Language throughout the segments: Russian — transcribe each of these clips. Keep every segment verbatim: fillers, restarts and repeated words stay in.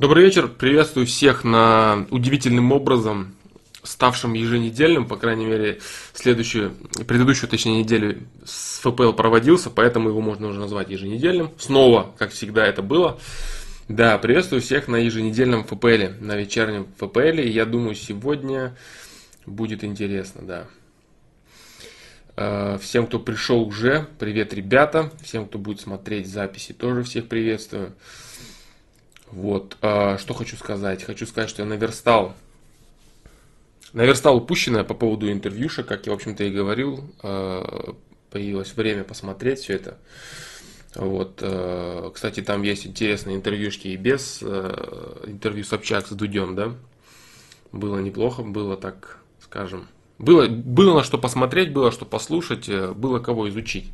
Добрый вечер, приветствую всех на удивительным образом ставшем еженедельным, по крайней мере, следующую, предыдущую, точнее, неделю с эф пэ эл проводился, поэтому его можно уже назвать еженедельным. Снова, как всегда это было. Да, приветствую всех на еженедельном эф пэ эл, на вечернем эф пэ эл. Я думаю, сегодня будет интересно, да. Всем, кто пришел уже, привет, ребята. Всем, кто будет смотреть записи, тоже всех приветствую. Вот, что хочу сказать. Хочу сказать, что я наверстал. Наверстал упущенное по поводу интервьюшек, как я, в общем-то, и говорил. Появилось время посмотреть все это. Вот, кстати, там есть интересные интервьюшки и без интервью Собчак с Дудем, да. Было неплохо, было, так скажем. Было, было на что посмотреть, было что послушать, было кого изучить.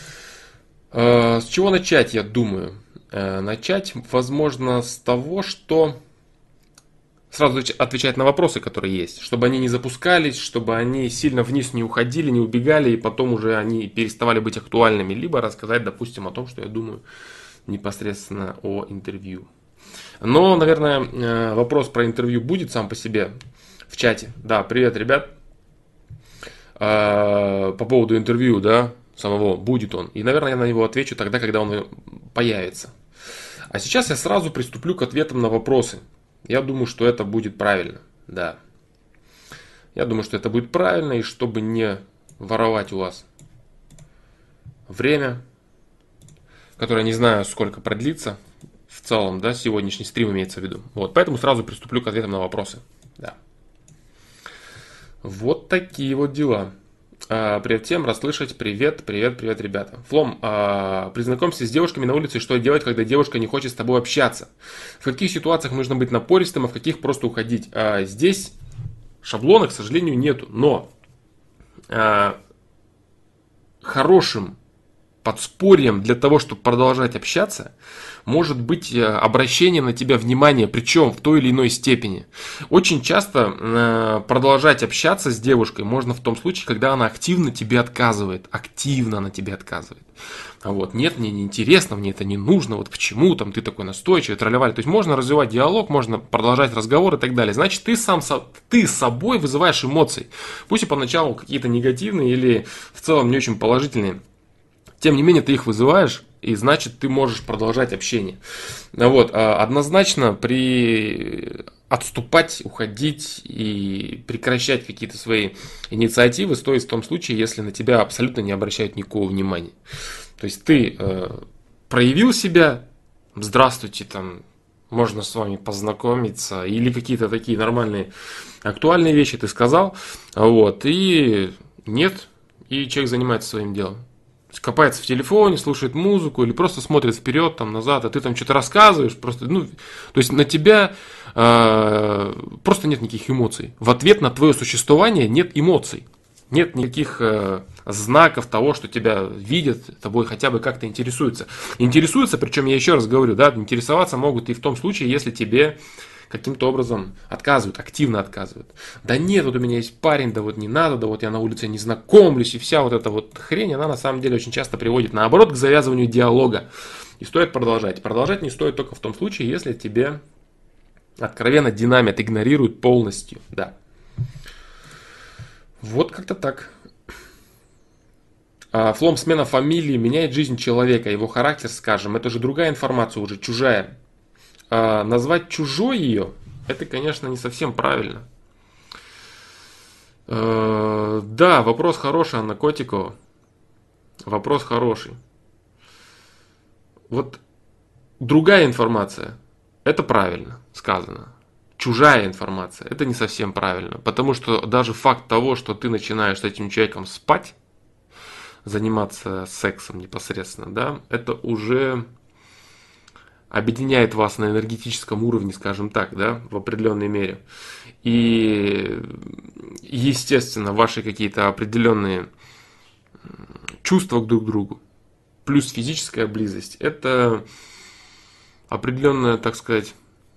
С чего начать, я думаю? Начать, возможно, с того, что сразу отвечать на вопросы, которые есть, чтобы они не запускались, чтобы они сильно вниз не уходили, не убегали, и потом уже они переставали быть актуальными, либо рассказать, допустим, о том, что я думаю непосредственно о интервью. Но, наверное, вопрос про интервью будет сам по себе в чате. Да, привет, ребят. По поводу интервью, да, самого, будет он. И, наверное, я на него отвечу тогда, когда он появится. А сейчас я сразу приступлю к ответам на вопросы. Я думаю, что это будет правильно, да. Я думаю, что это будет правильно, и чтобы не воровать у вас время, которое не знаю, сколько продлится в целом, да, сегодняшний стрим имеется в виду. Вот, поэтому сразу приступлю к ответам на вопросы, да. Вот такие вот дела. А, привет всем, расслышать, привет, привет, привет, ребята. Флом, а, признакомься с девушками на улице, что делать, когда девушка не хочет с тобой общаться. В каких ситуациях нужно быть напористым, а в каких просто уходить. А, здесь шаблона, к сожалению, нету, но а, хорошим подспорьем для того, чтобы продолжать общаться, может быть обращение на тебя внимания, причем в той или иной степени. Очень часто продолжать общаться с девушкой можно в том случае, когда она активно тебе отказывает. Активно она тебе отказывает. Вот. Нет, мне не интересно, мне это не нужно, вот почему там ты такой настойчивый, тролливали. То есть можно развивать диалог, можно продолжать разговор и так далее. Значит, ты сам ты с собой вызываешь эмоции. Пусть и поначалу какие-то негативные или в целом не очень положительные. Тем не менее, ты их вызываешь, и значит, ты можешь продолжать общение. Вот. Однозначно, при отступать, уходить и прекращать какие-то свои инициативы стоит в том случае, если на тебя абсолютно не обращают никакого внимания. То есть, ты э, проявил себя, здравствуйте, там, можно с вами познакомиться, или какие-то такие нормальные, актуальные вещи ты сказал, вот, и нет, и человек занимается своим делом. Копается в телефоне, слушает музыку или просто смотрит вперед, там, назад, а ты там что-то рассказываешь, просто, ну, то есть на тебя э, просто нет никаких эмоций. В ответ на твое существование нет эмоций, нет никаких э, знаков того, что тебя видят, тобой хотя бы как-то интересуются. Интересуются, причем я еще раз говорю, да, интересоваться могут и в том случае, если тебе каким-то образом отказывают, активно отказывают. Да нет, вот у меня есть парень, да вот не надо, да вот я на улице не знакомлюсь, и вся вот эта вот хрень, она на самом деле очень часто приводит, наоборот, к завязыванию диалога. И стоит продолжать. Продолжать не стоит только в том случае, если тебе откровенно динамят, игнорируют полностью, да. Вот как-то так. Флом, смена фамилии меняет жизнь человека, его характер, скажем, это же другая информация, уже чужая. А назвать чужой ее, это, конечно, не совсем правильно. Э, да, вопрос хороший, Анна Котикова. Вопрос хороший. Вот другая информация, это правильно сказано. Чужая информация, это не совсем правильно. Потому что даже факт того, что ты начинаешь с этим человеком спать, заниматься сексом непосредственно, да, это уже объединяет вас на энергетическом уровне, скажем так, да, в определенной мере. И, естественно, ваши какие-то определенные чувства друг к другу, плюс физическая близость, это определенное, так сказать,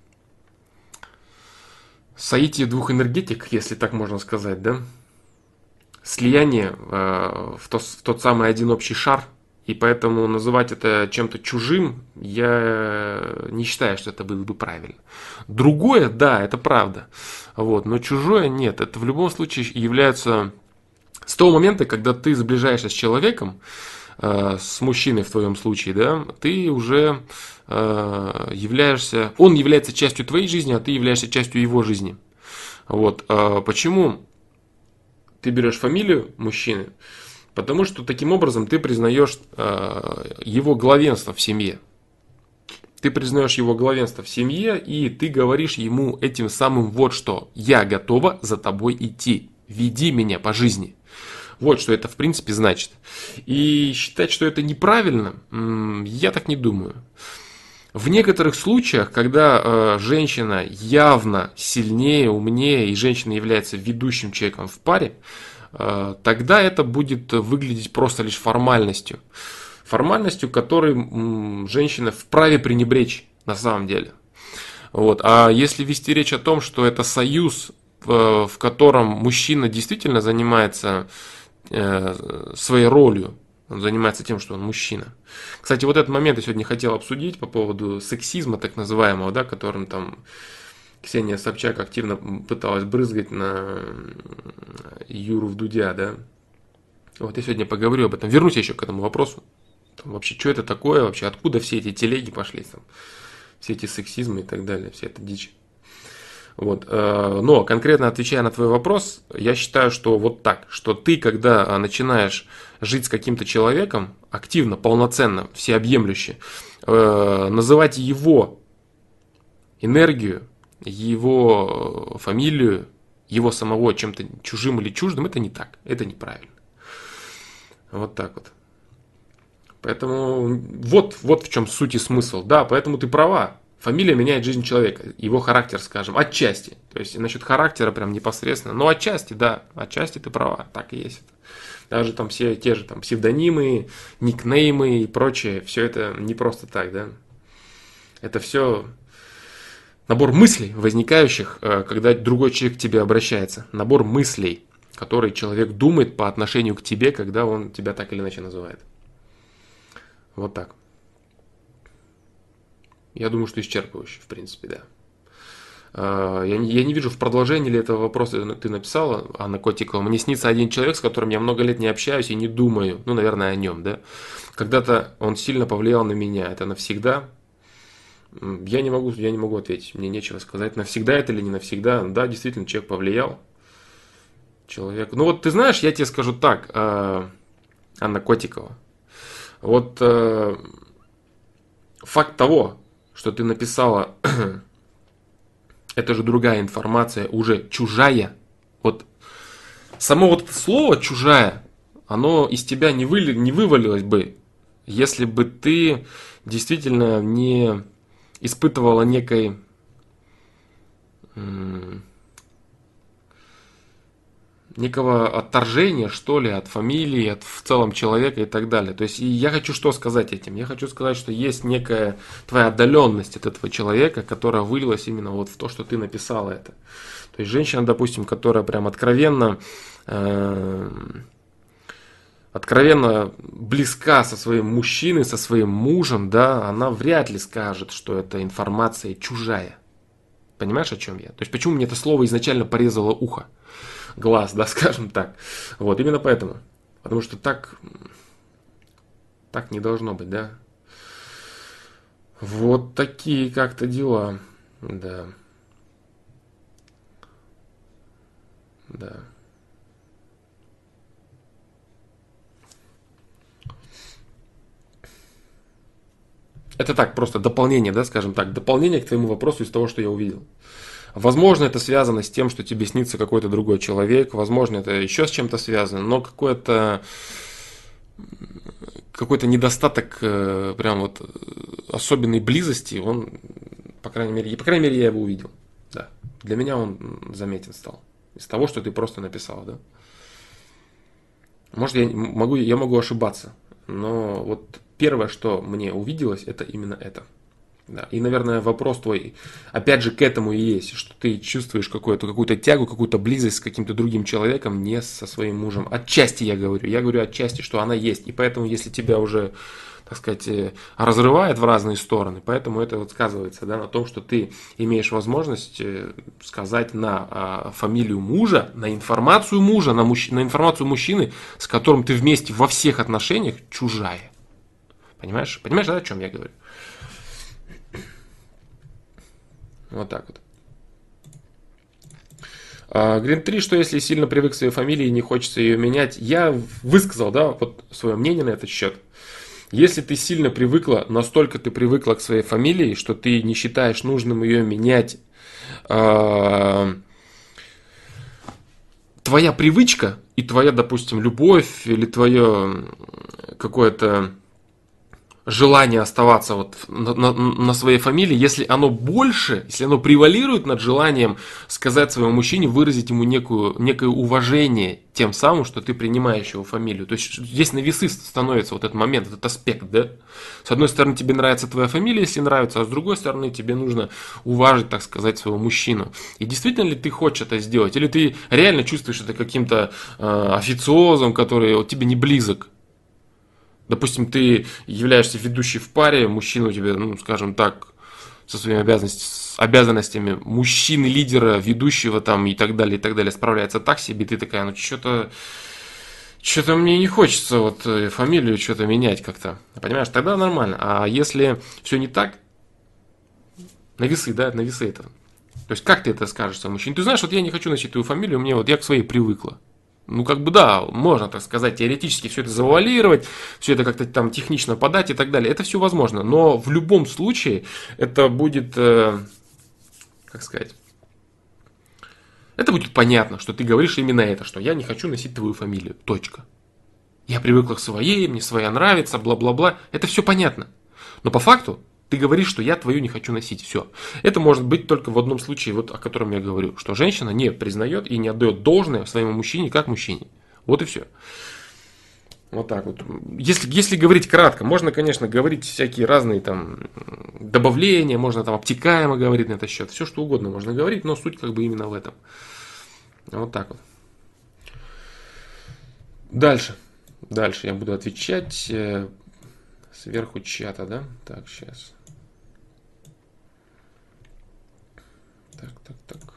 соитие двух энергетик, если так можно сказать, да, слияние в тот, в тот самый один общий шар, И поэтому называть это чем-то чужим, я не считаю, что это было бы правильно. Другое, да, это правда. Вот, но чужое нет. Это в любом случае является... С того момента, когда ты сближаешься с человеком, э, с мужчиной в твоем случае, да, ты уже э, являешься... Он является частью твоей жизни, а ты являешься частью его жизни. Вот. А почему ты берешь фамилию мужчины? Потому что таким образом ты признаешь э, его главенство в семье. Ты признаешь его главенство в семье, и ты говоришь ему этим самым вот что. Я готова за тобой идти. Веди меня по жизни. Вот что это в принципе значит. И считать, что это неправильно, я так не думаю. В некоторых случаях, когда э, женщина явно сильнее, умнее, и женщина является ведущим человеком в паре, э, тогда это будет выглядеть просто лишь формальностью. Формальностью, которой м, женщина вправе пренебречь на самом деле. Вот. А если вести речь о том, что это союз, в, в котором мужчина действительно занимается э, своей ролью, он занимается тем, что он мужчина. Кстати, вот этот момент я сегодня хотел обсудить по поводу сексизма, так называемого, да, которым там Ксения Собчак активно пыталась брызгать на Юру Вдудя, да. Вот я сегодня поговорю об этом. Вернусь еще к этому вопросу. Там, вообще, что это такое вообще? Откуда все эти телеги пошли? Там, все эти сексизмы и так далее, вся эта дичь. Вот. Но конкретно отвечая на твой вопрос, я считаю, что вот так, что ты, когда начинаешь жить с каким-то человеком, активно, полноценно, всеобъемлюще, называть его энергию, его фамилию, его самого чем-то чужим или чуждым, это не так, это неправильно. Вот так вот. Поэтому вот, вот в чем суть и смысл. Да, поэтому ты права. Фамилия меняет жизнь человека, его характер, скажем, отчасти. То есть насчет характера прям непосредственно, но отчасти, да, отчасти ты права, так и есть. Даже там все те же там псевдонимы, никнеймы и прочее, все это не просто так, да. Это все набор мыслей, возникающих, когда другой человек к тебе обращается. Набор мыслей, которые человек думает по отношению к тебе, когда он тебя так или иначе называет. Вот так. Я думаю, что исчерпывающе, в принципе, да. Я не, я не вижу в продолжении ли этого вопроса ты написала, Анна Котикова. Мне снится один человек, с которым я много лет не общаюсь и не думаю, ну, наверное, о нем, да. Когда-то он сильно повлиял на меня. Это навсегда? Я не могу, я не могу ответить. Мне нечего сказать, навсегда это или не навсегда. Да, действительно, человек повлиял. Человек. Ну вот ты знаешь, я тебе скажу так, Анна Котикова. Вот факт того, что ты написала, это же другая информация, уже чужая. Вот само вот это слово чужая, оно из тебя не, вы, не вывалилось бы, если бы ты действительно не испытывала некой некого отторжения, что ли, от фамилии, от в целом человека и так далее. То есть и я хочу что сказать этим? Я хочу сказать, что есть некая твоя отдаленность от этого человека, которая вылилась именно вот в то, что ты написала это. То есть женщина, допустим, которая прям откровенно, э, откровенно близка со своим мужчиной, со своим мужем, да, она вряд ли скажет, что эта информация чужая. Понимаешь, о чем я? То есть почему мне это слово изначально порезало ухо? Глаз, да, скажем так. Вот, именно поэтому. Потому что так, так не должно быть, да. Вот такие как-то дела. Да. Да. Это так, просто дополнение, да, скажем так, дополнение к твоему вопросу из того, что я увидел. Возможно, это связано с тем, что тебе снится какой-то другой человек, возможно, это еще с чем-то связано, но какой-то какой-то недостаток прям вот особенной близости, он, по крайней мере, по крайней мере, я его увидел. Да. Для меня он заметен стал. Из того, что ты просто написал, да. Может, я могу, я могу ошибаться, но вот первое, что мне увиделось, это именно это. Да. И, наверное, вопрос твой, опять же, к этому и есть, что ты чувствуешь какую-то, какую-то тягу, какую-то близость с каким-то другим человеком, не со своим мужем. Отчасти я говорю, я говорю отчасти, что она есть. И поэтому, если тебя уже, так сказать, разрывает в разные стороны, поэтому это вот сказывается, да, на том, что ты имеешь возможность сказать на фамилию мужа, на информацию мужа, на, мужч... на информацию мужчины, с которым ты вместе во всех отношениях, чужая. Понимаешь? Понимаешь, да, о чем я говорю? Вот так вот. Грин три, что если сильно привык к своей фамилии и не хочется ее менять, я высказал, да, вот свое мнение на этот счет. Если ты сильно привыкла, настолько ты привыкла к своей фамилии, что ты не считаешь нужным ее менять, э, твоя привычка и твоя, допустим, любовь или твое какое-то желание оставаться вот на, на, на своей фамилии, если оно больше, если оно превалирует над желанием сказать своему мужчине, выразить ему некую, некое уважение тем самым, что ты принимаешь его фамилию. То есть здесь на весы становится вот этот момент, этот аспект, да? С одной стороны, тебе нравится твоя фамилия, если нравится, а с другой стороны, тебе нужно уважить, так сказать, своего мужчину. И действительно ли ты хочешь это сделать? Или ты реально чувствуешь это каким-то э, официозом, который вот, тебе не близок? Допустим, ты являешься ведущей в паре, мужчина у тебя, ну, скажем так, со своими обязанностями, обязанностями мужчины, лидера, ведущего там и так далее, и так далее, справляется так себе, и ты такая, ну, что-то, что-то мне не хочется вот фамилию что-то менять как-то, понимаешь, тогда нормально. А если все не так, на весы, да, на весы это. То есть, как ты это скажешь своему мужчине? Ты знаешь, вот я не хочу носить твою фамилию, мне вот я к своей привыкла. Ну, как бы да, можно, так сказать, теоретически все это завуалировать, все это как-то там технично подать и так далее. Это все возможно. Но в любом случае это будет, э, как сказать, это будет понятно, что ты говоришь именно это, что я не хочу носить твою фамилию. Точка. Я привыкла к своей, мне своя нравится, бла-бла-бла. Это все понятно. Но по факту ты говоришь, что я твою не хочу носить. Все. Это может быть только в одном случае, вот о котором я говорю, что женщина не признает и не отдает должное своему мужчине как мужчине. Вот и все. Вот так вот. Если, если говорить кратко, можно, конечно, говорить всякие разные там добавления, можно там обтекаемо говорить на этот счет. Все что угодно можно говорить, но суть как бы именно в этом. Вот так вот. Дальше. Дальше я буду отвечать э, сверху чата, да? Так, сейчас. Так, так, так.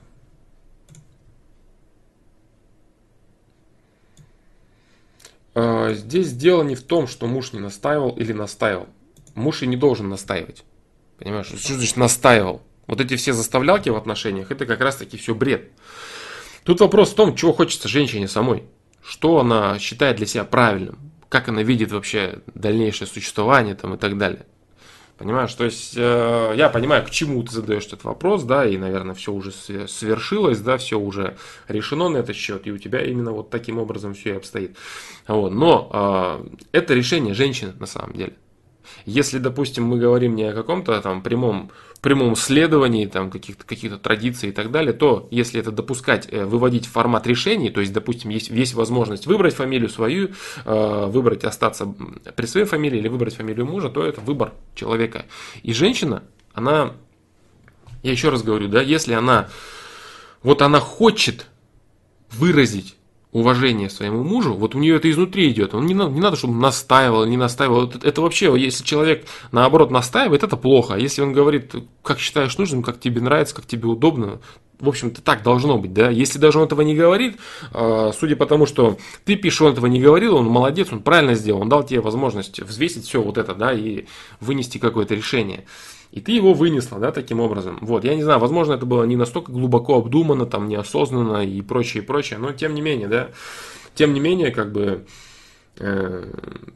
А, здесь дело не в том, что муж не настаивал или настаивал. Муж и не должен настаивать. Понимаешь, что значит настаивал? Вот эти все заставлялки в отношениях, это как раз таки все бред. Тут вопрос в том, чего хочется женщине самой. Что она считает для себя правильным. Как она видит вообще дальнейшее существование там, и так далее. Понимаешь, то есть э, я понимаю, к чему ты задаешь этот вопрос, да, и, наверное, все уже свершилось, да, все уже решено на этот счет, и у тебя именно вот таким образом все и обстоит. Вот. Но э, это решение женщины на самом деле. Если, допустим, мы говорим не о каком-то там прямом, прямом следовании там, каких-то, каких-то традиций и так далее, то если это допускать, выводить в формат решений, то есть, допустим, есть, есть возможность выбрать фамилию свою, выбрать остаться при своей фамилии или выбрать фамилию мужа, то это выбор человека. И женщина, она, я еще раз говорю, да, если она, вот она хочет выразить уважение своему мужу, вот у нее это изнутри идет. Он не надо, не надо, чтобы он настаивал, не настаивал. Это, это вообще, если человек наоборот настаивает, это плохо. А если он говорит, как считаешь нужным, как тебе нравится, как тебе удобно, в общем-то так должно быть, да. Если даже он этого не говорит, судя по тому, что ты пишешь, он этого не говорил, он молодец, он правильно сделал, он дал тебе возможность взвесить все вот это, да, и вынести какое-то решение. И ты его вынесла, да, таким образом. Вот, я не знаю, возможно, это было не настолько глубоко обдуманно, там, неосознанно и прочее, и прочее, но тем не менее, да, тем не менее, как бы, э,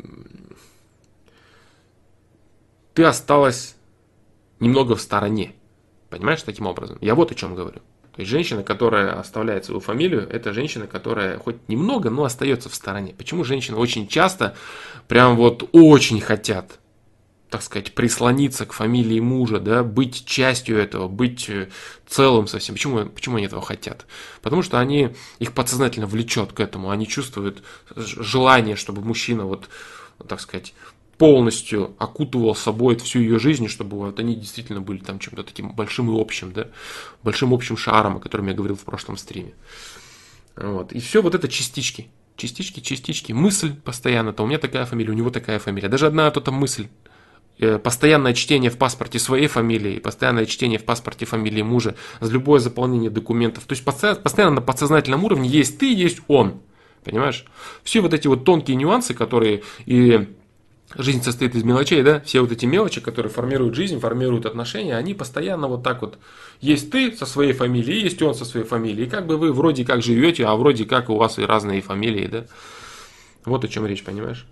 ты осталась немного в стороне, понимаешь, таким образом. Я вот о чем говорю. То есть женщина, которая оставляет свою фамилию, это женщина, которая хоть немного, но остается в стороне. Почему женщины очень часто, прям вот очень хотят, так сказать, прислониться к фамилии мужа, да, быть частью этого, быть целым совсем. Почему, почему они этого хотят? Потому что они, их подсознательно влечет к этому, они чувствуют желание, чтобы мужчина, вот, так сказать, полностью окутывал собой всю ее жизнь, чтобы вот они действительно были там чем-то таким большим и общим, да, большим общим шаром, о котором я говорил в прошлом стриме. Вот. И все вот это частички. Частички, частички. Мысль постоянно-то. У меня такая фамилия, у него такая фамилия. Даже одна эта мысль. Постоянное чтение в паспорте своей фамилии, постоянное чтение в паспорте фамилии мужа, за любое заполнение документов. То есть постоянно на подсознательном уровне есть ты, есть он. Понимаешь? Все вот эти вот тонкие нюансы, которые и жизнь состоит из мелочей, да, все вот эти мелочи, которые формируют жизнь, формируют отношения, они постоянно вот так вот, есть ты со своей фамилией, есть он со своей фамилией, и как бы вы вроде как живете, а вроде как у вас и разные фамилии, да, вот о чем речь, понимаешь?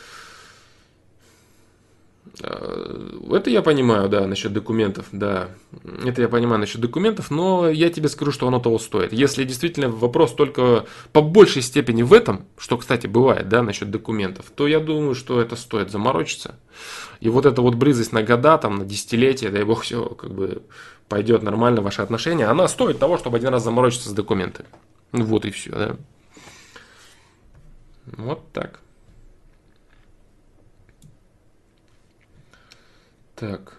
Это я понимаю, да, насчет документов, да, это я понимаю насчет документов, но я тебе скажу, что оно того стоит. Если действительно вопрос только по большей степени в этом, что, кстати, бывает, да, насчет документов, то я думаю, что это стоит заморочиться. И вот эта вот близость на года, там, на десятилетия, дай бог, все как бы пойдет нормально, ваши отношения, она стоит того, чтобы один раз заморочиться с документами. Вот и все, да. Вот так. Так.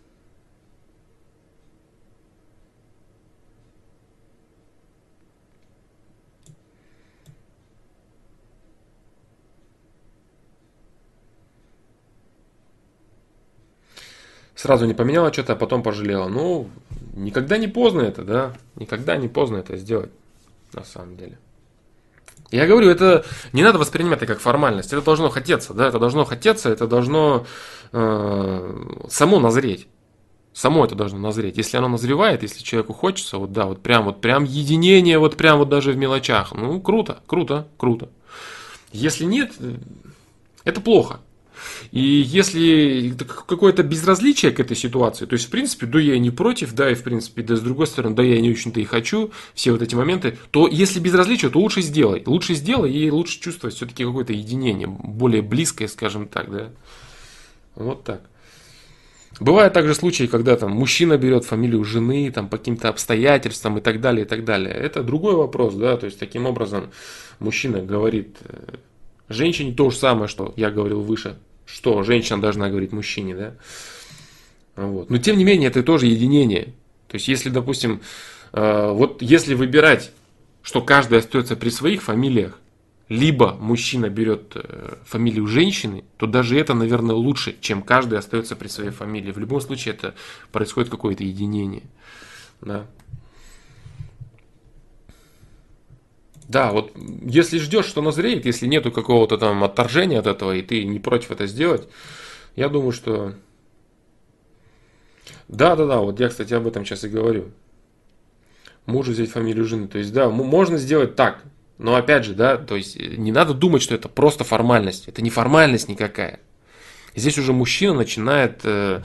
Сразу не поменяла что-то, а потом пожалела. Ну, никогда не поздно это, да? Никогда не поздно это сделать, на самом деле. Я говорю, это не надо воспринимать это как формальность. Это должно хотеться, да? Это должно хотеться, это должно э, само назреть. Само это должно назреть. Если оно назревает, если человеку хочется, вот да, вот прям вот прям единение, вот прям вот даже в мелочах, ну круто, круто, круто. Если нет, это плохо. И если какое-то безразличие к этой ситуации, то есть, в принципе, да, я и не против, да, и, в принципе, да, с другой стороны, да, я и не очень-то и хочу, все вот эти моменты, то если безразличие, то лучше сделай. Лучше сделай и лучше чувствовать все-таки какое-то единение, более близкое, скажем так, да. Вот так. Бывают также случаи, когда там мужчина берет фамилию жены там, по каким-то обстоятельствам и так далее, и так далее. Это другой вопрос, да, то есть таким образом мужчина говорит женщине то же самое, что я говорил выше, что женщина должна говорить мужчине, да. Вот. Но тем не менее это тоже единение. То есть если, допустим, вот если выбирать, что каждый остается при своих фамилиях, либо мужчина берет фамилию женщины, то даже это, наверное, лучше, чем каждый остается при своей фамилии. В любом случае это происходит какое-то единение. Да. Да, вот если ждешь, что назреет, если нету какого-то там отторжения от этого, и ты не против это сделать, я думаю, что... Да, да, да, вот я, кстати, об этом сейчас и говорю. Мужу взять фамилию жены. То есть, да, можно сделать так. Но опять же, да, то есть не надо думать, что это просто формальность. Это не формальность никакая. Здесь уже мужчина начинает, э,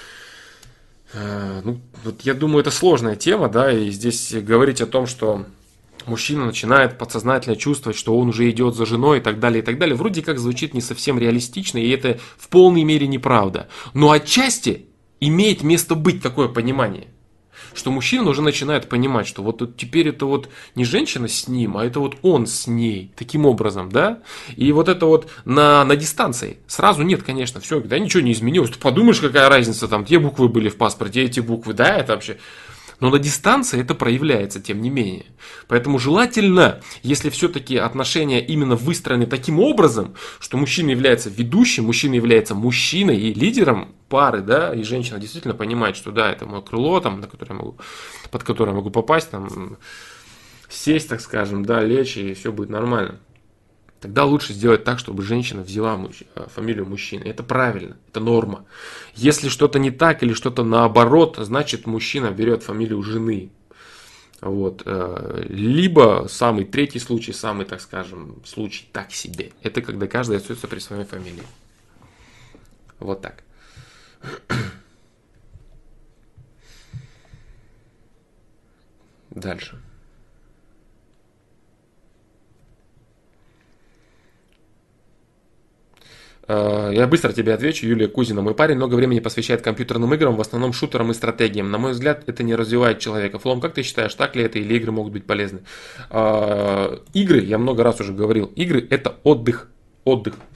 э, ну, вот я думаю, это сложная тема, да, и здесь говорить о том, что мужчина начинает подсознательно чувствовать, что он уже идет за женой и так далее, и так далее, вроде как звучит не совсем реалистично, и это в полной мере неправда. Но отчасти имеет место быть такое понимание. Что мужчина уже начинает понимать, что вот теперь это вот не женщина с ним, а это вот он с ней, таким образом, да? И вот это вот на, на дистанции. Сразу нет, конечно, все, да, ничего не изменилось. Ты подумаешь, какая разница, там, те буквы были в паспорте, эти буквы, да, это вообще... Но на дистанции это проявляется, тем не менее. Поэтому желательно, если все-таки отношения именно выстроены таким образом, что мужчина является ведущим, мужчина является мужчиной и лидером пары, да, и женщина действительно понимает, что да, это мое крыло, там, на которое я могу, под которое я могу попасть, там, сесть, так скажем, да, лечь, и все будет нормально. Тогда лучше сделать так, чтобы женщина взяла муж... фамилию мужчины. Это правильно, это норма. Если что-то не так или что-то наоборот, значит мужчина берет фамилию жены. Вот. Либо самый третий случай, самый, так скажем, случай так себе. Это когда каждый остается при своей фамилии. Вот так. Дальше. Я быстро тебе отвечу. Юлия Кузина. Мой парень много времени посвящает компьютерным играм, в основном шутерам и стратегиям. На мой взгляд, это не развивает человека. Флом, как ты считаешь, так ли это или игры могут быть полезны? Игры, я много раз уже говорил, игры это отдых. Отдых.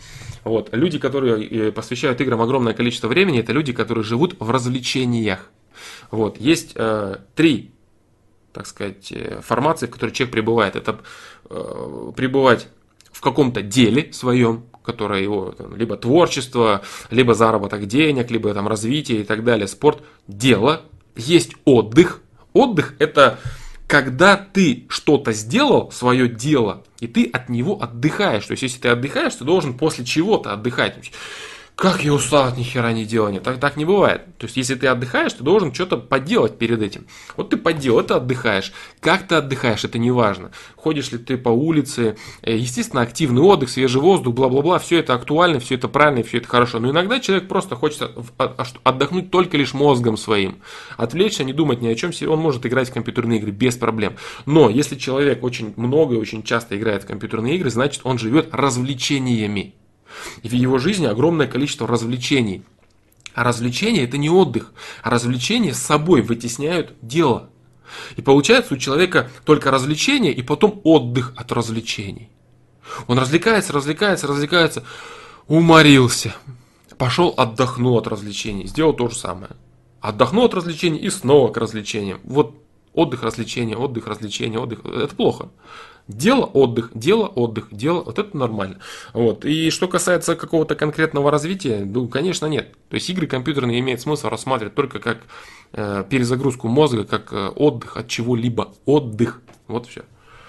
Вот. Люди, которые посвящают играм огромное количество времени, это люди, которые живут в развлечениях. Вот. Есть э, три, так сказать, формации, в которой человек пребывает. Это э, пребывать в каком-то деле своем, которое его там, либо творчество, либо заработок денег, либо там развитие и так далее, спорт, дело. Есть отдых. Отдых – это когда ты что-то сделал, свое дело, и ты от него отдыхаешь. То есть, если ты отдыхаешь, ты должен после чего-то отдыхать. Как я устал от ни хера не делания. Так, так не бывает. То есть, если ты отдыхаешь, ты должен что-то поделать перед этим. Вот ты поделал, это отдыхаешь. Как ты отдыхаешь, это не важно. Ходишь ли ты по улице, естественно, активный отдых, свежий воздух, бла-бла-бла. Все это актуально, все это правильно, все это хорошо. Но иногда человек просто хочет отдохнуть только лишь мозгом своим. Отвлечься, не думать ни о чем. Он может играть в компьютерные игры без проблем. Но если человек очень много и очень часто играет в компьютерные игры, значит, он живет развлечениями. И в его жизни огромное количество развлечений. А развлечения – это не отдых. А развлечения с собой вытесняют дело. И получается у человека только развлечения и потом отдых от развлечений. Он развлекается, развлекается, развлекается, уморился. Пошел, отдохнул от развлечений. Сделал то же самое. Отдохнул от развлечений и снова к развлечениям. Вот отдых, развлечения, отдых, развлечения, отдых. Это плохо. Дело, отдых, дело, отдых, дело, вот это нормально. Вот. И что касается какого-то конкретного развития, ну, конечно, нет. То есть игры компьютерные имеет смысл рассматривать только как э, перезагрузку мозга, как э, отдых от чего-либо. Отдых. Вот все.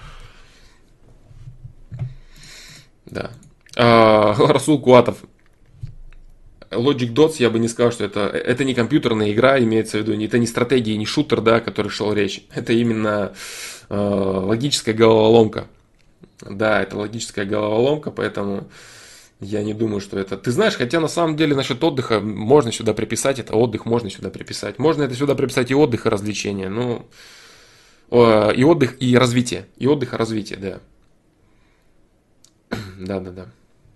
Да. А, Расул Куатов. Logic Dots, я бы не сказал, что это, это не компьютерная игра, имеется в виду, это не стратегия, не шутер, да, о которой шел речь. Это именно э, логическая головоломка. Да, это логическая головоломка, поэтому я не думаю, что это... Ты знаешь, хотя на самом деле насчет отдыха можно сюда приписать, это отдых можно сюда приписать. Можно это сюда приписать и отдых, и развлечение. Ну, э, и отдых, и развитие. И отдых, и развитие, да. Да, да, да.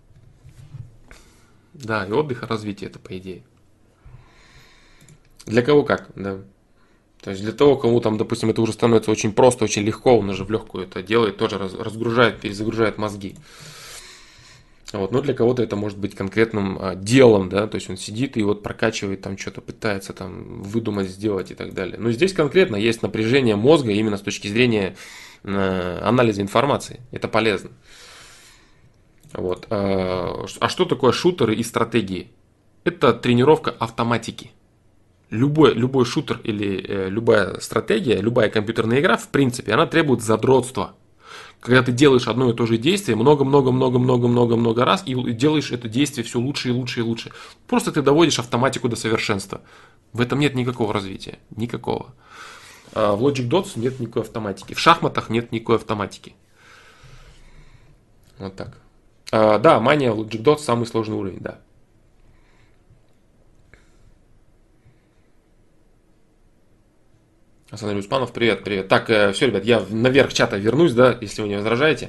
Да, и отдых, и развитие это по идее. Для кого как, да. То есть для того, кому там, допустим, это уже становится очень просто, очень легко, он уже в легкую это делает, тоже разгружает, перезагружает мозги. Вот. Но для кого-то это может быть конкретным а, делом, да, то есть он сидит и вот прокачивает там что-то, пытается там выдумать, сделать и так далее. Но здесь конкретно есть напряжение мозга именно с точки зрения э, анализа информации. Это полезно. Вот. А что такое шутеры и стратегии? Это тренировка автоматики. Любой, любой шутер или э, любая стратегия, любая компьютерная игра, в принципе, она требует задротства. Когда ты делаешь одно и то же действие много-много-много-много-много-много раз и делаешь это действие все лучше и лучше и лучше. Просто ты доводишь автоматику до совершенства. В этом нет никакого развития. Никакого. А в Logic Dots нет никакой автоматики. В шахматах нет никакой автоматики. Вот так. А, да, мания Logic Dots самый сложный уровень, да. Александр Успанов, привет, привет. Так, э, все, ребят, я наверх чата вернусь, да, если вы не возражаете.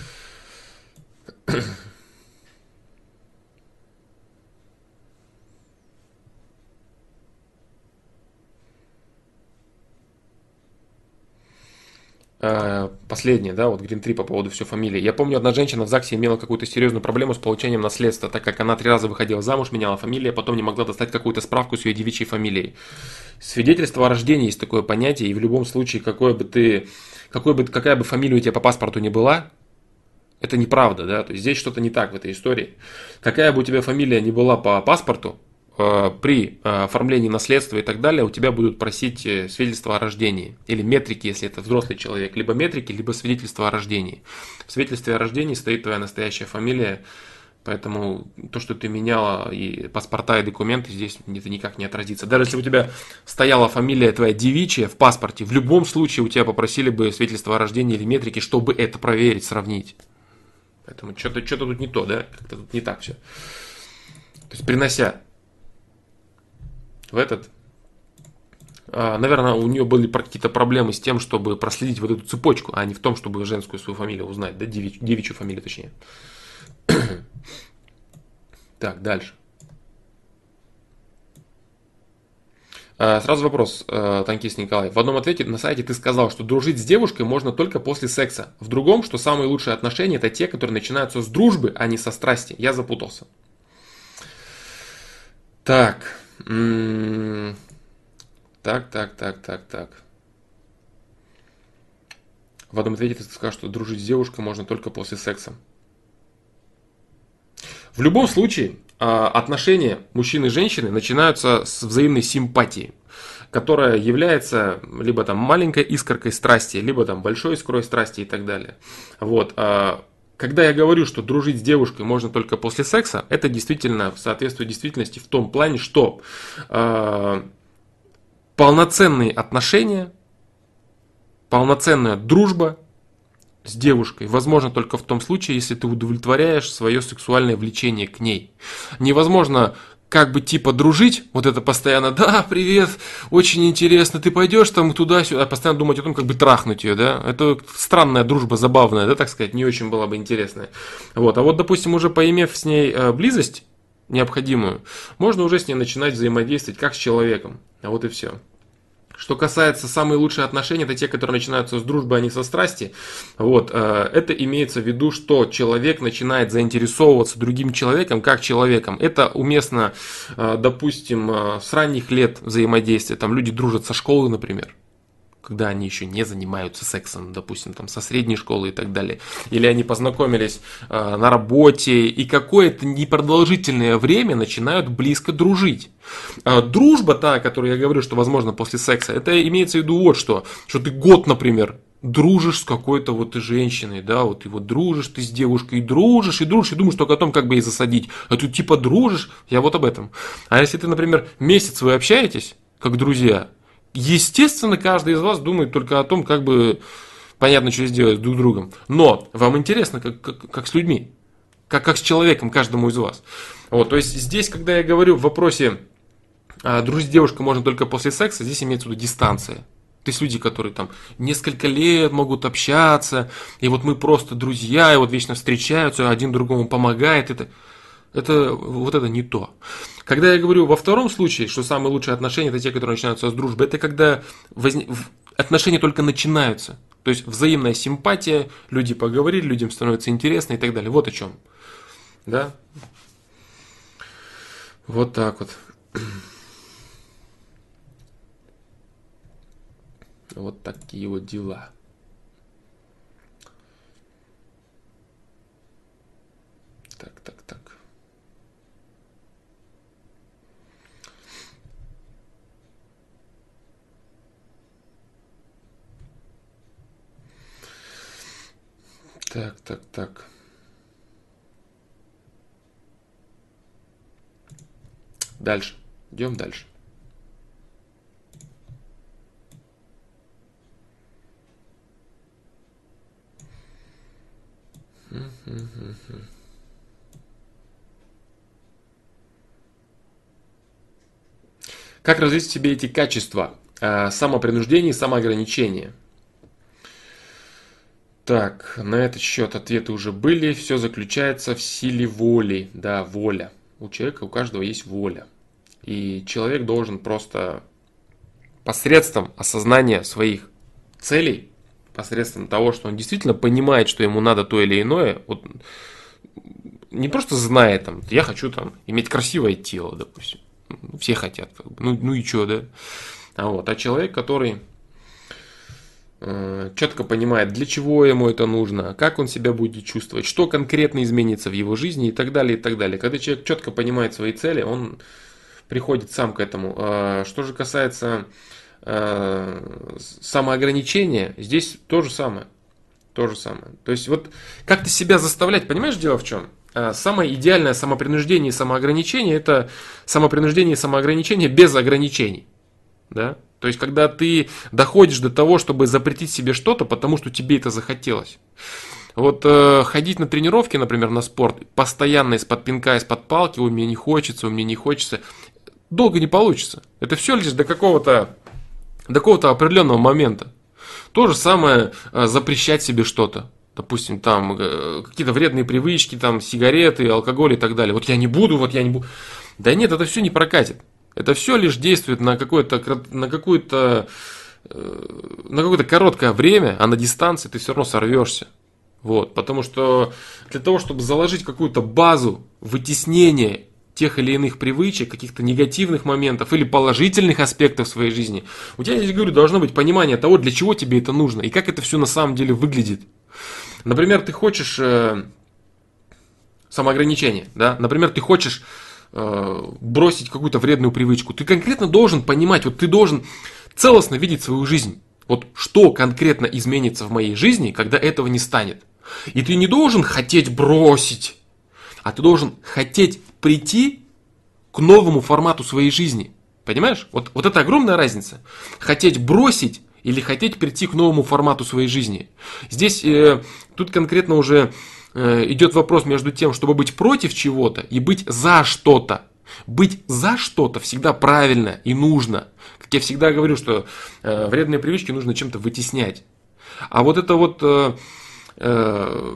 Последнее, да, вот Green три по поводу все фамилии. Я помню, одна женщина в ЗАГСе имела какую-то серьезную проблему с получением наследства, так как она три раза выходила замуж, меняла фамилию, а потом не могла достать какую-то справку с ее девичьей фамилией. Свидетельство о рождении есть такое понятие, и в любом случае, какой бы ты, какой бы, какая бы фамилия у тебя по паспорту ни была, это неправда, да, то есть здесь что-то не так в этой истории. Какая бы у тебя фамилия ни была по паспорту, при оформлении наследства и так далее у тебя будут просить свидетельство о рождении или метрики, если это взрослый человек, либо метрики, либо свидетельство о рождении. В свидетельстве о рождении стоит твоя настоящая фамилия, поэтому то, что ты меняла и паспорта, и документы, здесь это никак не отразится. Даже если у тебя стояла фамилия твоя девичья в паспорте, в любом случае у тебя попросили бы свидетельство о рождении или метрики, чтобы это проверить, сравнить. Поэтому что-то, что-то тут не то, да, как-то тут не так все. То есть принося в этот, наверное, у нее были какие-то проблемы с тем, чтобы проследить вот эту цепочку, а не в том, чтобы женскую свою фамилию узнать, да, девичью, девичью фамилию точнее. Так, дальше. Сразу вопрос, Танкист Николай. В одном ответе на сайте ты сказал, что дружить с девушкой можно только после секса. В другом, что самые лучшие отношения это те, которые начинаются с дружбы, а не со страсти. Я запутался. Так. Так, так, так, так, так. В одном ответе ты сказал, что дружить с девушкой можно только после секса. В любом случае, отношения мужчины и женщины начинаются с взаимной симпатии, которая является либо там маленькой искоркой страсти, либо там большой искрой страсти и так далее. Вот. Когда я говорю, что дружить с девушкой можно только после секса, это действительно соответствует действительности в том плане, что э, полноценные отношения, полноценная дружба с девушкой возможно только в том случае, если ты удовлетворяешь свое сексуальное влечение к ней. Невозможно как бы типа дружить, вот это постоянно, да, привет, очень интересно, ты пойдешь там туда-сюда, постоянно думать о том, как бы трахнуть ее, да, это странная дружба, забавная, да, так сказать, не очень была бы интересная. Вот, а вот, допустим, уже поимев с ней близость необходимую, можно уже с ней начинать взаимодействовать как с человеком, а вот и все. Что касается самые лучшие отношения, это те, которые начинаются с дружбы, а не со страсти. Вот, это имеется в виду, что человек начинает заинтересовываться другим человеком как человеком. Это уместно, допустим, с ранних лет взаимодействия. Там люди дружат со школы, например, когда они еще не занимаются сексом, допустим, там, со средней школы и так далее. Или они познакомились э, на работе и какое-то непродолжительное время начинают близко дружить. Э, дружба та, о которой я говорю, что возможно после секса, это имеется в виду вот что, что ты год, например, дружишь с какой-то вот женщиной, да, вот и вот дружишь ты с девушкой, и дружишь, и дружишь, и думаешь только о том, как бы ей засадить, а тут типа дружишь, я вот об этом. А если ты, например, месяц вы общаетесь, как друзья, естественно, каждый из вас думает только о том, как бы понятно, что сделать друг с другом. Но вам интересно, как, как, как с людьми, как, как с человеком, каждому из вас. Вот, то есть здесь, когда я говорю в вопросе а, дружить с девушкой можно только после секса, здесь имеется в виду дистанция. То есть люди, которые там несколько лет могут общаться, и вот мы просто друзья, и вот вечно встречаются, один другому помогает. Это, это вот это не то. Когда я говорю во втором случае, что самые лучшие отношения это те, которые начинаются с дружбы, это когда возник... отношения только начинаются. То есть взаимная симпатия, люди поговорили, людям становится интересно и так далее. Вот о чем. Да? Вот так вот. Вот такие вот дела. Так, так, так. Так, так, так. Дальше. Идем дальше. Как развить в себе эти качества? Самопринуждение и самоограничение. Так, на этот счет ответы уже были. Все заключается в силе воли. Да, воля. У человека, у каждого есть воля. И человек должен просто посредством осознания своих целей, посредством того, что он действительно понимает, что ему надо то или иное, вот, не просто знает, там, я хочу там, иметь красивое тело, допустим. Все хотят. Как бы. ну, ну и что, да? А, вот, а человек, который э, четко понимает, для чего ему это нужно, как он себя будет чувствовать, что конкретно изменится в его жизни и так далее, и так далее. Когда человек четко понимает свои цели, он приходит сам к этому. А, что же касается э, самоограничения, здесь то же самое. То же самое. То есть вот как-то себя заставлять, понимаешь, дело в чем? Самое идеальное самопринуждение и самоограничение – это самопринуждение и самоограничение без ограничений. Да? То есть, когда ты доходишь до того, чтобы запретить себе что-то, потому что тебе это захотелось. Вот э, ходить на тренировки, например, на спорт, постоянно из-под пинка, из-под палки, у меня не хочется, у меня не хочется, долго не получится. Это все лишь до какого-то, до какого-то определенного момента. То же самое э, запрещать себе что-то. Допустим, там э, какие-то вредные привычки, там сигареты, алкоголь и так далее. Вот я не буду, вот я не буду. Да нет, это все не прокатит. Это все лишь действует на какое-то, на какое-то, на какое-то короткое время, а на дистанции ты все равно сорвешься. Вот, потому что для того, чтобы заложить какую-то базу вытеснения тех или иных привычек, каких-то негативных моментов или положительных аспектов своей жизни, у тебя, я говорю, должно быть понимание того, для чего тебе это нужно и как это все на самом деле выглядит. Например, ты хочешь э, самоограничение, да? Например, ты хочешь э, бросить какую-то вредную привычку. Ты конкретно должен понимать, вот ты должен целостно видеть свою жизнь. Вот что конкретно изменится в моей жизни, когда этого не станет. И ты не должен хотеть бросить, а ты должен хотеть прийти к новому формату своей жизни. Понимаешь? Вот, вот это огромная разница. Хотеть бросить или хотеть прийти к новому формату своей жизни. Здесь э, тут конкретно уже э, идет вопрос между тем, чтобы быть против чего-то и быть за что-то. Быть за что-то всегда правильно и нужно. Как я всегда говорю, что э, вредные привычки нужно чем-то вытеснять. А вот это вот э, э,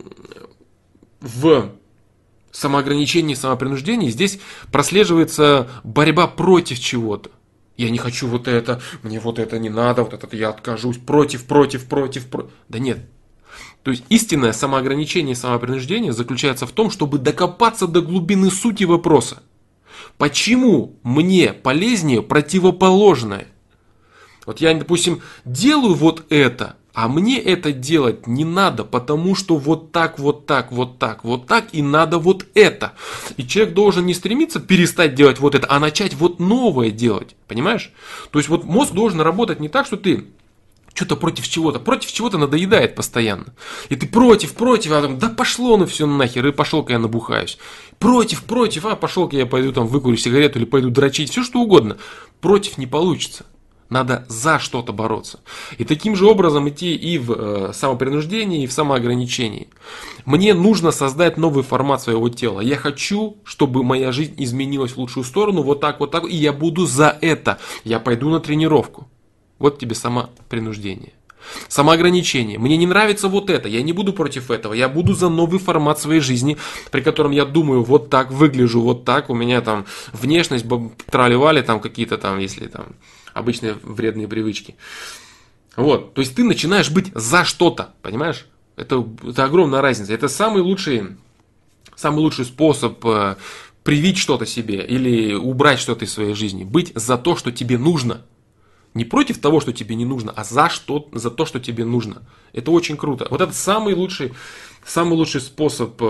в самоограничении, самопринуждении здесь прослеживается борьба против чего-то. Я не хочу вот это, мне вот это не надо, вот это я откажусь, против, против, против, против. Да нет. То есть истинное самоограничение и самопринуждение заключается в том, чтобы докопаться до глубины сути вопроса. Почему мне полезнее противоположное? Вот я, допустим, делаю вот это, а мне это делать не надо, потому что вот так, вот так, вот так, вот так, и надо вот это. И человек должен не стремиться перестать делать вот это, а начать вот новое делать. Понимаешь? То есть вот мозг должен работать не так, что ты что-то против чего-то. Против чего-то надоедает постоянно. И ты против, против, а там, да пошло ну все нахер, и пошел-ка я набухаюсь. Против, против, а пошел-ка я пойду там выкурю сигарету или пойду дрочить, все что угодно. Против не получится. Надо за что-то бороться. И таким же образом идти и в э, самопринуждении, и в самоограничении. Мне нужно создать новый формат своего тела. Я хочу, чтобы моя жизнь изменилась в лучшую сторону, вот так, вот так, и я буду за это. Я пойду на тренировку. Вот тебе самопринуждение. Самоограничение. Мне не нравится вот это, я не буду против этого, я буду за новый формат своей жизни, при котором я думаю вот так, выгляжу вот так, у меня там внешность, трали-вали, там какие-то там, если там обычные вредные привычки. Вот, то есть ты начинаешь быть за что-то, понимаешь? Это, это огромная разница, это самый лучший, самый лучший способ э, привить что-то себе или убрать что-то из своей жизни, быть за то, что тебе нужно. Не против того, что тебе не нужно, а за, что, за то, что тебе нужно. Это очень круто. Вот это самый лучший, самый лучший способ,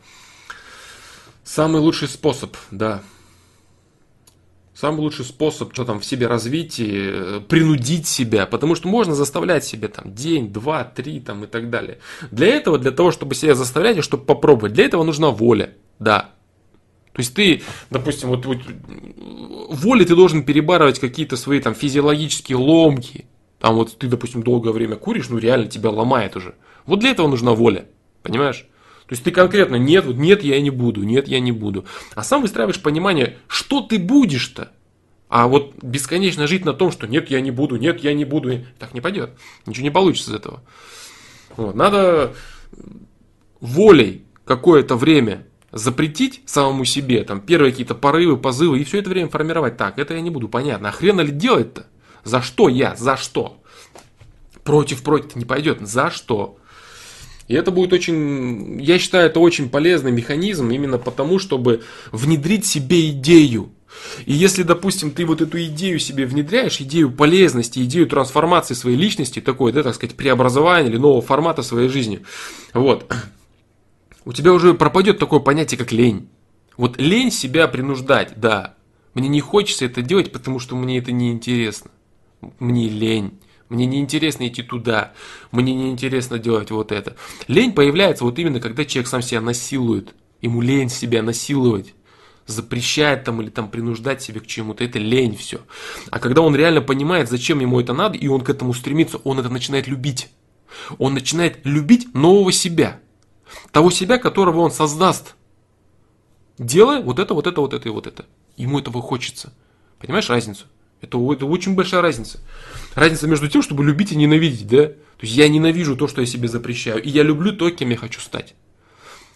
самый лучший способ, да. Самый лучший способ, что там в себе развить, и принудить себя. Потому что можно заставлять себя там день, два, три там, и так далее. Для этого, для того, чтобы себя заставлять и чтобы попробовать, для этого нужна воля, да. То есть ты, допустим, вот, вот волей ты должен перебарывать какие-то свои там физиологические ломки. Там вот ты, допустим, долгое время куришь, ну реально тебя ломает уже. Вот для этого нужна воля, понимаешь? То есть ты конкретно нет, вот нет, я не буду, нет, я не буду. А сам выстраиваешь понимание, что ты будешь-то. А вот бесконечно жить на том, что нет, я не буду, нет, я не буду. Так не пойдет. Ничего не получится из этого. Вот. Надо волей какое-то время запретить самому себе, там, первые какие-то порывы, позывы, и все это время формировать. Так, это я не буду, понятно. А хрена ли делать-то? За что я? За что? Против, против не пойдет. За что? И это будет очень, я считаю, это очень полезный механизм, именно потому, чтобы внедрить себе идею. И если, допустим, ты вот эту идею себе внедряешь, идею полезности, идею трансформации своей личности, такой, да, так сказать, преобразования или нового формата своей жизни, вот, у тебя уже пропадет такое понятие, как лень. Вот лень себя принуждать, да. Мне не хочется это делать, потому что мне это не интересно. Мне лень. Мне не интересно идти туда. Мне не интересно делать вот это. Лень появляется вот именно, когда человек сам себя насилует. Ему лень себя насиловать. Запрещает там или там принуждать себя к чему-то. Это лень все. А когда он реально понимает, зачем ему это надо, и он к этому стремится, он это начинает любить. Он начинает любить нового себя. Того себя, которого он создаст, делая вот это, вот это, вот это и вот это. Ему этого хочется. Понимаешь разницу? Это, это очень большая разница. Разница между тем, чтобы любить и ненавидеть, да? То есть я ненавижу то, что я себе запрещаю, и я люблю то, кем я хочу стать.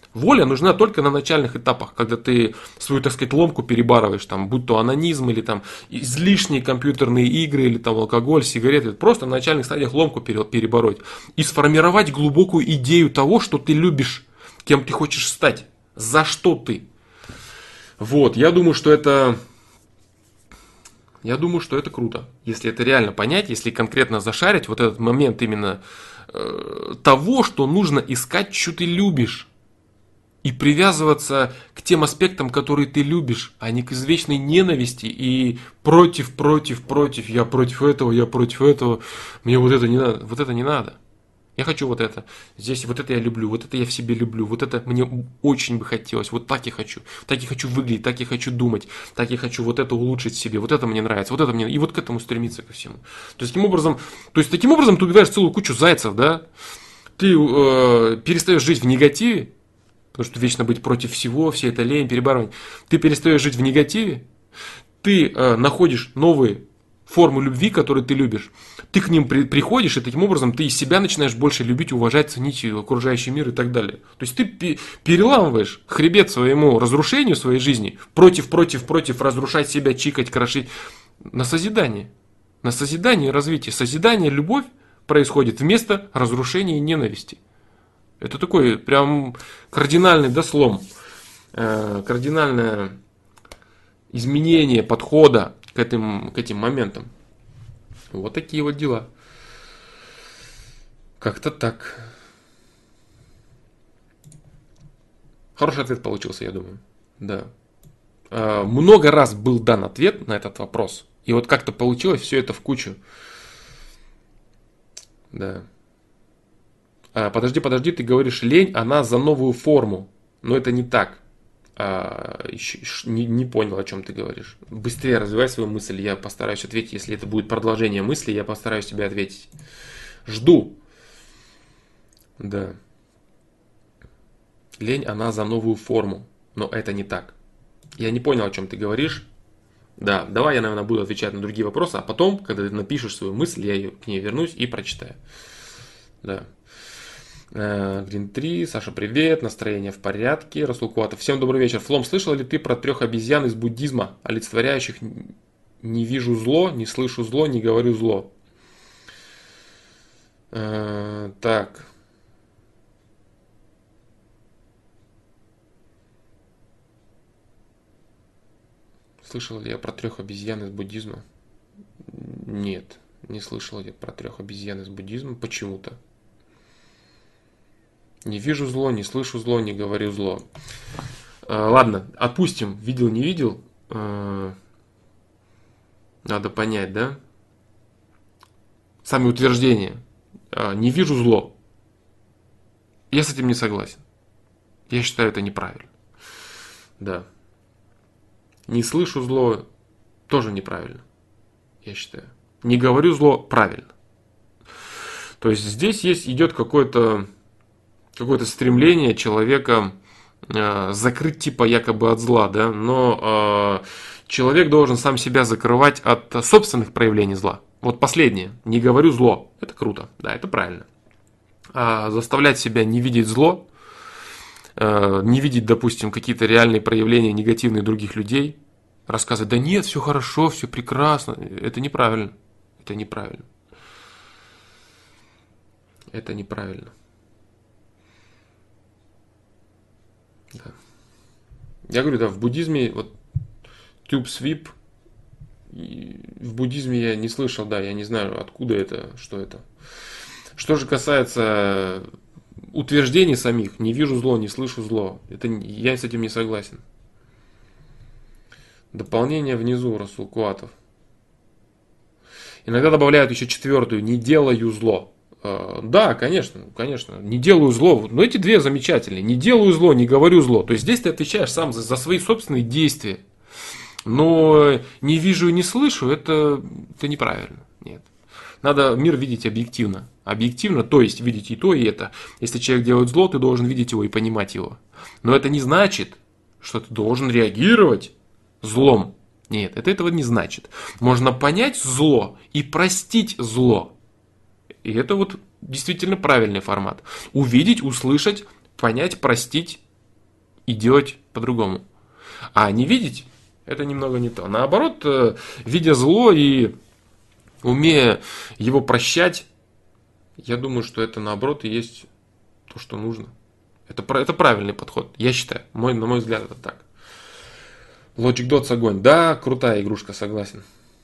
Воля нужна только на начальных этапах, когда ты свою, так сказать, ломку перебарываешь, там, будь то анонизм, или там излишние компьютерные игры, или там алкоголь, сигареты. Просто на начальных стадиях ломку перебороть. И сформировать глубокую идею того, что ты любишь, кем ты хочешь стать, за что ты. Вот, я думаю, что это... Я думаю, что это круто. Если это реально понять, если конкретно зашарить вот этот момент именно э, того, что нужно искать, что ты любишь. И привязываться к тем аспектам, которые ты любишь, а не к извечной ненависти и против, против, против, я против этого, я против этого, мне вот это не надо, вот это не надо. Я хочу вот это, здесь вот это я люблю, вот это я в себе люблю, вот это мне очень бы хотелось, вот так я хочу, так я хочу выглядеть, так я хочу думать, так я хочу вот это улучшить в себе, вот это мне нравится, вот это мне, и вот к этому стремиться ко всему. То есть таким образом, то есть таким образом ты убиваешь целую кучу зайцев, да, ты э, перестаешь жить в негативе, потому что вечно быть против всего, все это лень, перебарывание. Ты перестаешь жить в негативе, ты э, находишь новые формы любви, которые ты любишь. Ты к ним при, приходишь, и таким образом ты себя начинаешь больше любить, уважать, ценить окружающий мир и так далее. То есть ты пи- переламываешь хребет своему разрушению своей жизни, против, против, против, разрушать себя, чикать, крошить, на созидание. На созидание и развитие. Созидание, любовь происходит вместо разрушения и ненависти. Это такой прям кардинальный дослом, э, кардинальное изменение подхода к этим, к этим моментам. Вот такие вот дела. Как-то так. Хороший ответ получился, я думаю. Да. Э, много раз был дан ответ на этот вопрос. И вот как-то получилось все это в кучу. Да. А, подожди, подожди, ты говоришь, лень, она за новую форму. Но это не так. А, еще, не, не понял, о чем ты говоришь. Быстрее развивай свою мысль, я постараюсь ответить. Если это будет продолжение мысли, я постараюсь тебе ответить. Жду. Да. Лень, она за новую форму. Но это не так. Я не понял, о чем ты говоришь. Да, давай я, наверное, буду отвечать на другие вопросы, а потом, когда ты напишешь свою мысль, я ее, к ней вернусь и прочитаю. Да. Грин три, Саша, привет, настроение в порядке, Расул Куатов, всем добрый вечер. Флом, слышал ли ты про трех обезьян из буддизма, олицетворяющих не вижу зло, не слышу зло, не говорю зло? Э, так. Слышал ли я про трех обезьян из буддизма? Нет, не слышал я про трех обезьян из буддизма почему-то. Не вижу зло, не слышу зло, не говорю зло. Э, ладно, отпустим. Видел, не видел. Э, надо понять, да? Сами утверждения. Э, не вижу зло. Я с этим не согласен. Я считаю, это неправильно. Да. Не слышу зло. Тоже неправильно. Я считаю. Не говорю зло. Правильно. То есть здесь есть, идет какое-то какое-то стремление человека э, закрыть типа якобы от зла, да, но э, человек должен сам себя закрывать от собственных проявлений зла. Вот последнее, не говорю зло, это круто, да, это правильно. А заставлять себя не видеть зло, э, не видеть, допустим, какие-то реальные проявления негативные других людей, рассказывать, да нет, все хорошо, все прекрасно, это неправильно, это неправильно. Это неправильно. Да. Я говорю, да, в буддизме, вот, TubeSweep, в буддизме я не слышал, да, я не знаю, откуда это, что это. Что же касается утверждений самих, не вижу зло, не слышу зло, это, я с этим не согласен. Дополнение внизу, Расул Куатов. Иногда добавляют еще четвертую, не делаю зло. Да, конечно, конечно, не делаю зло, но эти две замечательные, не делаю зло, не говорю зло, то есть здесь ты отвечаешь сам за, за свои собственные действия, но не вижу и не слышу, это, это неправильно, нет, надо мир видеть объективно, объективно, то есть видеть и то, и это, если человек делает зло, ты должен видеть его и понимать его, но это не значит, что ты должен реагировать злом, нет, это этого не значит, можно понять зло и простить зло. И это вот действительно правильный формат. Увидеть, услышать, понять, простить и делать по-другому. А не видеть – это немного не то. Наоборот, э, видя зло и умея его прощать, я думаю, что это наоборот и есть то, что нужно. Это, это правильный подход, я считаю. Мой, на мой взгляд, это так. Logic Dots огонь. Да, крутая игрушка, согласен.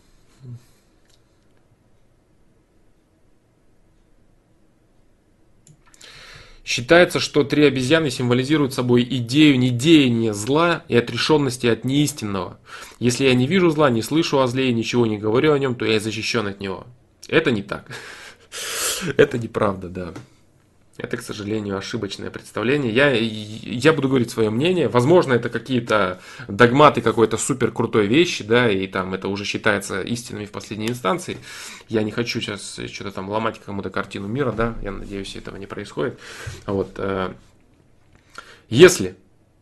Считается, что три обезьяны символизируют собой идею недеяния зла и отрешенности от неистинного. Если я не вижу зла, не слышу о зле и ничего не говорю о нем, то я защищен от него. Это не так. Это неправда, да. Это, к сожалению, ошибочное представление. Я, я буду говорить свое мнение. Возможно, это какие-то догматы какой-то супер крутой вещи, да, и там это уже считается истинными в последней инстанции. Я не хочу сейчас что-то там ломать кому-то картину мира, да, я надеюсь, этого не происходит. Вот, если,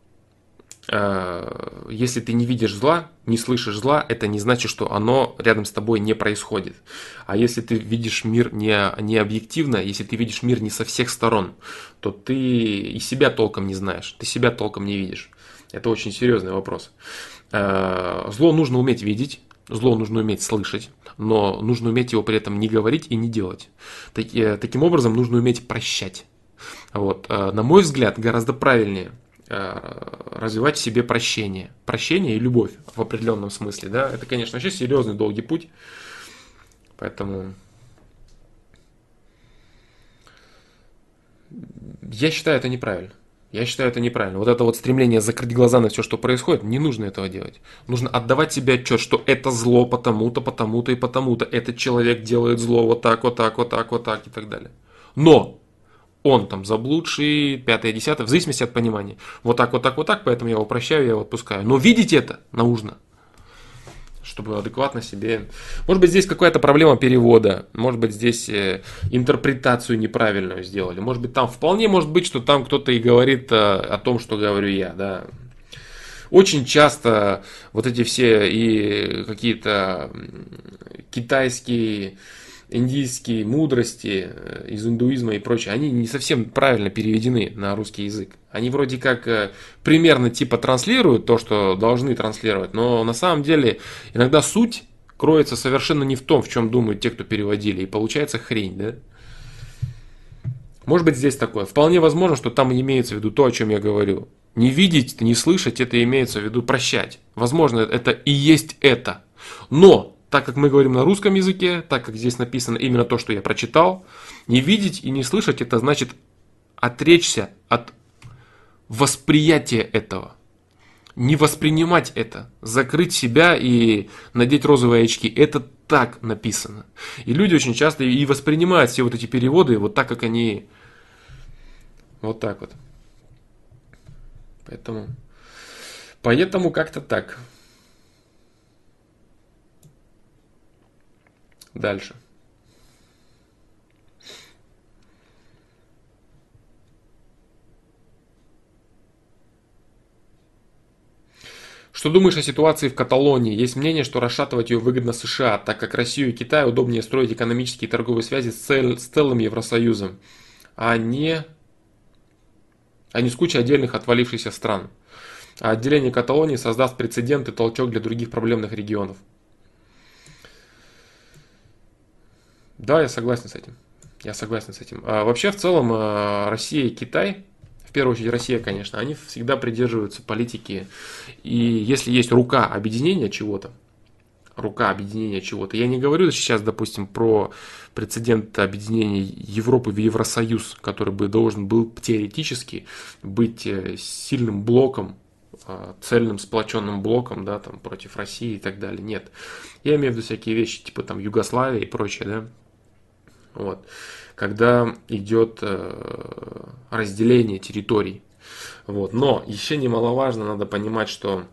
если ты не видишь зла, не слышишь зла, это не значит, что оно рядом с тобой не происходит. А если ты видишь мир не, не объективно, если ты видишь мир не со всех сторон, то ты и себя толком не знаешь, ты себя толком не видишь. Это очень серьезный вопрос. Зло нужно уметь видеть, зло нужно уметь слышать, но нужно уметь его при этом не говорить и не делать. Таким образом, нужно уметь прощать. Вот. На мой взгляд, гораздо правильнее развивать в себе прощение. Прощение и любовь в определенном смысле. Да? Это, конечно, вообще серьезный долгий путь. Поэтому я считаю это неправильно. Я считаю это неправильно. Вот это вот стремление закрыть глаза на все, что происходит, не нужно этого делать. Нужно отдавать себе отчет, что это зло потому-то, потому-то и потому-то. Этот человек делает зло вот так, вот так, вот так, вот так и так далее. Но он там заблудший, пятое, десятое, в зависимости от понимания. Вот так, вот так, вот так, поэтому я его прощаю, я его отпускаю. Но видеть это нужно, чтобы адекватно себе... Может быть, здесь какая-то проблема перевода, может быть, здесь интерпретацию неправильную сделали. Может быть, там вполне может быть, что там кто-то и говорит о том, что говорю я, да. Очень часто вот эти все и какие-то китайские... индийские мудрости из индуизма и прочее, они не совсем правильно переведены на русский язык. Они вроде как примерно типа транслируют то, что должны транслировать, но на самом деле иногда суть кроется совершенно не в том, в чем думают те, кто переводили, и получается хрень, да? Может быть, здесь такое. Вполне возможно, что там имеется в виду то, о чем я говорю. Не видеть, не слышать, это имеется в виду прощать. Возможно, это и есть это. Но так как мы говорим на русском языке, так как здесь написано именно то, что я прочитал, не видеть и не слышать, это значит отречься от восприятия этого. Не воспринимать это, закрыть себя и надеть розовые очки. Это так написано. И люди очень часто и воспринимают все вот эти переводы вот так, как они... Вот так вот. Поэтому... Поэтому как-то так. Дальше. Что думаешь о ситуации в Каталонии? Есть мнение, что расшатывать ее выгодно США, так как Россию и Китай удобнее строить экономические и торговые связи с, цель, с целым Евросоюзом, а не, а не с кучей отдельных отвалившихся стран. А отделение Каталонии создаст прецедент и толчок для других проблемных регионов. Да, я согласен с этим. Я согласен с этим. А вообще, в целом, Россия и Китай, в первую очередь Россия, конечно, они всегда придерживаются политики. И если есть рука объединения чего-то, рука объединения чего-то, я не говорю сейчас, допустим, про прецедент объединения Европы в Евросоюз, который бы должен был теоретически быть сильным блоком, цельным сплоченным блоком, да, там, против России и так далее. Нет. Я имею в виду всякие вещи, типа там Югославия и прочее, да. Вот. Когда идет э, разделение территорий. Вот. Но еще немаловажно, надо понимать, что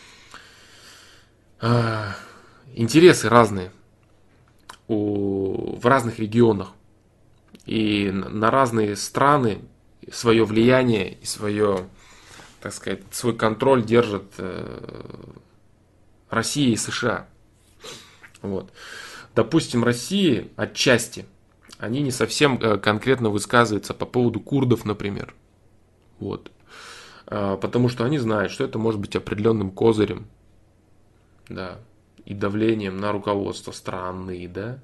э, интересы разные у, в разных регионах. И на разные страны свое влияние и свое, так сказать, свой контроль держат э, Россия и США. Вот. Допустим, России отчасти они не совсем конкретно высказываются по поводу курдов, например. Вот. а, потому что они знают, что это может быть определенным козырем, да, и давлением на руководство страны, да.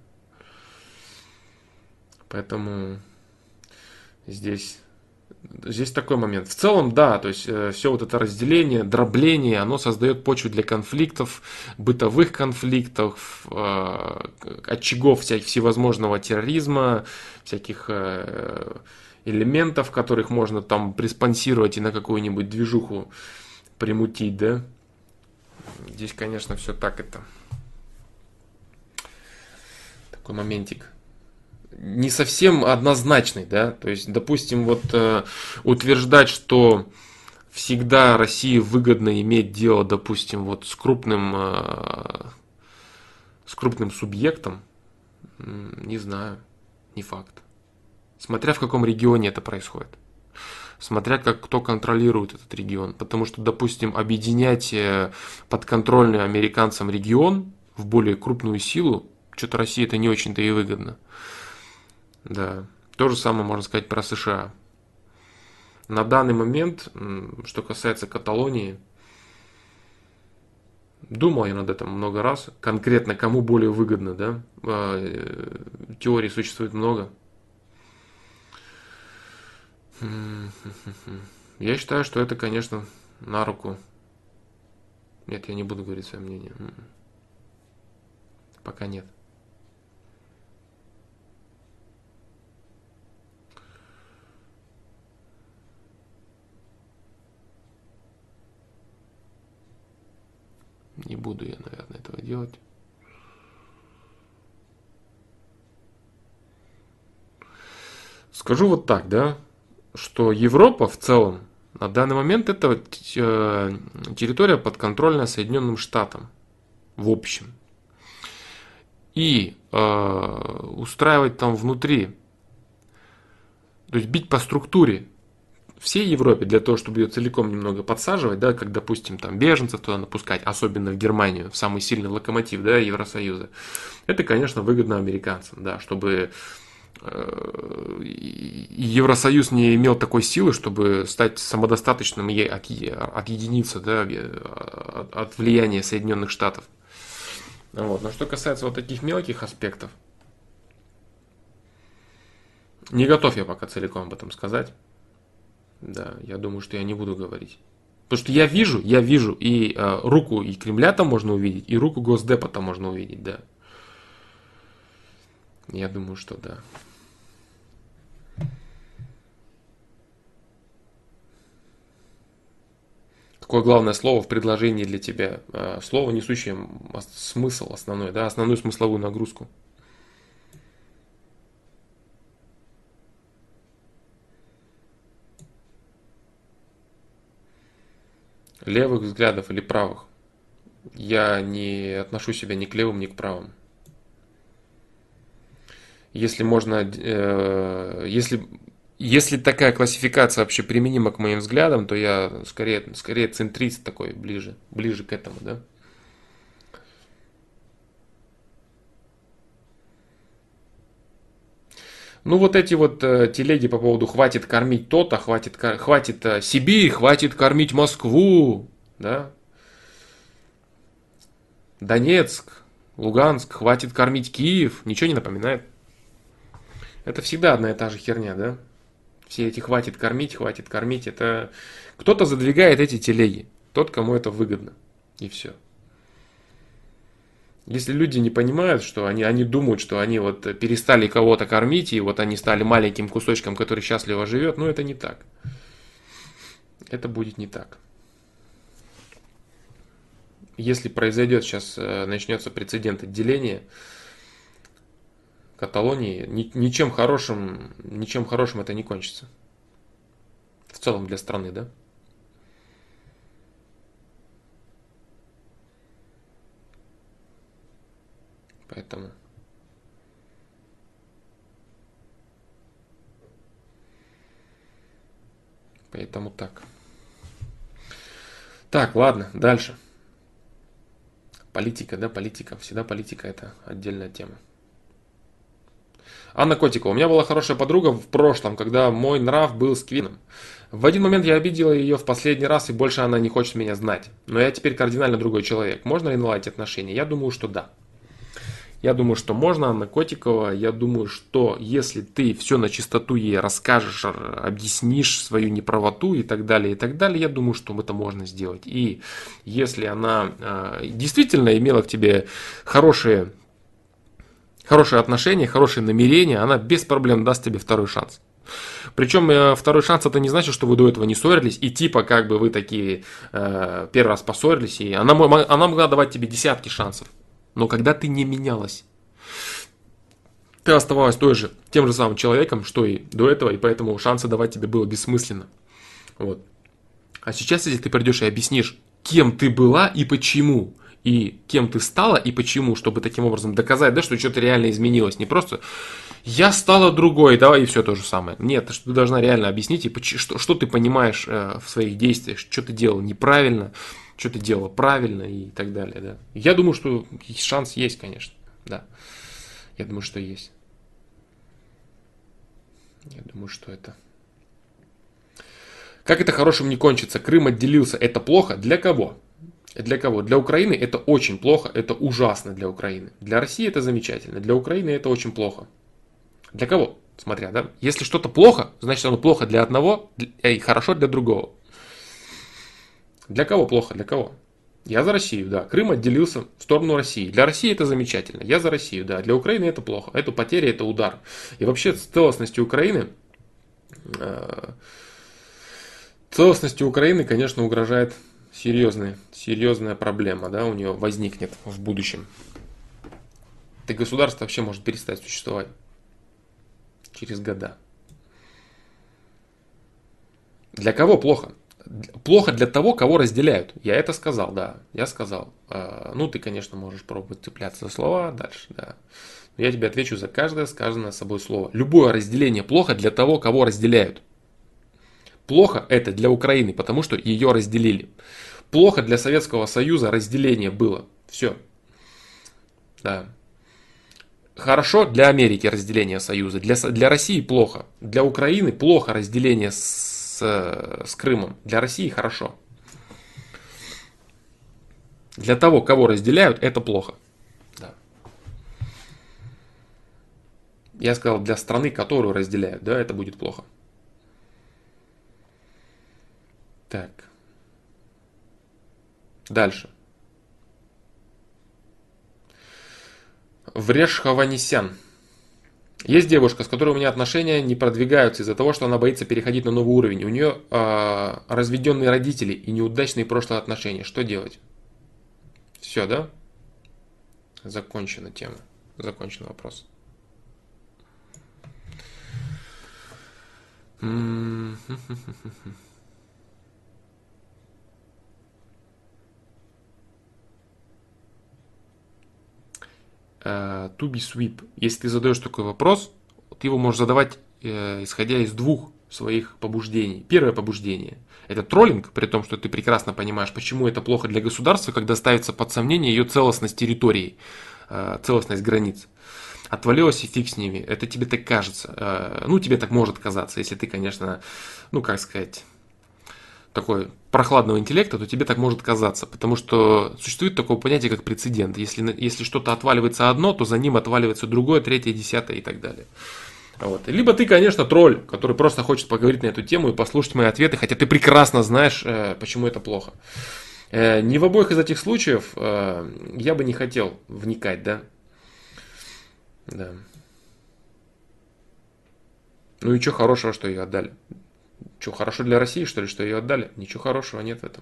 Поэтому здесь, здесь такой момент. В целом, да, то есть э, все вот это разделение, дробление, оно создает почву для конфликтов, бытовых конфликтов, э, очагов всяких всевозможного терроризма, всяких э, элементов, которых можно там приспонсировать и на какую-нибудь движуху примутить, да. Здесь, конечно, все так это. Такой моментик не совсем однозначный, да, то есть, допустим, вот э, утверждать, что всегда России выгодно иметь дело, допустим, вот с крупным, э, с крупным субъектом, не знаю, не факт. Смотря в каком регионе это происходит. Смотря как кто контролирует этот регион. Потому что, допустим, объединять подконтрольный американцам регион в более крупную силу, что-то России это не очень-то и выгодно. Да. То же самое можно сказать про США. На данный момент, что касается Каталонии, думал я над этим много раз. Конкретно кому более выгодно, да? Теорий существует много. Я считаю, что это, конечно, на руку. Нет, я не буду говорить свое мнение. Пока нет. Не буду я, наверное, этого делать. Скажу вот так, да, что Европа в целом на данный момент это территория подконтрольная Соединенным Штатам в общем. И э, устраивать там внутри, то есть бить по структуре всей Европе для того, чтобы ее целиком немного подсаживать, да, как, допустим, там беженцев туда напускать, особенно в Германию, в самый сильный локомотив, да, Евросоюза. Это, конечно, выгодно американцам, да, чтобы э, Евросоюз не имел такой силы, чтобы стать самодостаточным и отъединиться, да, от, от влияния Соединенных Штатов. Вот. Но что касается вот таких мелких аспектов, не готов я пока целиком об этом сказать. Да, я думаю, что я не буду говорить. Потому что я вижу, я вижу и э, руку и Кремля там можно увидеть, и руку Госдепа там можно увидеть, да. Я думаю, что да. Какое главное слово в предложении для тебя? Слово, несущее смысл основной, да, основную смысловую нагрузку. Левых взглядов или правых? Я не отношу себя ни к левым, ни к правым. Если можно, э, если, если такая классификация вообще применима к моим взглядам, то я скорее, скорее центрист такой, ближе, ближе к этому, да. Ну, вот эти вот э, телеги по поводу хватит кормить то-то, хватит, хватит э, Сибирь, хватит кормить Москву, да. Донецк, Луганск, хватит кормить Киев, ничего не напоминает. Это всегда одна и та же херня, да? Все эти хватит кормить, хватит кормить, это кто-то задвигает эти телеги, тот, кому это выгодно, и все. Если люди не понимают, что они, они думают, что они вот перестали кого-то кормить, и вот они стали маленьким кусочком, который счастливо живет, ну это не так. Это будет не так. Если произойдет сейчас, начнется прецедент отделения Каталонии, ни, ничем хорошим, ничем хорошим это не кончится. В целом для страны, да? Поэтому. Поэтому так. Так, ладно, дальше. Политика, да, политика. Всегда политика это отдельная тема. Анна Котикова. У меня была хорошая подруга в прошлом, когда мой нрав был скверным. В один момент я обидела ее в последний раз, и больше она не хочет меня знать. Но я теперь кардинально другой человек. Можно ли наладить отношения? Я думаю, что да. Я думаю, что можно, Анна Котикова. Я думаю, что если ты все на чистоту ей расскажешь, объяснишь свою неправоту и так далее, и так далее, я думаю, что это можно сделать. И если она э, действительно имела к тебе хорошие, хорошие отношения, хорошие намерения, она без проблем даст тебе второй шанс. Причем э, второй шанс это не значит, что вы до этого не ссорились, и типа как бы вы такие э, первый раз поссорились, и она, она могла давать тебе десятки шансов. Но когда ты не менялась, ты оставалась той же, тем же самым человеком, что и до этого, и поэтому шансы давать тебе было бессмысленно. Вот. А сейчас, если ты придешь и объяснишь, кем ты была и почему, и кем ты стала и почему, чтобы таким образом доказать, да, что что-то реально изменилось, не просто я стала другой, давай и все то же самое. Нет, ты должна реально объяснить, и что, что ты понимаешь э, в своих действиях, что ты делал неправильно, что ты делала правильно и так далее. Да. Я думаю, что шанс есть, конечно. Да. Я думаю, что есть. Я думаю, что это... Как это хорошим не кончится? Крым отделился. Это плохо? Для кого? Для кого? Для Украины это очень плохо, это ужасно для Украины. Для России это замечательно, для Украины это очень плохо. Для кого? Смотря, да? Если что-то плохо, значит оно плохо для одного и хорошо для другого. Для кого плохо? Для кого? Я за Россию, да. Крым отделился в сторону России. Для России это замечательно. Я за Россию, да. Для Украины это плохо. Это потеря, это удар. И вообще целостности Украины, э, целостности Украины, конечно, угрожает серьезная, серьезная проблема, да, у нее возникнет в будущем. Это государство вообще может перестать существовать через года. Для кого плохо? Плохо для того, кого разделяют. Я это сказал, да, я сказал. Ну, ты, конечно, можешь пробовать цепляться за слова дальше, да. Но я тебе отвечу за каждое сказанное собой слово. Любое разделение плохо для того, кого разделяют. Плохо это для Украины, потому что ее разделили. Плохо для Советского Союза разделение было. Все. Да. Хорошо для Америки разделение Союза. Для, для России плохо. Для Украины плохо разделение с, с Крымом. Для России хорошо. Для того, кого разделяют, это плохо. Да. Я сказал, для страны, которую разделяют, да, это будет плохо. Так. Дальше. Вреш Хованесян. Есть девушка, с которой у меня отношения не продвигаются из-за того, что она боится переходить на новый уровень. У нее э, разведенные родители и неудачные прошлые отношения. Что делать? Все, да? Закончена тема. Закончен вопрос. To be sweep. Если ты задаешь такой вопрос, ты его можешь задавать, э, исходя из двух своих побуждений. Первое побуждение – это троллинг, при том, что ты прекрасно понимаешь, почему это плохо для государства, когда ставится под сомнение ее целостность территории, э, целостность границ. Отвалилось и фиг с ними. Это тебе так кажется. Э, ну, тебе так может казаться, если ты, конечно, ну, как сказать, такой прохладного интеллекта, то тебе так может казаться, потому что существует такое понятие, как прецедент. Если, если что-то отваливается одно, то за ним отваливается другое, третье, десятое и так далее. Вот. Либо ты, конечно, тролль, который просто хочет поговорить на эту тему и послушать мои ответы, хотя ты прекрасно знаешь, почему это плохо. Ни в обоих из этих случаев я бы не хотел вникать, да? Да. Ну и что хорошего, что ее отдали? Что, хорошо для России, что ли, что ее отдали? Ничего хорошего нет в этом.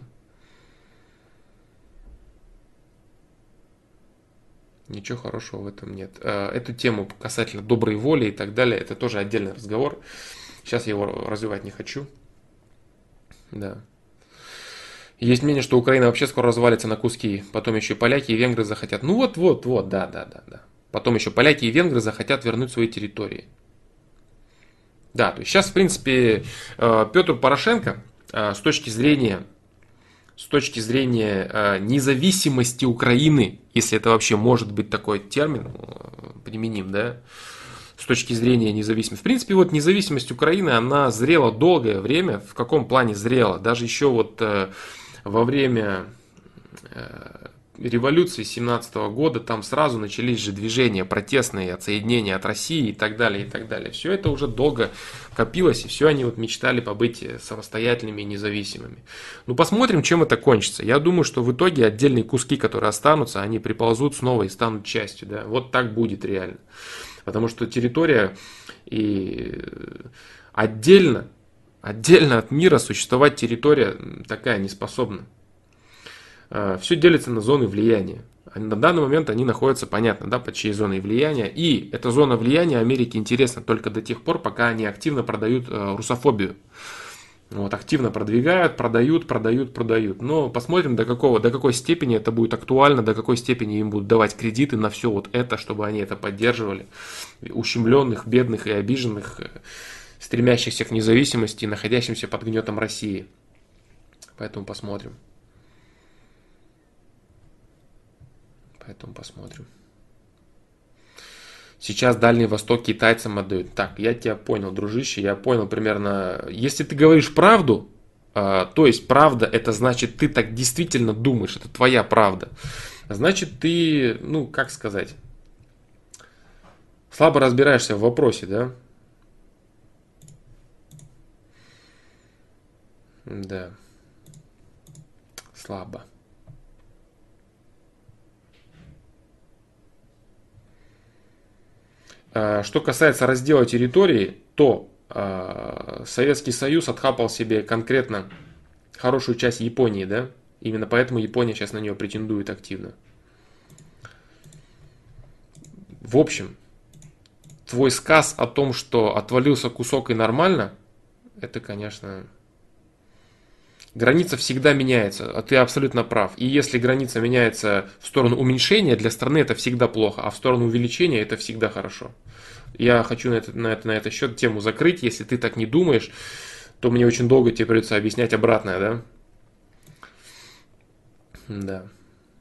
Ничего хорошего в этом нет. Эту тему касательно доброй воли и так далее, это тоже отдельный разговор. Сейчас я его развивать не хочу. Да. Есть мнение, что Украина вообще скоро развалится на куски. Потом еще и поляки и венгры захотят. Ну вот, вот, вот, да, да, да, да. Потом еще поляки и венгры захотят вернуть свои территории. Да, то есть сейчас, в принципе, Петр Порошенко с точки зрения, с точки зрения независимости Украины, если это вообще может быть такой термин применим, да, с точки зрения независимости. В принципе, вот независимость Украины, она зрела долгое время. В каком плане зрела? Даже еще вот э, во время э, революции семнадцатого года там сразу начались же движения протестные, отсоединения от России и так далее, и так далее. Все это уже долго копилось, и все они вот мечтали побыть самостоятельными и независимыми. Ну, посмотрим, чем это кончится. Я думаю, что в итоге отдельные куски, которые останутся, они приползут снова и станут частью. Да? Вот так будет реально. Потому что территория и отдельно, отдельно от мира существовать территория такая не способна. Все делится на зоны влияния. На данный момент они находятся, понятно, да, под чьей зоной влияния. И эта зона влияния Америке интересна только до тех пор, пока они активно продают э, русофобию. Вот, активно продвигают, продают, продают, продают. Но посмотрим, до, какого, до какой степени это будет актуально, до какой степени им будут давать кредиты на все вот это, чтобы они это поддерживали. Ущемленных, бедных и обиженных, стремящихся к независимости, находящихся под гнетом России. Поэтому посмотрим. Поэтому посмотрим. Сейчас Дальний Восток китайцам отдают. Так, я тебя понял, дружище, я понял примерно. Если ты говоришь правду, то есть правда, это значит, ты так действительно думаешь, это твоя правда. Значит, ты, ну, как сказать, слабо разбираешься в вопросе, да? Да. Слабо. Что касается раздела территории, то э, Советский Союз отхапал себе конкретно хорошую часть Японии, да? Именно поэтому Япония сейчас на нее претендует активно. В общем, твой сказ о том, что отвалился кусок и нормально, это, конечно... Граница всегда меняется, а ты абсолютно прав. И если граница меняется в сторону уменьшения, для страны это всегда плохо, а в сторону увеличения это всегда хорошо. Я хочу на это, на это, на это счет тему закрыть. Если ты так не думаешь, то мне очень долго тебе придется объяснять обратное, да? Да.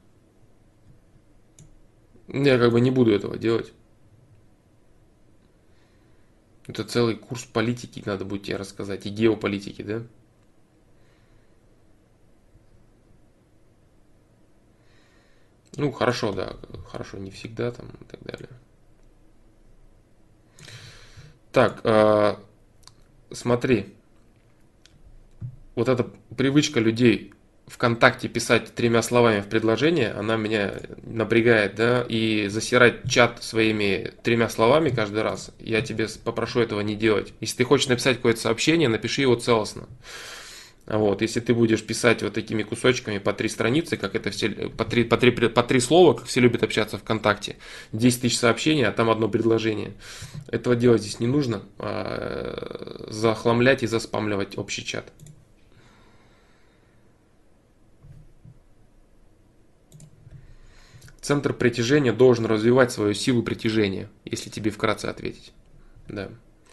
Я как бы не буду этого делать. Это целый курс политики надо будет тебе рассказать, и геополитики, да? Ну, хорошо, да, хорошо, не всегда там и так далее. Так, э, смотри, вот эта привычка людей ВКонтакте писать тремя словами в предложение, она меня напрягает, да, и засирать чат своими тремя словами каждый раз, я тебе попрошу этого не делать. Если ты хочешь написать какое-то сообщение, напиши его целостно. Вот, если ты будешь писать вот такими кусочками по три страницы, как это все, по три, по три, по три слова, как все любят общаться ВКонтакте, десять тысяч сообщений, а там одно предложение. Этого делать здесь не нужно, а захламлять и заспамливать общий чат. Центр притяжения должен развивать свою силу притяжения, если тебе вкратце ответить. Да.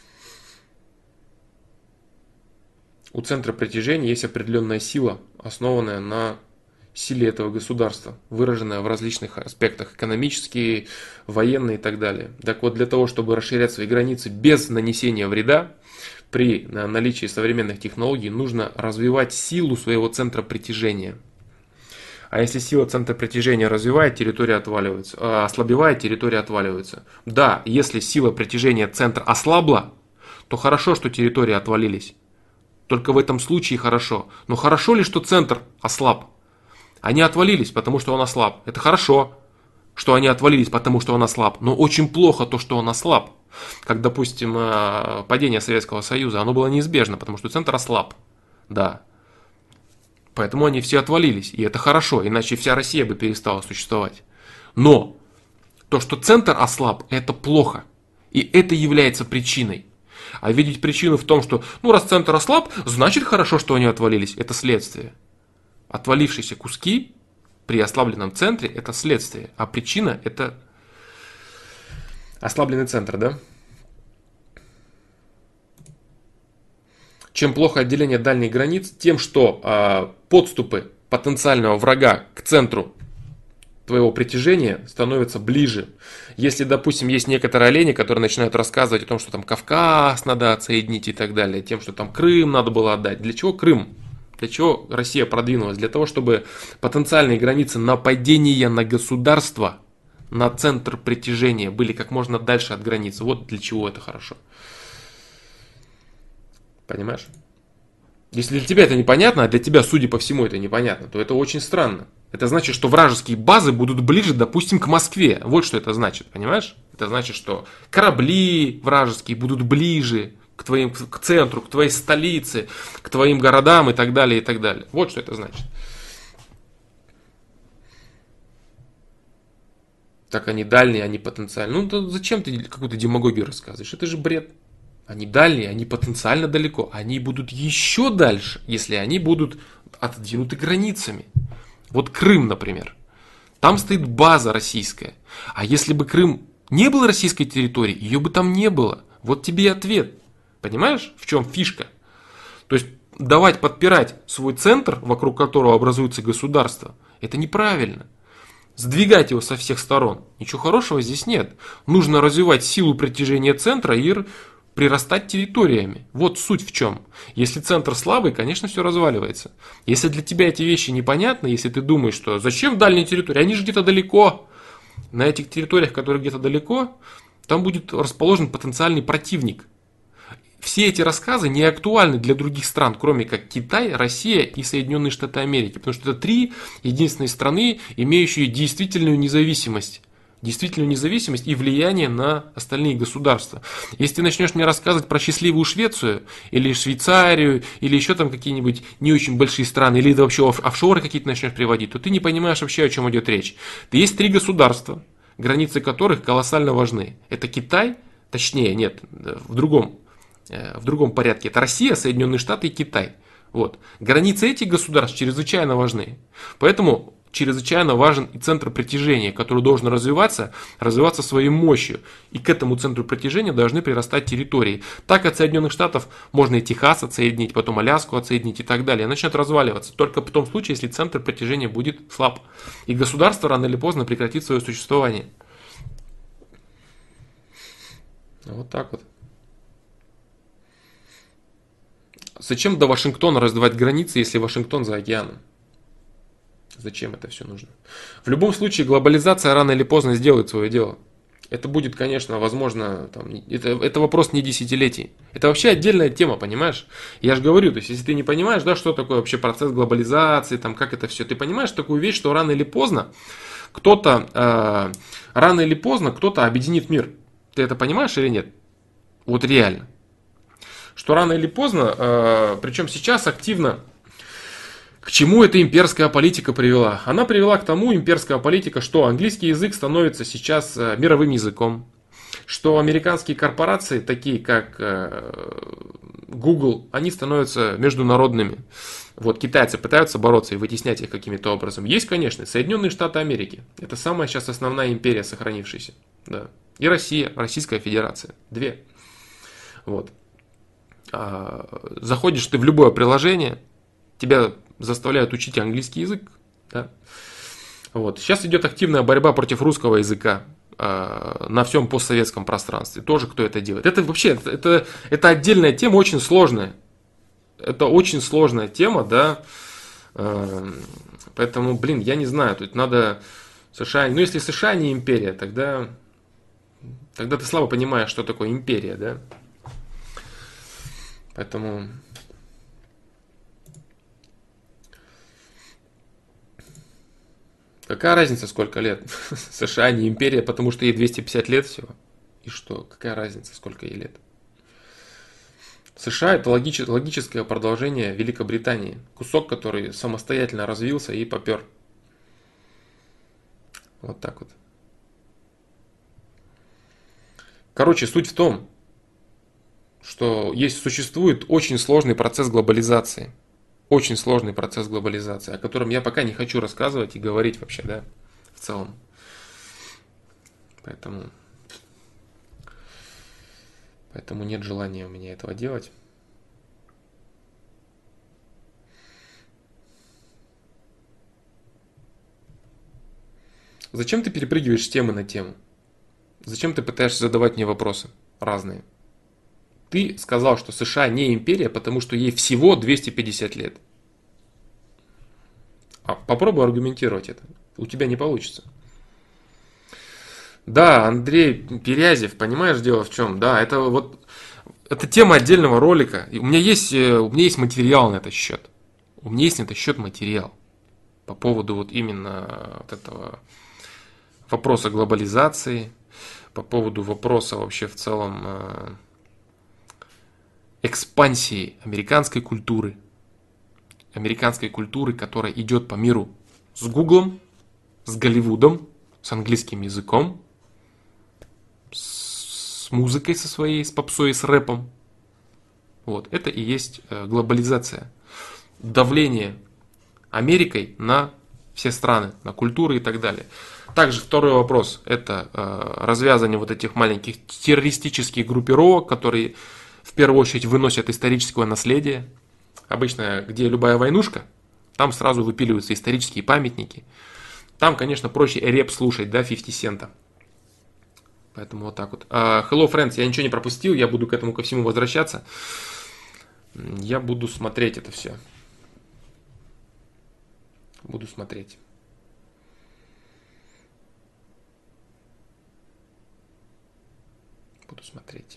У центра притяжения есть определенная сила, основанная на силе этого государства, выраженная в различных аспектах, экономические, военные и так далее. Так вот, для того, чтобы расширять свои границы без нанесения вреда, при наличии современных технологий, нужно развивать силу своего центра притяжения. А если сила центра притяжения развивает, территория отваливается, э, ослабевает, территория отваливается. Да, если сила притяжения центра ослабла, то хорошо, что территории отвалились. Только в этом случае хорошо. Но хорошо ли, что центр ослаб? Они отвалились, потому что он ослаб. Это хорошо, что они отвалились, потому что он ослаб. Но очень плохо то, что он ослаб. Как, допустим, падение Советского Союза. Оно было неизбежно, потому что центр ослаб. Да. Поэтому они все отвалились. И это хорошо, иначе вся Россия бы перестала существовать. Но то, что центр ослаб, это плохо. И это является причиной. А видеть причину в том, что, ну, раз центр ослаб, значит хорошо, что они отвалились. Это следствие. Отвалившиеся куски при ослабленном центре – это следствие. А причина – это ослабленный центр, да? Чем плохо отделение дальних границ? Тем, что э, подступы потенциального врага к центру твоего притяжения становится ближе. Если, допустим, есть некоторые олени, которые начинают рассказывать о том, что там Кавказ надо отсоединить и так далее, тем, что там Крым надо было отдать. Для чего Крым? Для чего Россия продвинулась? Для того, чтобы потенциальные границы нападения на государство, на центр притяжения были как можно дальше от границы. Вот для чего это хорошо. Понимаешь? Если для тебя это непонятно, а для тебя, судя по всему, это непонятно, то это очень странно. Это значит, что вражеские базы будут ближе, допустим, к Москве. Вот что это значит, понимаешь? Это значит, что корабли вражеские будут ближе к твоим, к центру, к твоей столице, к твоим городам и так далее, и так далее. Вот что это значит. Так они дальние, они потенциальные. Ну, то зачем ты какую-то демагогию рассказываешь? Это же бред. Они дальние, они потенциально далеко. Они будут еще дальше, если они будут отодвинуты границами. Вот Крым, например. Там стоит база российская. А если бы Крым не был российской территорией, ее бы там не было. Вот тебе и ответ. Понимаешь, в чем фишка? То есть давать подпирать свой центр, вокруг которого образуется государство, это неправильно. Сдвигать его со всех сторон. Ничего хорошего здесь нет. Нужно развивать силу притяжения центра и прирастать территориями. Вот суть в чем. Если центр слабый, конечно, все разваливается. Если для тебя эти вещи непонятны, если ты думаешь, что зачем дальние территории, они же где-то далеко. На этих территориях, которые где-то далеко, там будет расположен потенциальный противник. Все эти рассказы не актуальны для других стран, кроме как Китай, Россия и Соединенные Штаты Америки. Потому что это три единственные страны, имеющие действительную независимость. Действительную независимость и влияние на остальные государства. Если ты начнешь мне рассказывать про счастливую Швецию, или Швейцарию, или еще там какие-нибудь не очень большие страны, или ты вообще офшоры какие-то начнешь приводить, то ты не понимаешь вообще, о чем идет речь. Есть три государства, границы которых колоссально важны. Это Китай, точнее, нет, в другом в другом порядке. Это Россия, Соединенные Штаты и Китай. Вот. Границы этих государств чрезвычайно важны. Поэтому чрезвычайно важен и центр притяжения, который должен развиваться, развиваться своей мощью. И к этому центру притяжения должны прирастать территории. Так от Соединенных Штатов можно и Техас отсоединить, потом Аляску отсоединить и так далее. Начнет разваливаться только в том случае, если центр притяжения будет слаб. И государство рано или поздно прекратит свое существование. Вот так вот. Зачем до Вашингтона раздавать границы, если Вашингтон за океаном? Зачем это все нужно? В любом случае, глобализация рано или поздно сделает свое дело. Это будет, конечно, возможно, там, это, это вопрос не десятилетий. Это вообще отдельная тема, понимаешь? Я же говорю, то есть, если ты не понимаешь, да, что такое вообще процесс глобализации, там, как это все, ты понимаешь такую вещь, что рано или поздно кто-то, э, рано или поздно кто-то объединит мир. Ты это понимаешь или нет? Вот реально. Что рано или поздно, э, причем сейчас активно, к чему эта имперская политика привела? Она привела к тому, имперская политика, что английский язык становится сейчас э, мировым языком, что американские корпорации, такие как э, Google, они становятся международными. Вот китайцы пытаются бороться и вытеснять их каким-то образом. Есть, конечно, Соединенные Штаты Америки. Это самая сейчас основная империя, сохранившаяся. Да. И Россия, Российская Федерация. Две. Вот. Заходишь ты в любое приложение, тебя заставляют учить английский язык. Да? Вот. Сейчас идет активная борьба против русского языка э, на всем постсоветском пространстве. Тоже кто это делает. Это вообще, это, это отдельная тема, очень сложная. Это очень сложная тема, да. Э, поэтому, блин, я не знаю, тут надо США, ну если США не империя, тогда, тогда ты слабо понимаешь, что такое империя, да. Поэтому какая разница, сколько лет? США не империя, потому что ей двести пятьдесят лет всего. И что? Какая разница, сколько ей лет? США это логич... логическое продолжение Великобритании. Кусок, который самостоятельно развился и попер. Вот так вот. Короче, суть в том, что есть, существует очень сложный процесс глобализации. Очень сложный процесс глобализации, о котором я пока не хочу рассказывать и говорить вообще, да, в целом. Поэтому, поэтому нет желания у меня этого делать. Зачем ты перепрыгиваешь с темы на тему? Зачем ты пытаешься задавать мне вопросы разные? Ты сказал, что США не империя, потому что ей всего двести пятьдесят лет. А попробуй аргументировать это. У тебя не получится. Да, Андрей Перязев, понимаешь, дело в чем? Да, это вот это тема отдельного ролика. И у меня есть, э, у меня есть материал на этот счет. У меня есть на этот счет материал по поводу вот именно вот этого вопроса глобализации, по поводу вопроса вообще в целом э, экспансии американской культуры. Американской культуры, которая идет по миру с Гуглом, с Голливудом, с английским языком, с музыкой со своей, с попсой, с рэпом. Вот, это и есть э, глобализация. Давление Америкой на все страны, на культуры и так далее. Также второй вопрос – это э, развязывание вот этих маленьких террористических группировок, которые в первую очередь выносят историческое наследие. Обычно, где любая войнушка, там сразу выпиливаются исторические памятники. Там, конечно, проще рэп слушать, да, фифти сента. Поэтому вот так вот. Uh, hello, friends, я ничего не пропустил, я буду к этому ко всему возвращаться. Я буду смотреть это все. Буду смотреть. Буду смотреть.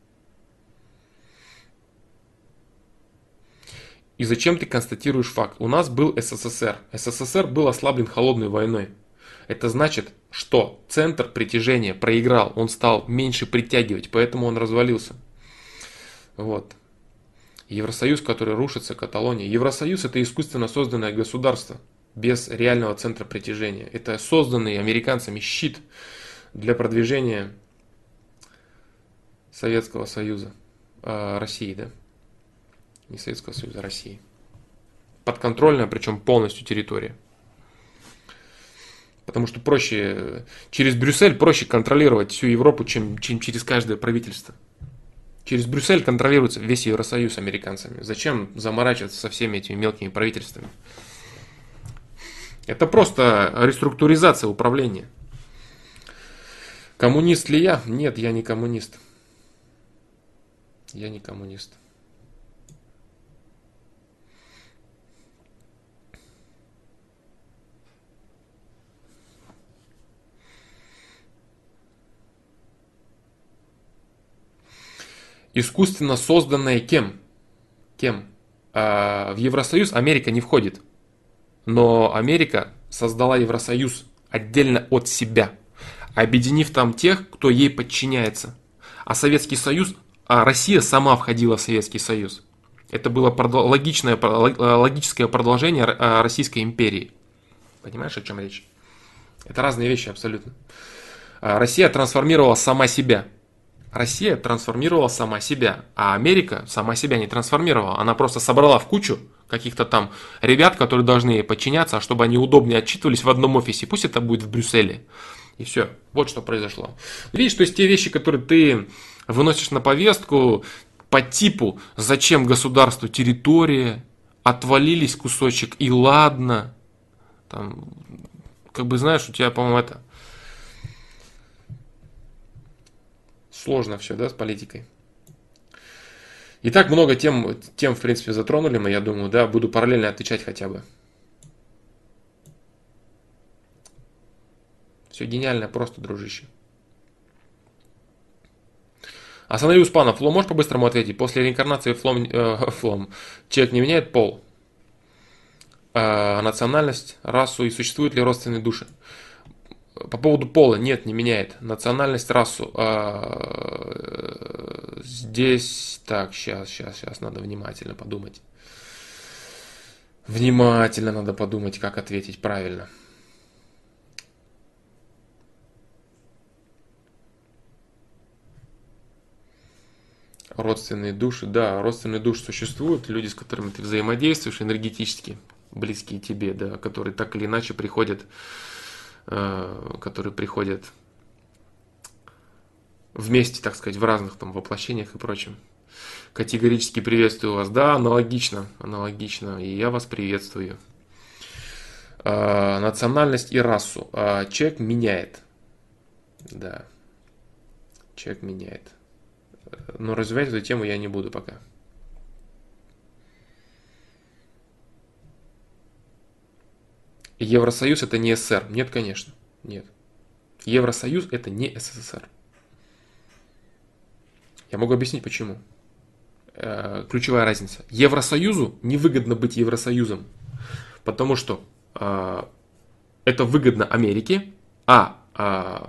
И зачем ты констатируешь факт? У нас был СССР. СССР был ослаблен холодной войной. Это значит, что центр притяжения проиграл, он стал меньше притягивать, поэтому он развалился. Вот. Евросоюз, который рушится, Каталония. Евросоюз – это искусственно созданное государство без реального центра притяжения. Это созданный американцами щит для продвижения Советского Союза, э, России, да? Не Советского Союза, а России. Подконтрольная, причем полностью территория. Потому что проще, через Брюссель проще контролировать всю Европу, чем, чем через каждое правительство. Через Брюссель контролируется весь Евросоюз американцами. Зачем заморачиваться со всеми этими мелкими правительствами? Это просто реструктуризация управления. Коммунист ли я? Нет, я не коммунист. Я не коммунист. Искусственно созданное кем? Кем? А в Евросоюз Америка не входит. Но Америка создала Евросоюз отдельно от себя, объединив там тех, кто ей подчиняется. А Советский Союз, а Россия сама входила в Советский Союз. Это было логичное, логическое продолжение Российской империи. Понимаешь, о чем речь? Это разные вещи абсолютно. Россия трансформировала сама себя. Россия трансформировала сама себя, а Америка сама себя не трансформировала. Она просто собрала в кучу каких-то там ребят, которые должны ей подчиняться, а чтобы они удобнее отчитывались в одном офисе. Пусть это будет в Брюсселе. И все. Вот что произошло. Видишь, то есть те вещи, которые ты выносишь на повестку по типу «зачем государству территория?», «отвалились кусочек и ладно». Там, как бы знаешь, у тебя, по-моему, это... Сложно все, да, с политикой. И так много тем, тем, в принципе, затронули мы, я думаю, да, буду параллельно отвечать хотя бы. Все гениально, просто, дружище. Останови Успана. Флом, можешь по-быстрому ответить? После реинкарнации флом, э, флом человек не меняет пол, э, национальность, расу и существуют ли родственные души? По поводу пола, нет, не меняет. Национальность, расу. А, здесь, так, сейчас, сейчас, сейчас, надо внимательно подумать. Внимательно надо подумать, как ответить правильно. Родственные души, да, родственные души существуют. Люди, с которыми ты взаимодействуешь, энергетически близкие тебе, да, которые так или иначе приходят которые приходят вместе, так сказать, в разных там воплощениях и прочем. Категорически приветствую вас. Да, аналогично, аналогично. И я вас приветствую. А, национальность и расу. А, человек меняет. Да. Человек меняет. Но развивать эту тему я не буду пока. Евросоюз это не СССР. Нет, конечно. Нет. Евросоюз это не СССР. Я могу объяснить почему. Э, ключевая разница. Евросоюзу невыгодно быть Евросоюзом, потому что э, это выгодно Америке, а э,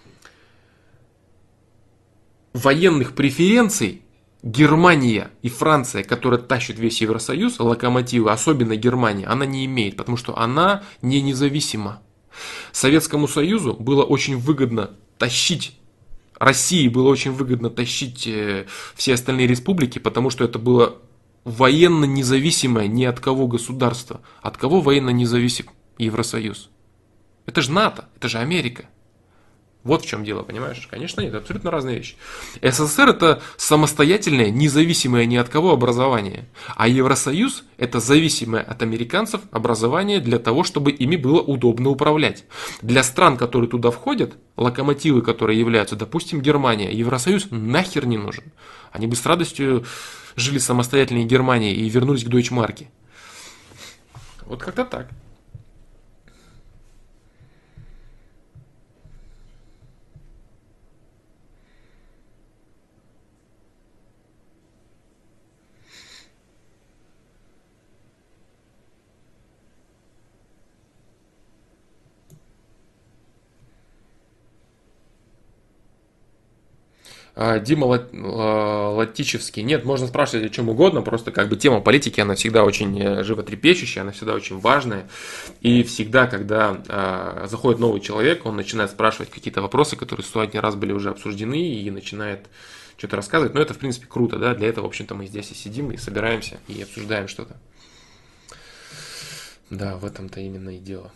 военных преференций Германия и Франция, которые тащат весь Евросоюз, локомотивы, особенно Германия, она не имеет, потому что она не независима. Советскому Союзу было очень выгодно тащить, России было очень выгодно тащить все остальные республики, потому что это было военно независимое ни от кого государство. От кого военно независим Евросоюз? Это же НАТО, это же Америка. Вот в чем дело, понимаешь? Конечно, нет, абсолютно разные вещи. СССР это самостоятельное, независимое ни от кого образование. А Евросоюз это зависимое от американцев образование для того, чтобы ими было удобно управлять. Для стран, которые туда входят, локомотивы, которые являются, допустим, Германия, Евросоюз нахер не нужен. Они бы с радостью жили самостоятельной Германии и вернулись к дойчмарке. Вот как-то так. Дима Латичевский. Нет, можно спрашивать о чем угодно, просто как бы тема политики, она всегда очень животрепещущая, она всегда очень важная. И всегда, когда заходит новый человек, он начинает спрашивать какие-то вопросы, которые сотни раз были уже обсуждены, и начинает что-то рассказывать. Но это, в принципе, круто, да, для этого, в общем-то, мы здесь и сидим, и собираемся, и обсуждаем что-то. Да, в этом-то именно и дело.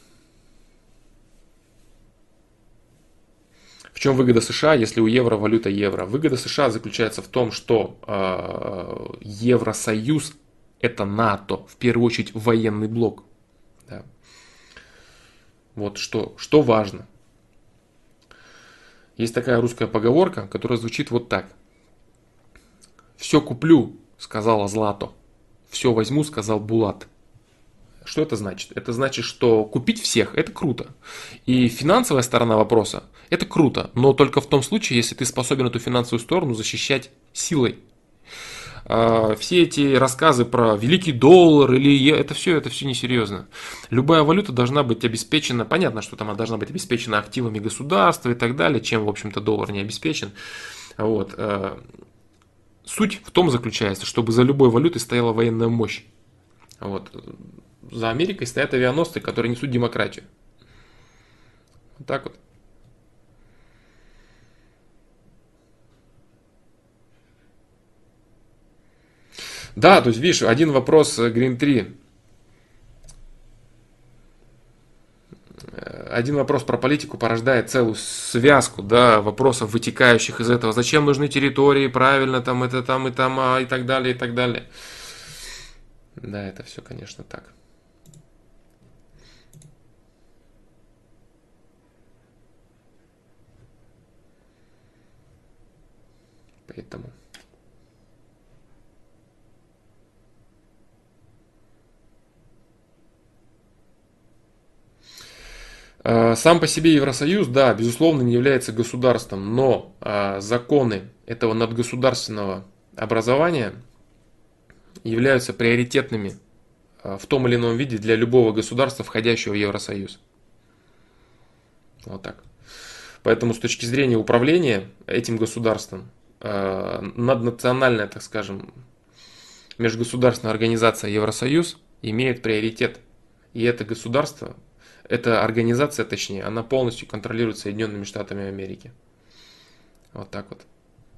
В чем выгода США, если у евро валюта евро? Выгода США заключается в том, что э, Евросоюз это НАТО, в первую очередь военный блок. Да. Вот что, что важно. Есть такая русская поговорка, которая звучит вот так. Все куплю, сказала Злато. Все возьму, сказал Булат. Что это значит? Это значит, что купить всех – это круто. И финансовая сторона вопроса – это круто, но только в том случае, если ты способен эту финансовую сторону защищать силой. Все эти рассказы про великий доллар или это все, это все несерьезно. Любая валюта должна быть обеспечена, понятно, что там она должна быть обеспечена активами государства и так далее, чем, в общем-то, доллар не обеспечен. Вот. Суть в том заключается, чтобы за любой валютой стояла военная мощь. Вот. За Америкой стоят авианосцы, которые несут демократию. Вот так вот. Да, то есть, видишь, один вопрос Green три. Один вопрос про политику порождает целую связку, да, вопросов, вытекающих из этого. Зачем нужны территории, правильно, там, это, там, и там, а, и так далее, и так далее. Да, это все, конечно, так. Поэтому. Сам по себе Евросоюз, да, безусловно, не является государством, но законы этого надгосударственного образования являются приоритетными в том или ином виде для любого государства, входящего в Евросоюз. Вот так. Поэтому с точки зрения управления этим государством, наднациональная, так скажем, межгосударственная организация Евросоюз имеет приоритет. И это государство, эта организация, точнее, она полностью контролирует Соединенными Штатами Америки. Вот так вот.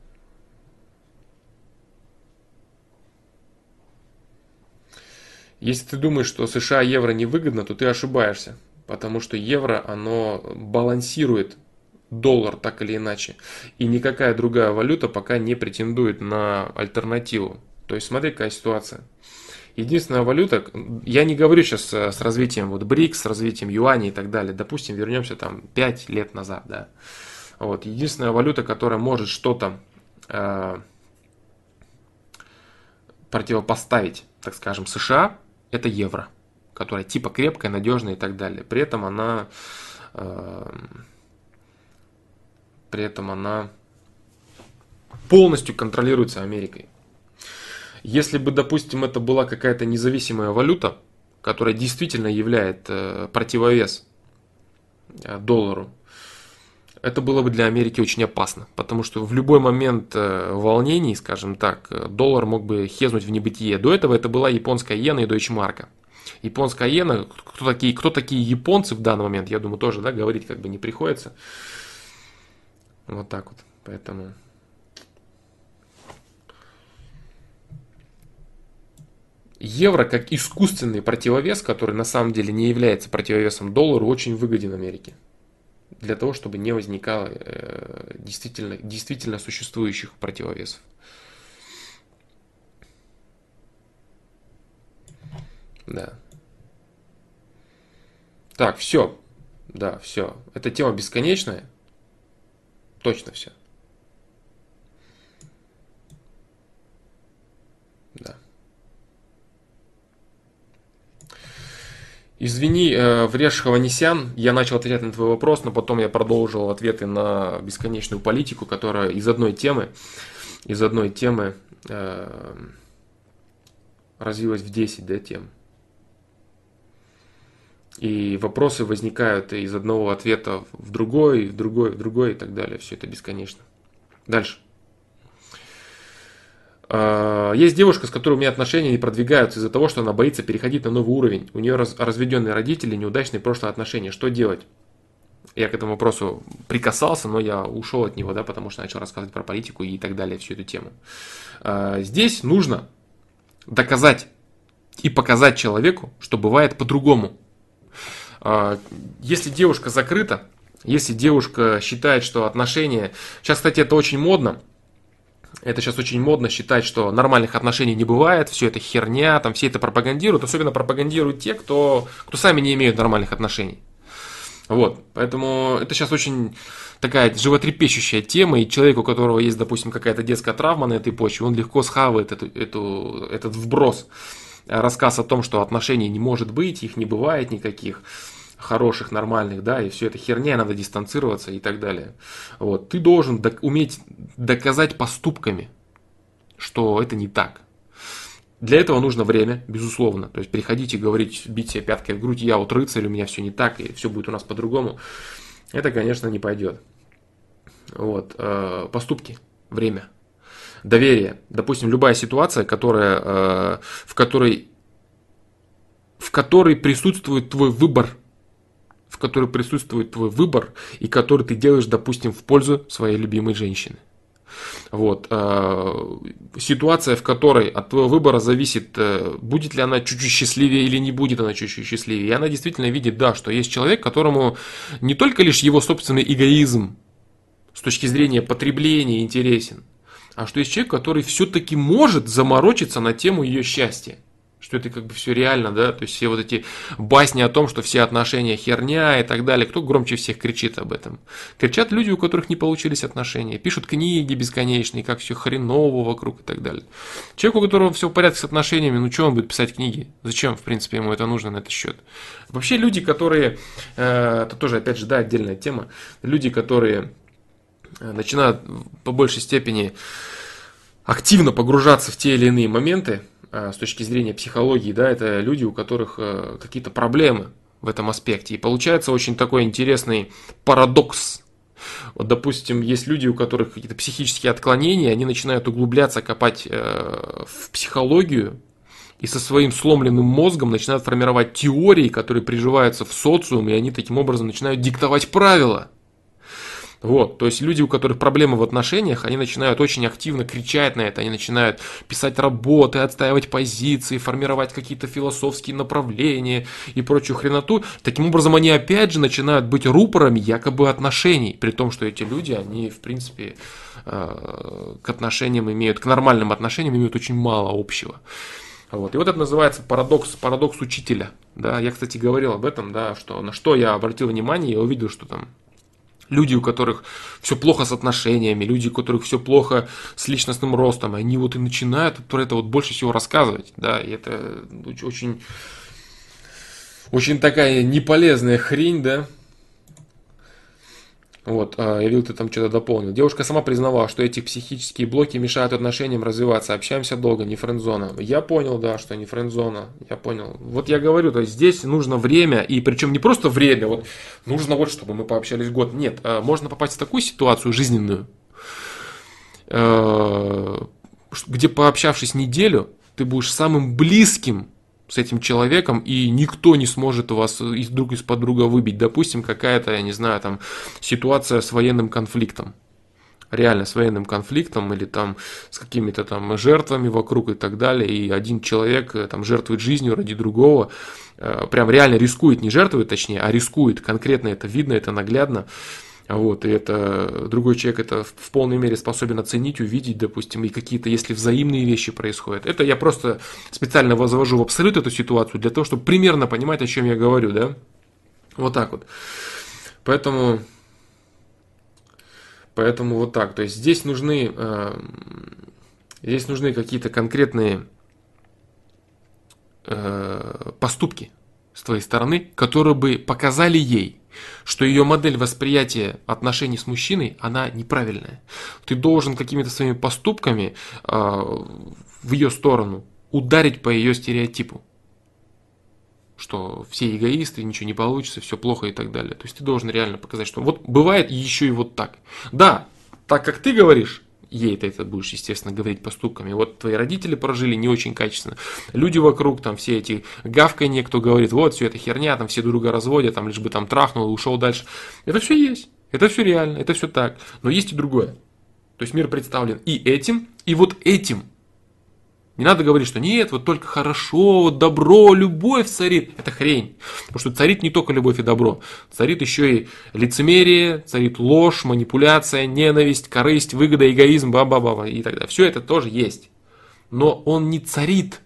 Если ты думаешь, что США евро невыгодно, то ты ошибаешься. Потому что евро, оно балансирует доллар так или иначе. И никакая другая валюта пока не претендует на альтернативу. То есть смотри, какая ситуация. Единственная валюта, я не говорю сейчас с развитием вот БРИКС, с развитием юаня и так далее. Допустим, вернемся там пять лет назад, да. Вот, единственная валюта, которая может что-то э, противопоставить, так скажем, США, это евро, которая типа крепкая, надежная и так далее. При этом она, э, при этом она полностью контролируется Америкой. Если бы, допустим, это была какая-то независимая валюта, которая действительно является противовес доллару, это было бы для Америки очень опасно, потому что в любой момент волнений, скажем так, доллар мог бы хезнуть в небытие. До этого это была японская иена и дойчмарка. Японская иена, кто такие, кто такие японцы в данный момент, я думаю, тоже, да, говорить как бы не приходится. Вот так вот, поэтому... Евро как искусственный противовес, который на самом деле не является противовесом доллару, очень выгоден Америке. Для того, чтобы не возникало э, действительно, действительно существующих противовесов. Да. Так, все. Да, все. Эта тема бесконечная. Точно все. Да. Извини, Вреш Хованесян, я начал отвечать на твой вопрос, но потом я продолжил ответы на бесконечную политику, которая из одной темы, из одной темы э, развилась в десять, да, тем. И вопросы возникают из одного ответа в другой, в другой, в другой и так далее. Все это бесконечно. Дальше. Есть девушка, с которой у меня отношения не продвигаются из-за того, что она боится переходить на новый уровень. У нее раз, разведенные родители, неудачные прошлые отношения. Что делать? Я к этому вопросу прикасался, но я ушел от него, да, потому что начал рассказывать про политику и так далее, всю эту тему. Здесь нужно доказать и показать человеку, что бывает по-другому. Если девушка закрыта, если девушка считает, что отношения... Сейчас, кстати, это очень модно. Это сейчас очень модно считать, что нормальных отношений не бывает, все это херня, там все это пропагандируют, особенно пропагандируют те, кто, кто сами не имеют нормальных отношений. Вот, поэтому это сейчас очень такая животрепещущая тема, и человек, у которого есть, допустим, какая-то детская травма на этой почве, он легко схавает эту, эту, этот вброс, рассказ о том, что отношений не может быть, их не бывает никаких хороших, нормальных, да, и все это херня, надо дистанцироваться и так далее. Вот. Ты должен док- уметь доказать поступками, что это не так. Для этого нужно время, безусловно. То есть приходить и говорить, бить себя пяткой в грудь, я вот рыцарь, у меня все не так, и все будет у нас по-другому. Это, конечно, не пойдет. Вот. Поступки, время, доверие. Допустим, любая ситуация, которая, в которой, в которой присутствует твой выбор, в которой присутствует твой выбор, и который ты делаешь, допустим, в пользу своей любимой женщины. Вот. Ситуация, в которой от твоего выбора зависит, будет ли она чуть-чуть счастливее или не будет она чуть-чуть счастливее. И она действительно видит, да, что есть человек, которому не только лишь его собственный эгоизм с точки зрения потребления интересен, а что есть человек, который все-таки может заморочиться на тему ее счастья. Что это как бы все реально, да, то есть все вот эти басни о том, что все отношения херня и так далее, кто громче всех кричит об этом? Кричат люди, у которых не получились отношения, пишут книги бесконечные, как все хреново вокруг и так далее. Человек, у которого все в порядке с отношениями, ну что он будет писать книги? Зачем, в принципе, ему это нужно на этот счет? Вообще люди, которые, э, это тоже, опять же, да, отдельная тема, люди, которые начинают по большей степени активно погружаться в те или иные моменты, с точки зрения психологии, да, это люди, у которых какие-то проблемы в этом аспекте. И получается очень такой интересный парадокс. Вот, допустим, есть люди, у которых какие-то психические отклонения, они начинают углубляться, копать в психологию, и со своим сломленным мозгом начинают формировать теории, которые приживаются в социум, и они таким образом начинают диктовать правила. Вот, то есть люди, у которых проблемы в отношениях, они начинают очень активно кричать на это, они начинают писать работы, отстаивать позиции, формировать какие-то философские направления и прочую хреноту. Таким образом, они опять же начинают быть рупорами якобы отношений, при том, что эти люди, они в принципе к отношениям имеют, к нормальным отношениям имеют очень мало общего. Вот. И вот это называется парадокс, парадокс учителя. Да, я, кстати, говорил об этом, да, что на что я обратил внимание, я увидел, что там люди, у которых все плохо с отношениями, люди, у которых все плохо с личностным ростом, они вот и начинают про это вот больше всего рассказывать, да, и это очень, очень такая неполезная хрень, да. Вот, я видел, ты там что-то дополнил. Девушка сама признавала, что эти психические блоки мешают отношениям развиваться. Общаемся долго, не френдзона. Я понял, да, что не френдзона. Я понял. Вот я говорю, то есть здесь нужно время, и причем не просто время, вот нужно вот, чтобы мы пообщались год. Нет, можно попасть в такую ситуацию жизненную, где, пообщавшись неделю, ты будешь самым близким с этим человеком, и никто не сможет вас из друг из-под друга выбить. Допустим, какая-то, я не знаю, там ситуация с военным конфликтом. Реально с военным конфликтом или там с какими-то там жертвами вокруг и так далее. И один человек там жертвует жизнью ради другого. Прям реально рискует, не жертвует точнее, а рискует. Конкретно это видно, это наглядно. Вот, и это другой человек это в полной мере способен оценить, увидеть, допустим, и какие-то, если взаимные вещи происходят. Это я просто специально завожу в абсолют эту ситуацию для того, чтобы примерно понимать, о чем я говорю, да. Вот так вот. Поэтому, поэтому вот так. То есть здесь нужны, э, здесь нужны какие-то конкретные э, поступки с твоей стороны, которые бы показали ей, что ее модель восприятия отношений с мужчиной, она неправильная. Ты должен какими-то своими поступками э, в ее сторону ударить по ее стереотипу, что все эгоисты, ничего не получится, все плохо и так далее. То есть ты должен реально показать, что вот бывает еще и вот так. Да, так как ты говоришь, ей ты это будешь, естественно, говорить поступками. Вот твои родители прожили не очень качественно. Люди вокруг, там все эти гавканье, кто говорит, вот все это херня, там все друга разводят, там лишь бы там трахнул и ушел дальше. Это все есть, это все реально, это все так. Но есть и другое. То есть мир представлен и этим, и вот этим. Не надо говорить, что нет, вот только хорошо, вот добро, любовь царит. Это хрень. Потому что царит не только любовь и добро. Царит еще и лицемерие, царит ложь, манипуляция, ненависть, корысть, выгода, эгоизм, ба-ба-ба и так далее. Все это тоже есть. Но он не царит.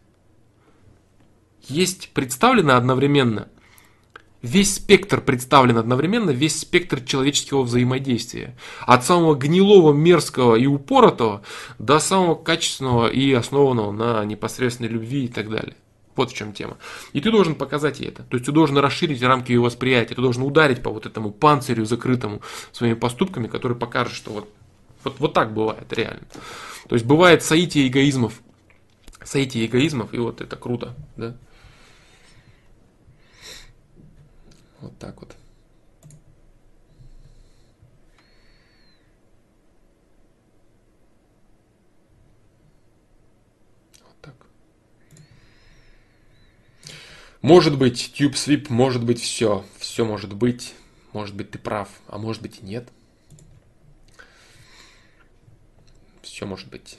Есть представлено одновременно. Весь спектр представлен одновременно, весь спектр человеческого взаимодействия. От самого гнилого, мерзкого и упоротого до самого качественного и основанного на непосредственной любви и так далее. Вот в чем тема. И ты должен показать ей это. То есть ты должен расширить рамки ее восприятия. Ты должен ударить по вот этому панцирю закрытому своими поступками, который покажет, что вот, вот, вот так бывает реально. То есть бывает соитие эгоизмов. Соитие эгоизмов, и вот это круто. Да? Вот так вот. Вот так. Может быть, TubeSweep, может быть, все. Все может быть. Может быть, ты прав, а может быть и нет. Все может быть.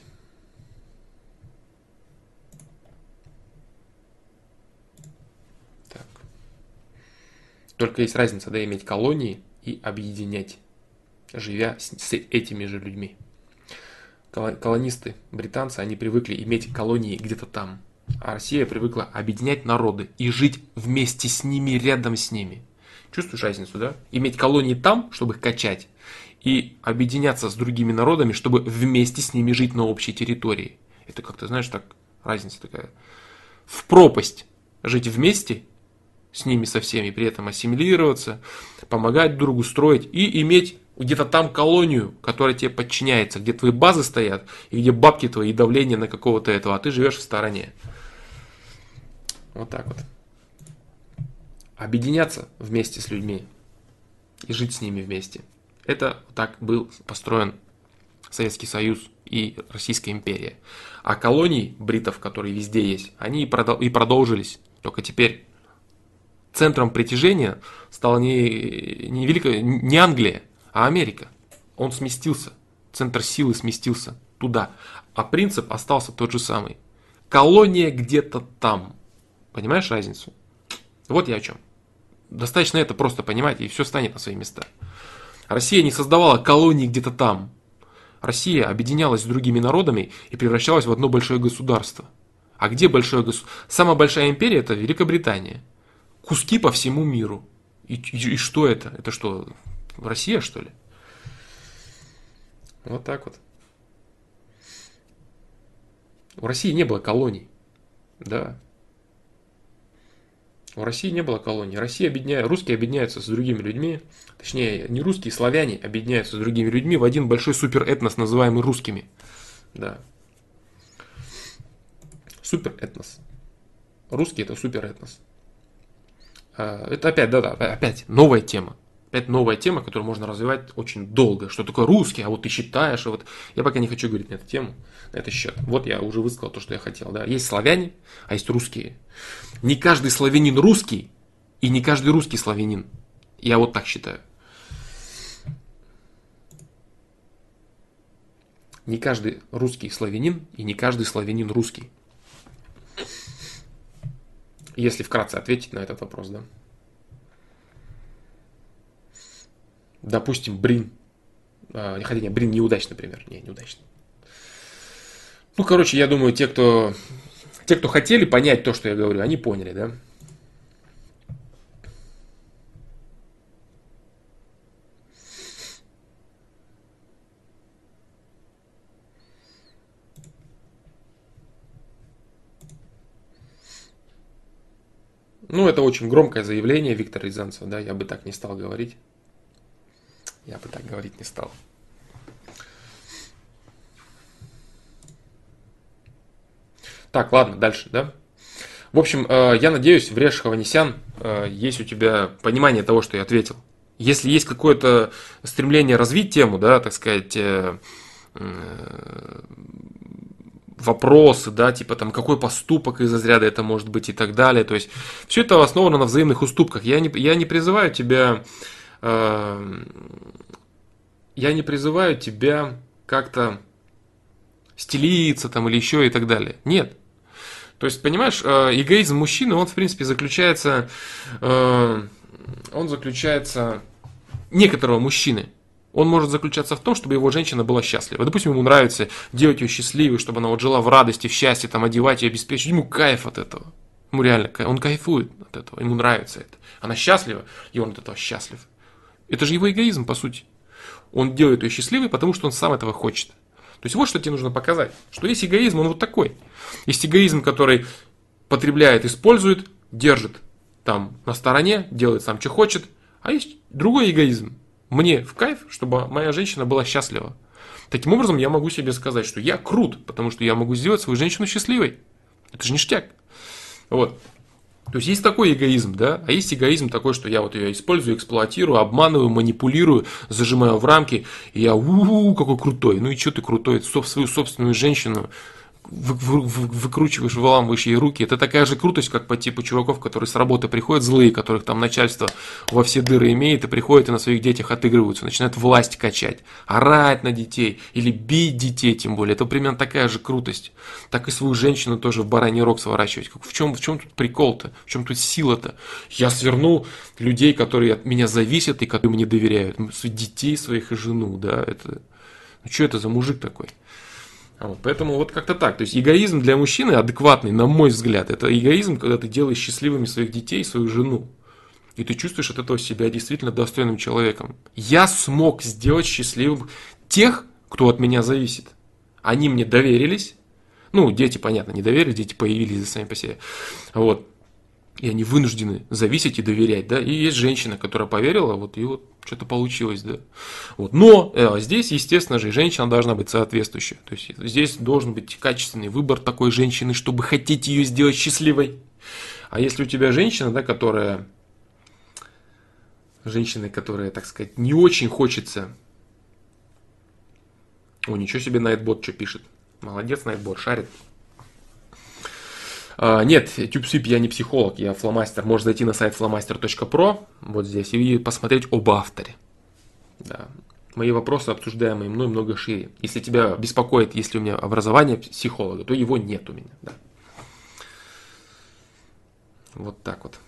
Только есть разница, да, иметь колонии и объединять, живя с, с этими же людьми. Колонисты, британцы, они привыкли иметь колонии где-то там. А Россия привыкла объединять народы и жить вместе с ними, рядом с ними. Чувствуешь разницу, да? Иметь колонии там, чтобы их качать, и объединяться с другими народами, чтобы вместе с ними жить на общей территории. Это как-то, знаешь, так, разница такая. В пропасть жить вместе с ними со всеми, при этом ассимилироваться, помогать другу строить и иметь где-то там колонию, которая тебе подчиняется, где твои базы стоят, и где бабки твои, и давление на какого-то этого, а ты живешь в стороне. Вот так вот. Объединяться вместе с людьми и жить с ними вместе. Это так был построен Советский Союз и Российская империя. А колонии бритов, которые везде есть, они и продолжились. Только теперь центром притяжения стала не, не, Великая, не Англия, а Америка. Он сместился, центр силы сместился туда, а принцип остался тот же самый. Колония где-то там. Понимаешь разницу? Вот я о чем. Достаточно это просто понимать, и все станет на свои места. Россия не создавала колонии где-то там. Россия объединялась с другими народами и превращалась в одно большое государство. А где большое государство? Самая большая империя — это Великобритания. Куски по всему миру. И, и, и что это? Это что, Россия, что ли? Вот так вот. У России не было колоний. Да. У России не было колоний. Россия объединяет, русские объединяются с другими людьми. Точнее, не русские, славяне объединяются с другими людьми в один большой суперэтнос, называемый русскими. Да. Суперэтнос. Русский — это суперэтнос. Это опять, да-да, опять новая тема. Опять новая тема, которую можно развивать очень долго. Что такое русский? А вот ты считаешь, а вот я пока не хочу говорить на эту тему, на этот счет. Вот я уже высказал то, что я хотел. Да. Есть славяне, а есть русские. Не каждый славянин русский, и не каждый русский славянин. Я вот так считаю. Не каждый русский славянин, и не каждый славянин русский. Если вкратце ответить на этот вопрос, да. Допустим, Брин. А, хотя нет, Брин неудачный пример. Не, неудачный. Ну, короче, я думаю, те, кто, те, кто хотели понять то, что я говорю, они поняли, да. Ну, это очень громкое заявление Виктора Рязанцева, да, я бы так не стал говорить. Я бы так говорить не стал. Так, ладно, дальше, да. В общем, я надеюсь, Вреш Хованесян, есть у тебя понимание того, что я ответил. Если есть какое-то стремление развить тему, да, так сказать, вопросы, да, типа там, какой поступок из разряда это может быть и так далее. То есть, все это основано на взаимных уступках. Я не, я не призываю тебя... Я не призываю тебя как-то стелиться там или еще и так далее. Нет. То есть, понимаешь, эгоизм мужчины, он в принципе заключается, он заключается, некоторого мужчины, он может заключаться в том, чтобы его женщина была счастлива. Допустим, ему нравится делать ее счастливой, чтобы она вот жила в радости, в счастье, там, одевать и обеспечить. Ему кайф от этого. Ему реально кайф. Он кайфует от этого, ему нравится это. Она счастлива, и он от этого счастлив. Это же его эгоизм, по сути. Он делает ее счастливой, потому что он сам этого хочет. То есть вот что тебе нужно показать. Что есть эгоизм, он вот такой. Есть эгоизм, который потребляет, использует, держит там на стороне, делает сам, что хочет. А есть другой эгоизм. Мне в кайф, чтобы моя женщина была счастлива. Таким образом, я могу себе сказать, что я крут, потому что я могу сделать свою женщину счастливой. Это же ништяк. Вот. То есть есть такой эгоизм, да, а есть эгоизм такой, что я вот ее использую, эксплуатирую, обманываю, манипулирую, зажимаю в рамки, и я у-у-у, какой крутой. Ну и что ты крутой, свою собственную женщину вы, вы, вы, выкручиваешь, выламываешь ей руки. Это такая же крутость, как по типу чуваков, которые с работы приходят злые, которых там начальство во все дыры имеет, и приходят и на своих детях отыгрываются, начинают власть качать, орать на детей или бить детей, тем более. Это примерно такая же крутость. Так и свою женщину тоже в бараний рог сворачивать. В чем, в чем тут прикол-то? В чем тут сила-то? Я свернул людей, которые от меня зависят и которые мне доверяют. Детей своих и жену, да, это... Ну что это за мужик такой? Вот, поэтому вот как-то так. То есть эгоизм для мужчины адекватный, на мой взгляд, это эгоизм, когда ты делаешь счастливыми своих детей, свою жену. И ты чувствуешь от этого себя действительно достойным человеком. Я смог сделать счастливым тех, кто от меня зависит. Они мне доверились. Ну, дети, понятно, не доверились, дети появились сами по себе. Вот. И они вынуждены зависеть и доверять, да. И есть женщина, которая поверила, вот, и вот что-то получилось, да. Вот. Но э, здесь, естественно же, женщина должна быть соответствующая. То есть здесь должен быть качественный выбор такой женщины, чтобы хотеть ее сделать счастливой. А если у тебя женщина, да, которая... Женщина, которая, так сказать, не очень хочется... О, ничего себе, Найтбот что пишет. Молодец, Найтбот, шарит. А, нет, TubeSweep я не психолог, я фломастер. Можешь зайти на сайт фломастер точка про, вот здесь, и посмотреть об авторе. Да. Мои вопросы, обсуждаемые мной, много шире. Если тебя беспокоит, если у меня образование психолога, то его нет у меня. Да. Вот так вот.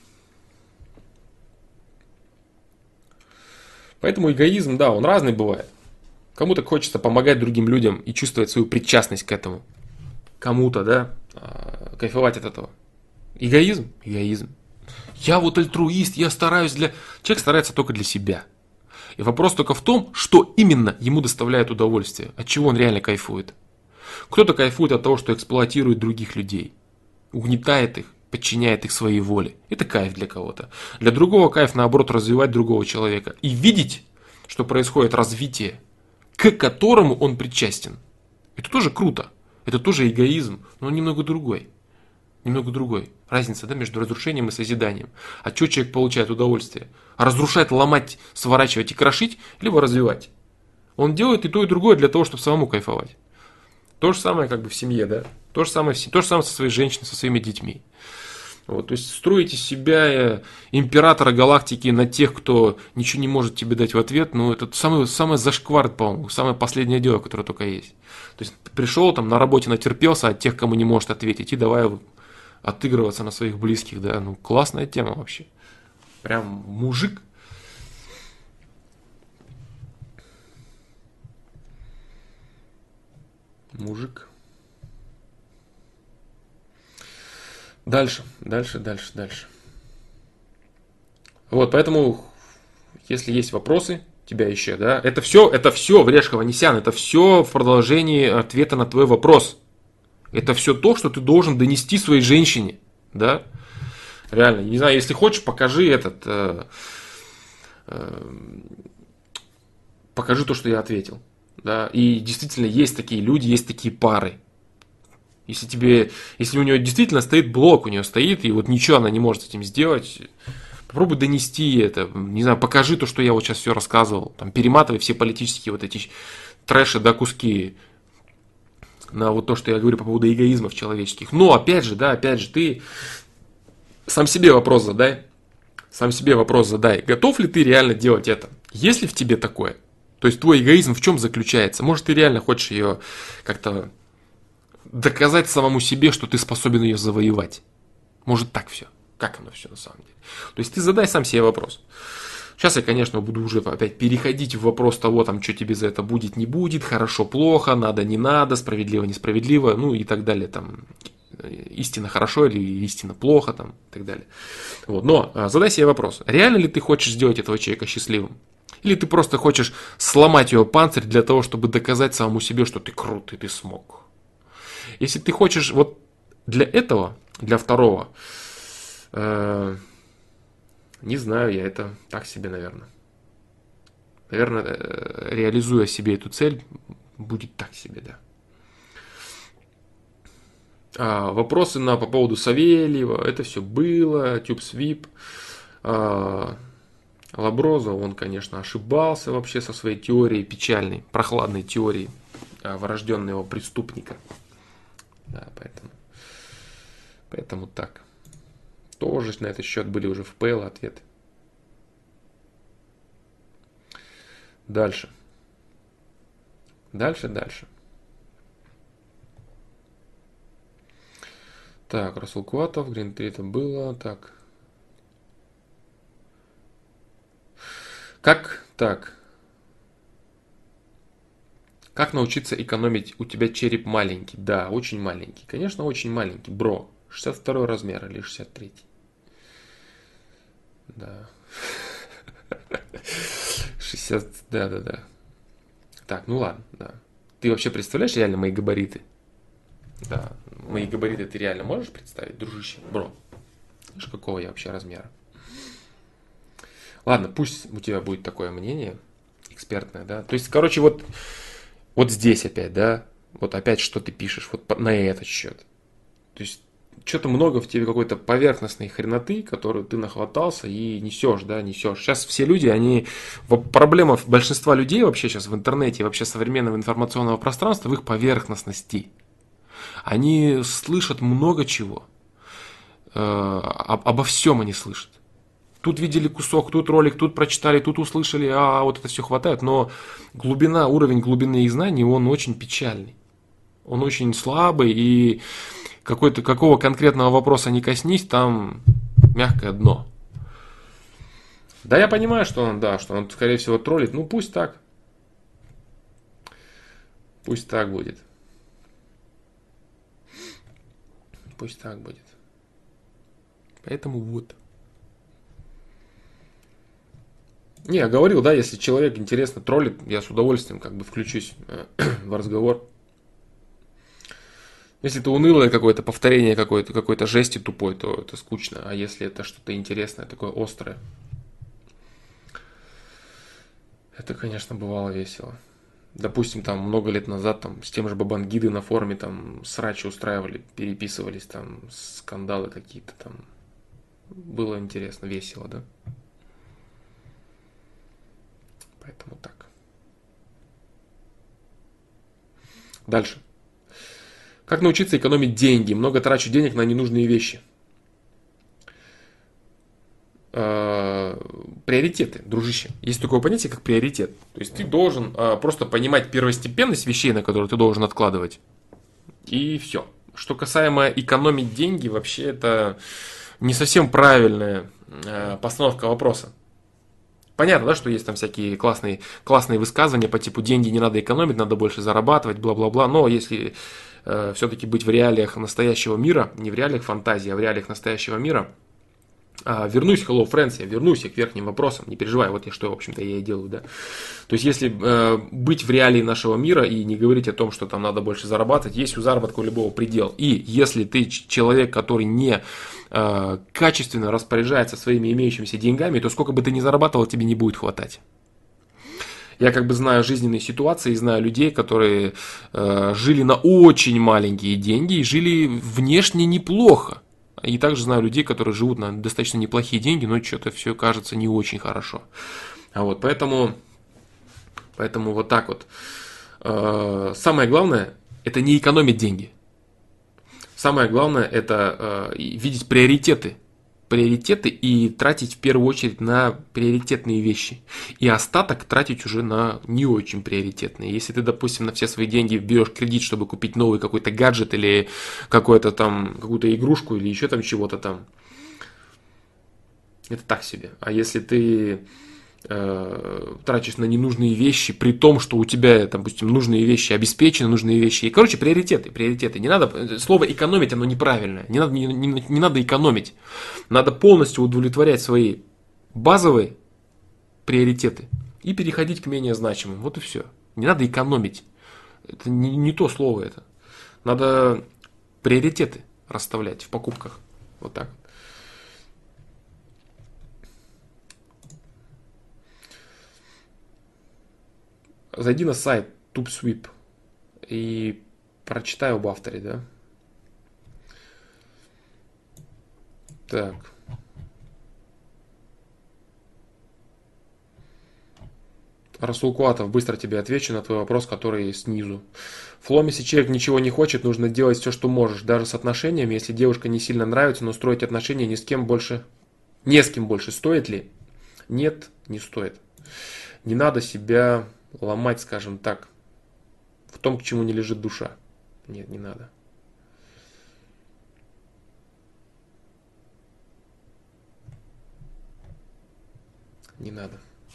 Поэтому эгоизм, да, он разный бывает. Кому-то хочется помогать другим людям и чувствовать свою причастность к этому. Кому-то, да, кайфовать от этого. Эгоизм? Эгоизм. Я вот альтруист, я стараюсь для... Человек старается только для себя. И вопрос только в том, что именно ему доставляет удовольствие, от чего он реально кайфует. Кто-то кайфует от того, что эксплуатирует других людей, угнетает их, подчиняет их своей воле. Это кайф для кого-то. Для другого кайф, наоборот, развивать другого человека. И видеть, что происходит развитие, к которому он причастен. Это тоже круто. Это тоже эгоизм, но он немного другой. Немного другой. Разница, да, между разрушением и созиданием. От чего человек получает удовольствие? Разрушать, ломать, сворачивать и крошить, либо развивать. Он делает и то, и другое для того, чтобы самому кайфовать. То же самое как бы в семье, да. То же самое, то же самое со своей женщиной, со своими детьми. Вот, то есть строить из себя императора галактики на тех, кто ничего не может тебе дать в ответ, ну это самый, самый зашквар, по-моему, самое последнее дело, которое только есть. То есть пришел там на работе натерпелся от тех, кому не может ответить, и давай отыгрываться на своих близких, да, ну классная тема вообще. Прям мужик. Мужик. Дальше, дальше, дальше, дальше. Вот, поэтому, если есть вопросы, тебя еще, да, это все, это все, Врешка Ванесян, это все в продолжении ответа на твой вопрос. Это все то, что ты должен донести своей женщине, да. Реально, не знаю, если хочешь, покажи этот, э, э, покажи то, что я ответил, да. И действительно есть такие люди, есть такие пары. Если тебе, если у нее действительно стоит блок, у нее стоит, и вот ничего она не может с этим сделать, попробуй донести это, не знаю, покажи то, что я вот сейчас все рассказывал, там, перематывай все политические вот эти трэши, да, куски на вот то, что я говорю по поводу эгоизмов человеческих. Но, опять же, да, опять же, ты сам себе вопрос задай, сам себе вопрос задай, готов ли ты реально делать это? Есть ли в тебе такое? То есть твой эгоизм в чем заключается? Может, ты реально хочешь ее как-то доказать самому себе, что ты способен ее завоевать. Может так все. Как оно все на самом деле. То есть ты задай сам себе вопрос. Сейчас я, конечно, буду уже опять переходить в вопрос того, там, что тебе за это будет, не будет, хорошо, плохо, надо, не надо, справедливо, несправедливо, ну и так далее. Там, истинно хорошо или истинно плохо, там, и так далее. Вот. Но задай себе вопрос. Реально ли ты хочешь сделать этого человека счастливым? Или ты просто хочешь сломать его панцирь для того, чтобы доказать самому себе, что ты крут и ты смог? Если ты хочешь вот для этого, для второго, э, не знаю, я это так себе, наверное. Наверное, э, реализуя себе эту цель, будет так себе, да. А, вопросы на, по поводу Савельева, это все было, TubeSweep, а, Лаброза, он, конечно, ошибался вообще со своей теорией печальной, прохладной теорией а, врожденного преступника. Да, поэтому, поэтому так. Тоже на этот счет были уже в ПЛ ответы. Дальше. Дальше, дальше. Так, Расул Куатов, Грин три это было. Так. Как так? Как научиться экономить? У тебя череп маленький. Да, очень маленький. Конечно, очень маленький. Бро. шестьдесят второй размер или шестьдесят третий. Да. шестьдесят, да, да, да. Так, ну ладно, да. Ты вообще представляешь реально мои габариты? Да, мои габариты ты реально можешь представить, дружище? Бро. Знаешь, какого я вообще размера? Ладно, пусть у тебя будет такое мнение экспертное, да. То есть, короче, вот, вот здесь опять, да, вот опять что ты пишешь вот на этот счет. То есть, что-то много в тебе какой-то поверхностной хреноты, которую ты нахватался и несешь, да, несешь. Сейчас все люди, они... Проблема большинства людей вообще сейчас в интернете, вообще современного информационного пространства в их поверхностности. Они слышат много чего. Э, обо всем они слышат. Тут видели кусок, тут ролик, тут прочитали, тут услышали, а вот это все хватает. Но глубина, уровень глубины их знаний, он очень печальный. Он очень слабый, и какой-то, какого конкретного вопроса не коснись, там мягкое дно. Да, я понимаю, что он, да, что он, скорее всего, троллит. Ну, пусть так. Пусть так будет. Пусть так будет. Поэтому вот. Не, я говорил, да, если человек интересно троллит, я с удовольствием как бы включусь в разговор. Если это унылое какое-то повторение какой-то какой-то жести тупой, то это скучно. А если это что-то интересное, такое острое, это, конечно, бывало весело. Допустим, там много лет назад там с тем же Бабангиды на форуме там срачи устраивали, переписывались, там скандалы какие-то там. Было интересно, весело, да? Поэтому так. Дальше. Как научиться экономить деньги? Много трачу денег на ненужные вещи. Приоритеты, дружище. Есть такое понятие, как приоритет. То есть ты должен просто понимать первостепенность вещей, на которые ты должен откладывать. И все. Что касаемо экономить деньги, вообще это не совсем правильная постановка вопроса. Понятно, да, что есть там всякие классные, классные высказывания по типу деньги не надо экономить, надо больше зарабатывать, бла-бла-бла. Но если э, все-таки быть в реалиях настоящего мира, не в реалиях фантазии, а в реалиях настоящего мира, э, вернусь, hello friends, я вернусь я к верхним вопросам, не переживай, вот я что, в общем-то, я и делаю, да. То есть, если э, быть в реалии нашего мира и не говорить о том, что там надо больше зарабатывать, есть у заработка у любого предел. И если ты человек, который не качественно распоряжается своими имеющимися деньгами, то сколько бы ты ни зарабатывал, тебе не будет хватать. Я как бы знаю жизненные ситуации, знаю людей, которые э, жили на очень маленькие деньги и жили внешне неплохо. И также знаю людей, которые живут на достаточно неплохие деньги, но что-то все кажется не очень хорошо. А вот поэтому, поэтому вот так вот. Э, самое главное, это не экономить деньги. Самое главное это э, видеть приоритеты. Приоритеты и тратить в первую очередь на приоритетные вещи. И остаток тратить уже на не очень приоритетные. Если ты, допустим, на все свои деньги берешь кредит, чтобы купить новый какой-то гаджет или какую-то там, какую-то игрушку или еще там чего-то там, это так себе. А если ты э, тратишь на ненужные вещи, при том, что у тебя, допустим, нужные вещи обеспечены, нужные вещи. И, короче, приоритеты, приоритеты. Не надо, слово экономить, оно неправильное. Не надо, не, не, не надо экономить. Надо полностью удовлетворять свои базовые приоритеты и переходить к менее значимым. Вот и все. Не надо экономить. Это не, не то слово это. Надо приоритеты расставлять в покупках. Вот так. Зайди на сайт TubeSweep и прочитай об авторе, да? Так. Расул Куатов, быстро тебе отвечу на твой вопрос, который снизу. В фломе, если человек ничего не хочет, нужно делать все, что можешь. Даже с отношениями, если девушка не сильно нравится, но строить отношения ни с кем больше, не с кем больше стоит ли? Нет, не стоит. Не надо себя ломать, скажем так, в том, к чему не лежит душа. Нет, не надо. Не надо.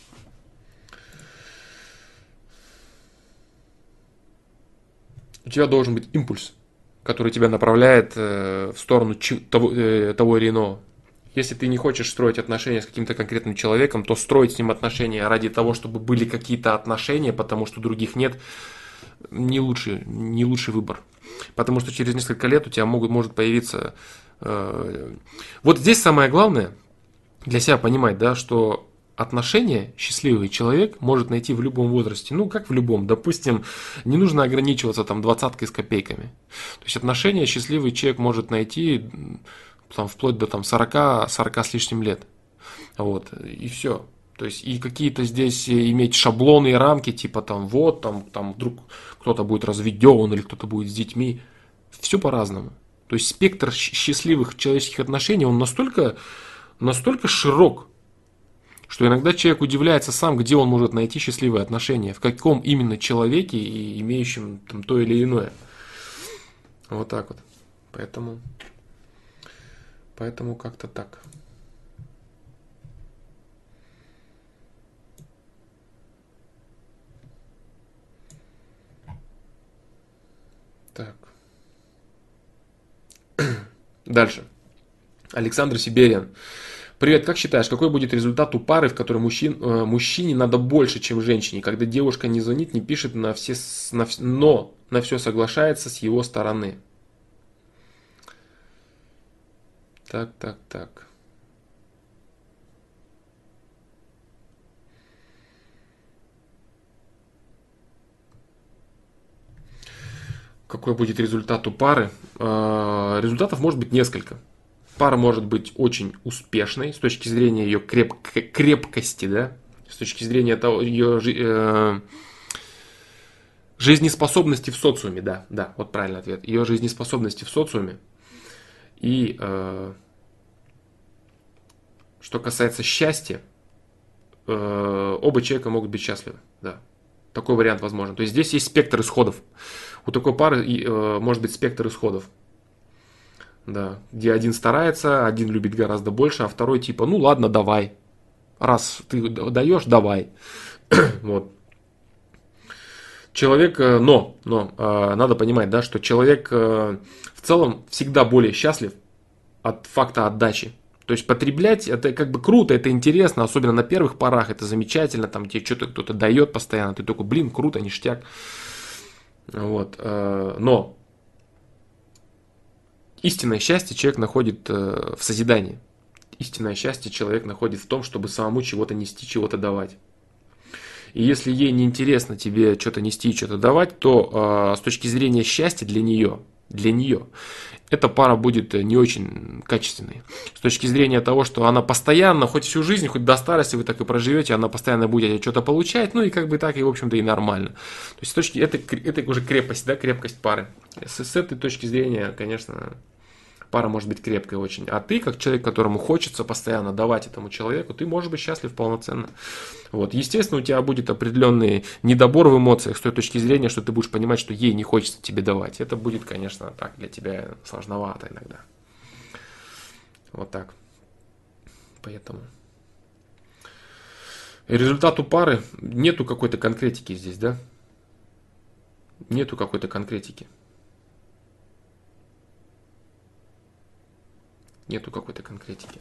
У тебя должен быть импульс, который тебя направляет в сторону того, того или иного. Если ты не хочешь строить отношения с каким-то конкретным человеком, то строить с ним отношения ради того, чтобы были какие-то отношения, потому что других нет, не лучший, не лучший выбор. Потому что через несколько лет у тебя могут, может появиться... Э, вот здесь самое главное для себя понимать, да, что отношения счастливый человек может найти в любом возрасте. Ну, как в любом. Допустим, не нужно ограничиваться там двадцаткой с копейками. То есть отношения счастливый человек может найти там, вплоть до там, сорока, сорока с лишним лет. Вот, и все. То есть, и какие-то здесь иметь шаблоны и рамки, типа там, вот, там, там вдруг кто-то будет разведен или кто-то будет с детьми. Все по-разному. То есть, спектр счастливых человеческих отношений, он настолько, настолько широк, что иногда человек удивляется сам, где он может найти счастливые отношения, в каком именно человеке и имеющем там то или иное. Вот так вот. Поэтому... Поэтому как-то так. Так. Дальше. Александр Сибериан. Привет, как считаешь, какой будет результат у пары, в которой мужчин, э, мужчине надо больше, чем женщине, когда девушка не звонит, не пишет, на все, на, но на все соглашается с его стороны? Так, так, так. Какой будет результат у пары? Э, результатов может быть несколько. Пара может быть очень успешной с точки зрения ее креп, крепкости, да, с точки зрения того, ее э, жизнеспособности в социуме, да, да, вот правильный ответ, ее жизнеспособности в социуме. И э, что касается счастья, э, оба человека могут быть счастливы, да. Такой вариант возможен. То есть здесь есть спектр исходов. У такой пары э, может быть спектр исходов. Да, где один старается, один любит гораздо больше, а второй типа, ну ладно, давай. Раз ты даешь, давай. Вот. Человек, но, но, надо понимать, да, что человек в целом всегда более счастлив от факта отдачи. То есть потреблять это как бы круто, это интересно, особенно на первых порах, это замечательно, там тебе что-то кто-то дает постоянно, ты такой, блин, круто, ништяк. Вот. Но истинное счастье человек находит в созидании. Истинное счастье человек находит в том, чтобы самому чего-то нести, чего-то давать. И если ей не интересно тебе что-то нести и что-то давать, то э, с точки зрения счастья для нее, для нее, эта пара будет не очень качественной. С точки зрения того, что она постоянно, хоть всю жизнь, хоть до старости вы так и проживете, она постоянно будет что-то получать, ну и как бы так, и в общем-то и нормально. То есть с точки, это, это уже крепость, да, крепкость пары. С, с этой точки зрения, конечно, пара может быть крепкой очень. А ты, как человек, которому хочется постоянно давать этому человеку, ты можешь быть счастлив полноценно. Вот. Естественно, у тебя будет определенный недобор в эмоциях с той точки зрения, что ты будешь понимать, что ей не хочется тебе давать. Это будет, конечно, так для тебя сложновато иногда. Вот так. Поэтому. И результат у пары нету какой-то конкретики здесь, да? Нету какой-то конкретики. Нету какой-то конкретики.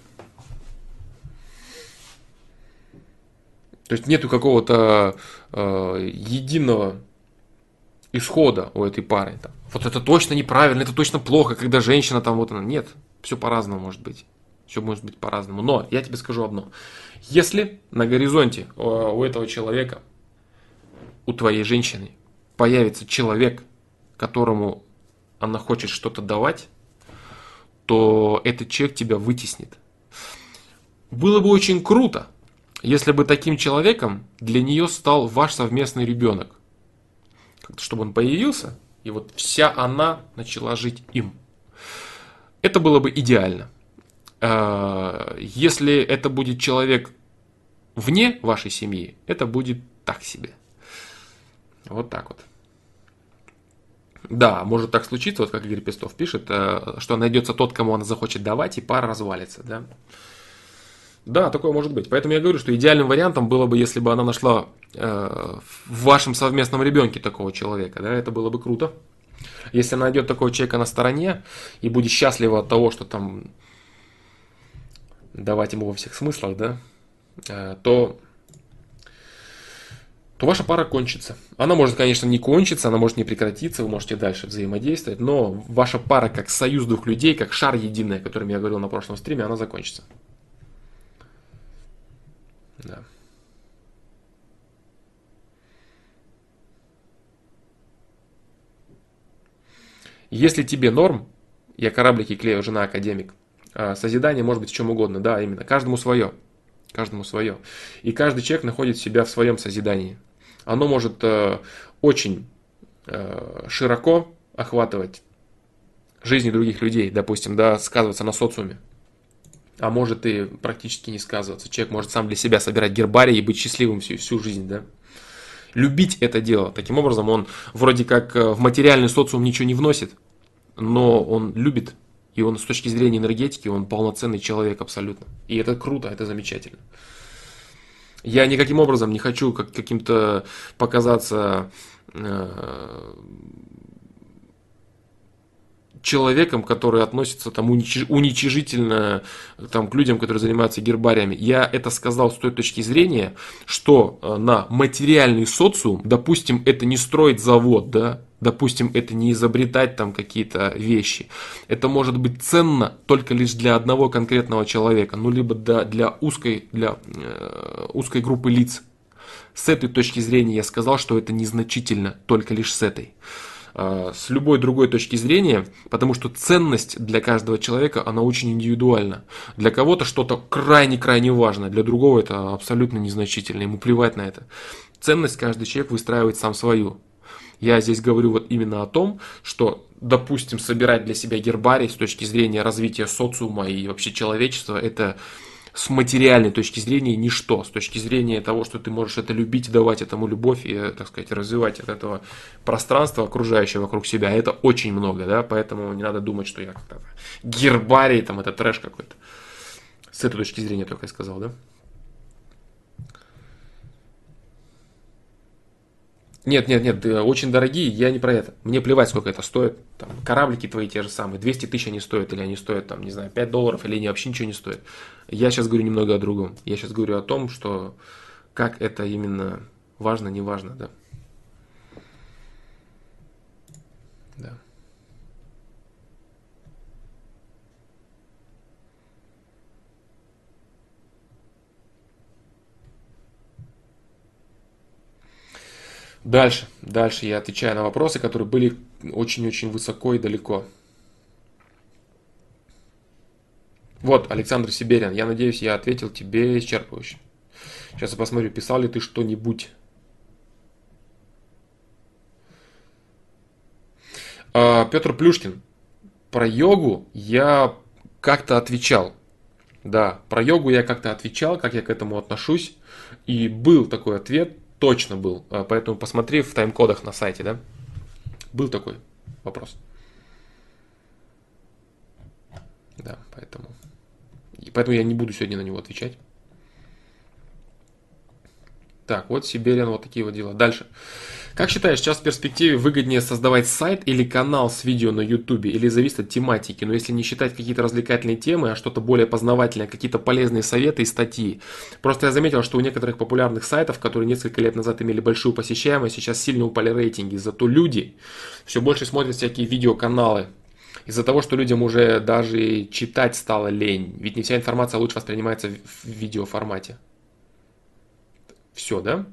То есть нету какого-то э, единого исхода у этой пары. Там. Вот это точно неправильно, это точно плохо, когда женщина там вот она. Нет, все по-разному может быть. Все может быть по-разному. Но я тебе скажу одно. Если на горизонте у, у этого человека, у твоей женщины появится человек, которому она хочет что-то давать, то этот человек тебя вытеснит. Было бы очень круто, если бы таким человеком для нее стал ваш совместный ребенок. Чтобы он появился, и вот вся она начала жить им. Это было бы идеально. Если это будет человек вне вашей семьи, это будет так себе. Вот так вот. Да, может так случиться, вот как Игорь Пестов пишет, что найдется тот, кому она захочет давать, и пара развалится, да. Да, такое может быть. Поэтому я говорю, что идеальным вариантом было бы, если бы она нашла э, в вашем совместном ребенке такого человека, да, это было бы круто. Если она найдет такого человека на стороне и будет счастлива от того, что там давать ему во всех смыслах, да, э, то... то ваша пара кончится. Она может, конечно, не кончиться, она может не прекратиться, вы можете дальше взаимодействовать, но ваша пара как союз двух людей, как шар единый, о котором я говорил на прошлом стриме, она закончится. Да. Если тебе норм, я кораблики клею, жена академик, созидание может быть в чем угодно, да, именно, каждому свое. Каждому свое. И каждый человек находит себя в своем созидании. Оно может э, очень э, широко охватывать жизни других людей, допустим, да, сказываться на социуме. А может и практически не сказываться. Человек может сам для себя собирать гербарий и быть счастливым всю, всю жизнь, да. Любить это дело. Таким образом, он вроде как в материальный социум ничего не вносит, но он любит. И он с точки зрения энергетики, он полноценный человек абсолютно. И это круто, это замечательно. Я никаким образом не хочу как, каким-то показаться э, человеком, который относится там уничиж- уничижительно там, к людям, которые занимаются гербариями. Я это сказал с той точки зрения, что на материальный социум, допустим, это не строить завод, да, допустим, это не изобретать там какие-то вещи. Это может быть ценно только лишь для одного конкретного человека, ну либо для, для, узкой, для э, узкой группы лиц. С этой точки зрения я сказал, что это незначительно, только лишь с этой. С любой другой точки зрения, потому что ценность для каждого человека, она очень индивидуальна. Для кого-то что-то крайне-крайне важно, для другого это абсолютно незначительно, ему плевать на это. Ценность каждый человек выстраивает сам свою. Я здесь говорю вот именно о том, что, допустим, собирать для себя гербарий с точки зрения развития социума и вообще человечества, это с материальной точки зрения ничто. С точки зрения того, что ты можешь это любить, давать этому любовь и, так сказать, развивать от этого пространства окружающего вокруг себя, это очень много, да, поэтому не надо думать, что я как-то гербарий, там, это трэш какой-то. С этой точки зрения только я сказал, да. Нет, нет, нет, очень дорогие, я не про это. Мне плевать, сколько это стоит. Там, кораблики твои те же самые, двести тысяч они стоят, или они стоят, там, не знаю, пять долларов, или они вообще ничего не стоят. Я сейчас говорю немного о другом. Я сейчас говорю о том, что как это именно важно, не важно, да. Да. Дальше, дальше я отвечаю на вопросы, которые были очень-очень высоко и далеко. Вот, Александр Сиберин, я надеюсь, я ответил тебе исчерпывающе. Сейчас я посмотрю, писал ли ты что-нибудь. А, Петр Плюшкин, про йогу я как-то отвечал. Да, про йогу я как-то отвечал, как я к этому отношусь. И был такой ответ, точно был. Поэтому посмотри в тайм-кодах на сайте, да. Был такой вопрос. Да, поэтому... И поэтому я не буду сегодня на него отвечать. Так, вот Сибирян, вот такие вот дела. Дальше. Как считаешь, сейчас в перспективе выгоднее создавать сайт или канал с видео на YouTube, или зависит от тематики? Но если не считать какие-то развлекательные темы, а что-то более познавательное, какие-то полезные советы и статьи. Просто я заметил, что у некоторых популярных сайтов, которые несколько лет назад имели большую посещаемость, сейчас сильно упали рейтинги. Зато люди все больше смотрят всякие видеоканалы. Из-за того, что людям уже даже читать стало лень. Ведь не вся информация лучше воспринимается в видеоформате. Все, да?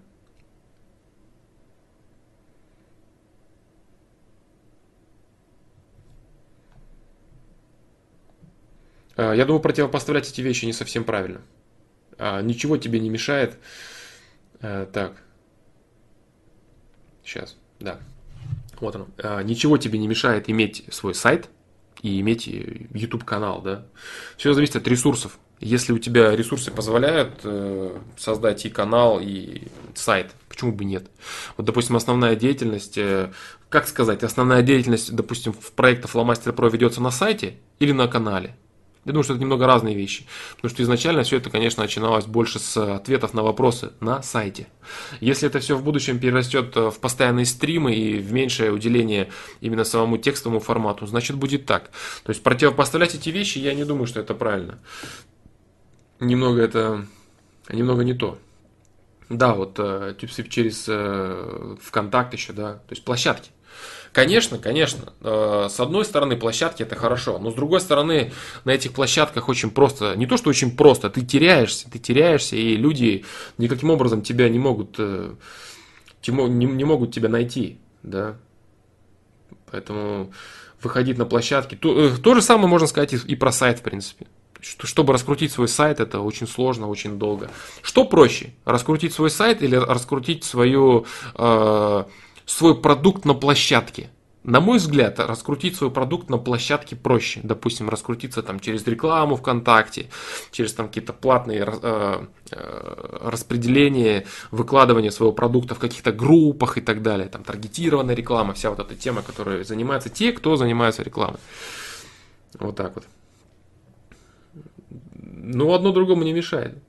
Я думаю, противопоставлять эти вещи не совсем правильно. Ничего тебе не мешает. Так. Сейчас, да. Вот оно. Ничего тебе не мешает иметь свой сайт и иметь YouTube-канал, да. Все зависит от ресурсов. Если у тебя ресурсы позволяют создать и канал, и сайт, почему бы нет? Вот, допустим, основная деятельность, как сказать, основная деятельность, допустим, в проектах Flowmaster Pro ведется на сайте или на канале. Я думаю, что это немного разные вещи. Потому что изначально все это, конечно, начиналось больше с ответов на вопросы на сайте. Если это все в будущем перерастет в постоянные стримы и в меньшее уделение именно самому текстовому формату, значит будет так. То есть противопоставлять эти вещи, я не думаю, что это правильно. Немного это, немного не то. Да, вот TubeSwip через ВКонтакт еще, да, то есть площадки. Конечно, конечно, с одной стороны площадки это хорошо, но с другой стороны на этих площадках очень просто, не то что очень просто, ты теряешься, ты теряешься, и люди никаким образом тебя не могут, не могут тебя найти, да, поэтому выходить на площадки, то, то же самое можно сказать и про сайт в принципе. Чтобы раскрутить свой сайт, это очень сложно, очень долго. Что проще? Раскрутить свой сайт или раскрутить свою, э, свой продукт на площадке? На мой взгляд, раскрутить свой продукт на площадке проще. Допустим, раскрутиться там через рекламу ВКонтакте, через там какие-то платные э, э, распределения, выкладывание своего продукта в каких-то группах и так далее. Там таргетированная реклама, вся вот эта тема, которой занимаются те, кто занимается рекламой. Вот так вот. Ну, одно другому не мешает. То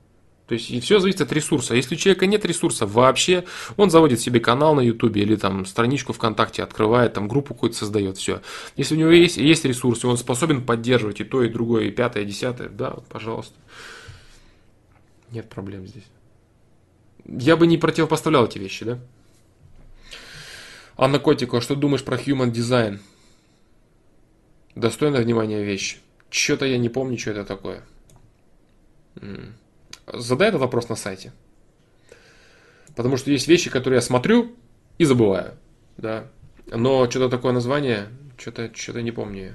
То есть и все зависит от ресурса. Если у человека нет ресурса вообще, он заводит себе канал на Ютубе или там страничку ВКонтакте открывает, там группу какую-то создает, все. Если у него есть, есть ресурс, и он способен поддерживать и то, и другое, и пятое, и десятое, да, пожалуйста. Нет проблем здесь. Я бы не противопоставлял эти вещи, да? Анна Котикова, что думаешь про Human Design? Достойная внимания вещь. Что-то я не помню, что это такое. Задай этот вопрос на сайте. Потому что есть вещи, которые я смотрю и забываю. Да. Но что-то такое название, что-то, что-то не помню.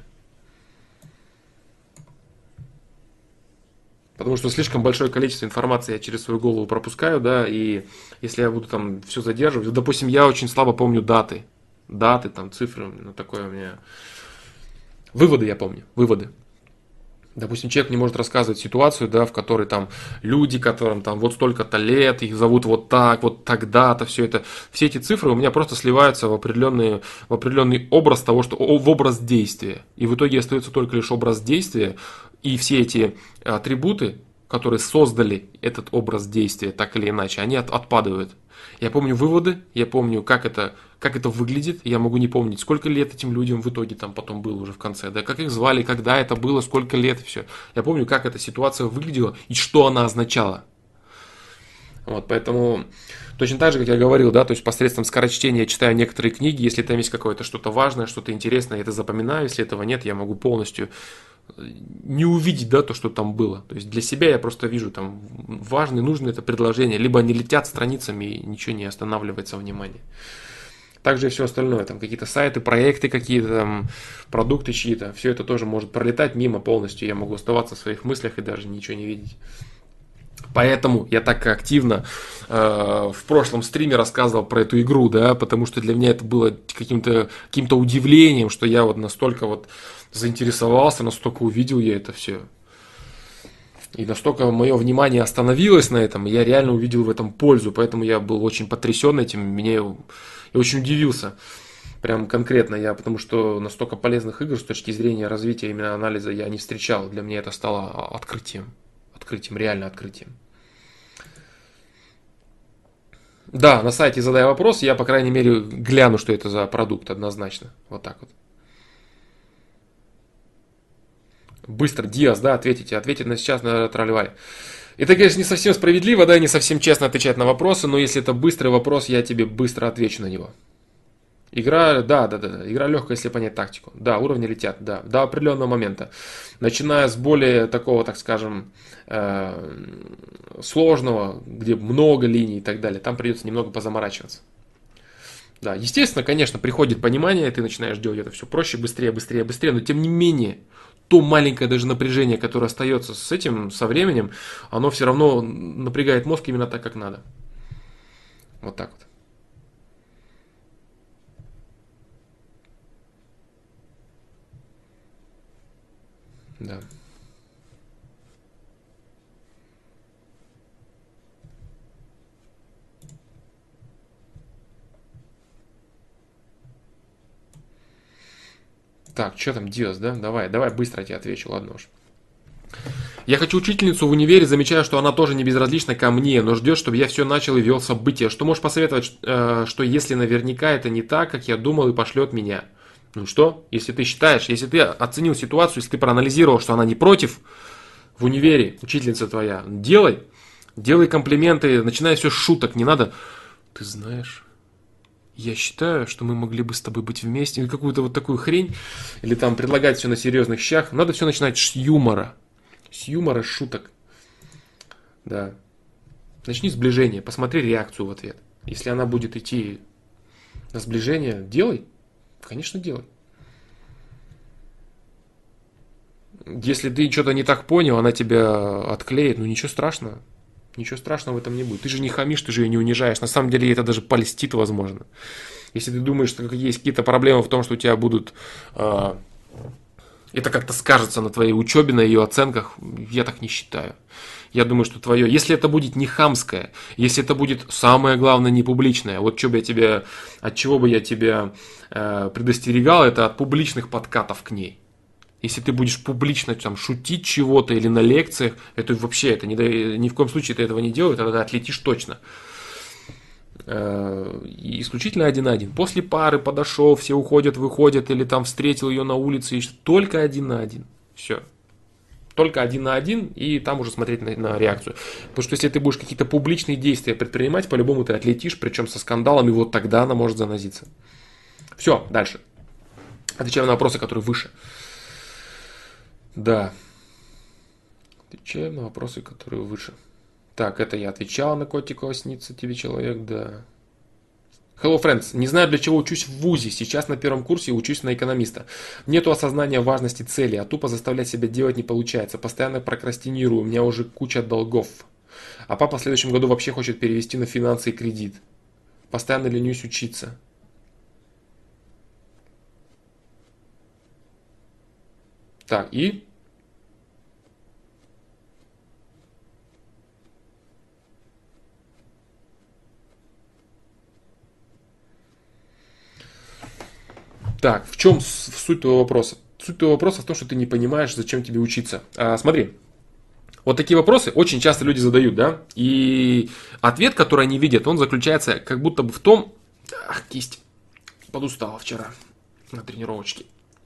Потому что слишком большое количество информации я через свою голову пропускаю, да, и если я буду там все задерживать, допустим, я очень слабо помню даты, даты, там, цифры, ну, такое у меня... Выводы я помню, выводы. Допустим, человек не может рассказывать ситуацию, да, в которой там люди, которым там вот столько-то лет, их зовут вот так, вот тогда-то, все это, все эти цифры у меня просто сливаются в определенный, в определенный образ того, что в образ действия. И в итоге остается только лишь образ действия, и все эти атрибуты, которые создали этот образ действия так или иначе, они от, отпадают. Я помню выводы, я помню, как это, как это выглядит, я могу не помнить, сколько лет этим людям в итоге там потом было уже в конце, да, как их звали, когда это было, сколько лет и все. Я помню, как эта ситуация выглядела и что она означала. Вот, поэтому точно так же, как я говорил, да, то есть посредством скорочтения я читаю некоторые книги, если там есть какое-то что-то важное, что-то интересное, я это запоминаю, если этого нет, я могу полностью не увидеть, да, то, что там было. То есть для себя я просто вижу там важное, нужное это предложение, либо они летят страницами и ничего не останавливается внимание. Также и все остальное, там какие-то сайты, проекты какие-то, там, продукты чьи-то, все это тоже может пролетать мимо полностью, я могу оставаться в своих мыслях и даже ничего не видеть. Поэтому я так активно э, в прошлом стриме рассказывал про эту игру, да, потому что для меня это было каким-то, каким-то удивлением, что я вот настолько вот заинтересовался, настолько увидел я это все. И настолько мое внимание остановилось на этом, и я реально увидел в этом пользу, поэтому я был очень потрясен этим, мне я очень удивился. Прям конкретно я, потому что настолько полезных игр с точки зрения развития именно анализа я не встречал. Для меня это стало открытием. Открытием, реально открытием. Да, на сайте задай вопрос, я, по крайней мере, гляну, что это за продукт однозначно. Вот так вот. Быстро, Диас, да, ответите. Ответить на сейчас на тролливали. Это, конечно, не совсем справедливо, да, не совсем честно отвечать на вопросы, но если это быстрый вопрос, я тебе быстро отвечу на него. Игра, да, да, да, игра легкая, если понять тактику. Да, уровни летят, да, до определенного момента. Начиная с более такого, так скажем, э, сложного, где много линий и так далее, там придется немного позаморачиваться. Да, естественно, конечно, приходит понимание, ты начинаешь делать это все проще, быстрее, быстрее, быстрее, но тем не менее, то маленькое даже напряжение, которое остается с этим, со временем, оно все равно напрягает мозг именно так, как надо. Вот так вот. Да. Так, что там, Диос, да? Давай, давай быстро я тебе отвечу, ладно уж. Я хочу учительницу в универе, замечаю, что она тоже не безразлична ко мне, но ждет, чтобы я все начал и вел события. Что можешь посоветовать, э, что если наверняка это не так, как я думал, и пошлет меня? Ну что, если ты считаешь, если ты оценил ситуацию, если ты проанализировал, что она не против в универе, учительница твоя, делай, делай комплименты, начинай все с шуток, не надо, ты знаешь, я считаю, что мы могли бы с тобой быть вместе, или какую-то вот такую хрень, или там предлагать все на серьезных щах, надо все начинать с юмора, с юмора, с шуток, да, начни сближение, посмотри реакцию в ответ, если она будет идти на сближение, делай. Конечно, делай. Если ты что-то не так понял, она тебя отклеит, ну ничего страшного. Ничего страшного в этом не будет. Ты же не хамишь, ты же ее не унижаешь. На самом деле это даже польстит, возможно. Если ты думаешь, что есть какие-то проблемы в том, что у тебя будут... Э, это как-то скажется на твоей учебе, на ее оценках, я так не считаю. Я думаю, что твое... Если это будет не хамское, если это будет самое главное не публичное, вот что бы я тебе... От чего бы я тебя э, предостерегал, это от публичных подкатов к ней. Если ты будешь публично там шутить чего-то или на лекциях, это вообще, это ни, ни в коем случае ты этого не делаешь, тогда отлетишь точно. И исключительно один на один. После пары подошел, все уходят, выходят, или там встретил ее на улице, и только один на один. Все. Только один на один, и там уже смотреть на, на реакцию. Потому что если ты будешь какие-то публичные действия предпринимать, по-любому ты отлетишь, причем со скандалом, и вот тогда она может занозиться. Все, дальше. Отвечаем на вопросы, которые выше. Да. Отвечаем на вопросы, которые выше. Так, это я отвечал на котикова, снится тебе человек, да. Hello, friends. Не знаю, для чего учусь в вузе. Сейчас на первом курсе учусь на экономиста. Нету осознания важности цели, а тупо заставлять себя делать не получается. Постоянно прокрастинирую, у меня уже куча долгов. А папа в следующем году вообще хочет перевести на финансы и кредит. Постоянно ленюсь учиться. Так, и... Так, в чем суть твоего вопроса? Суть твоего вопроса в том, что ты не понимаешь, зачем тебе учиться. А, смотри, вот такие вопросы очень часто люди задают, да? И ответ, который они видят, он заключается как будто бы в том... Ах, кисть. Подустала вчера на тренировочке.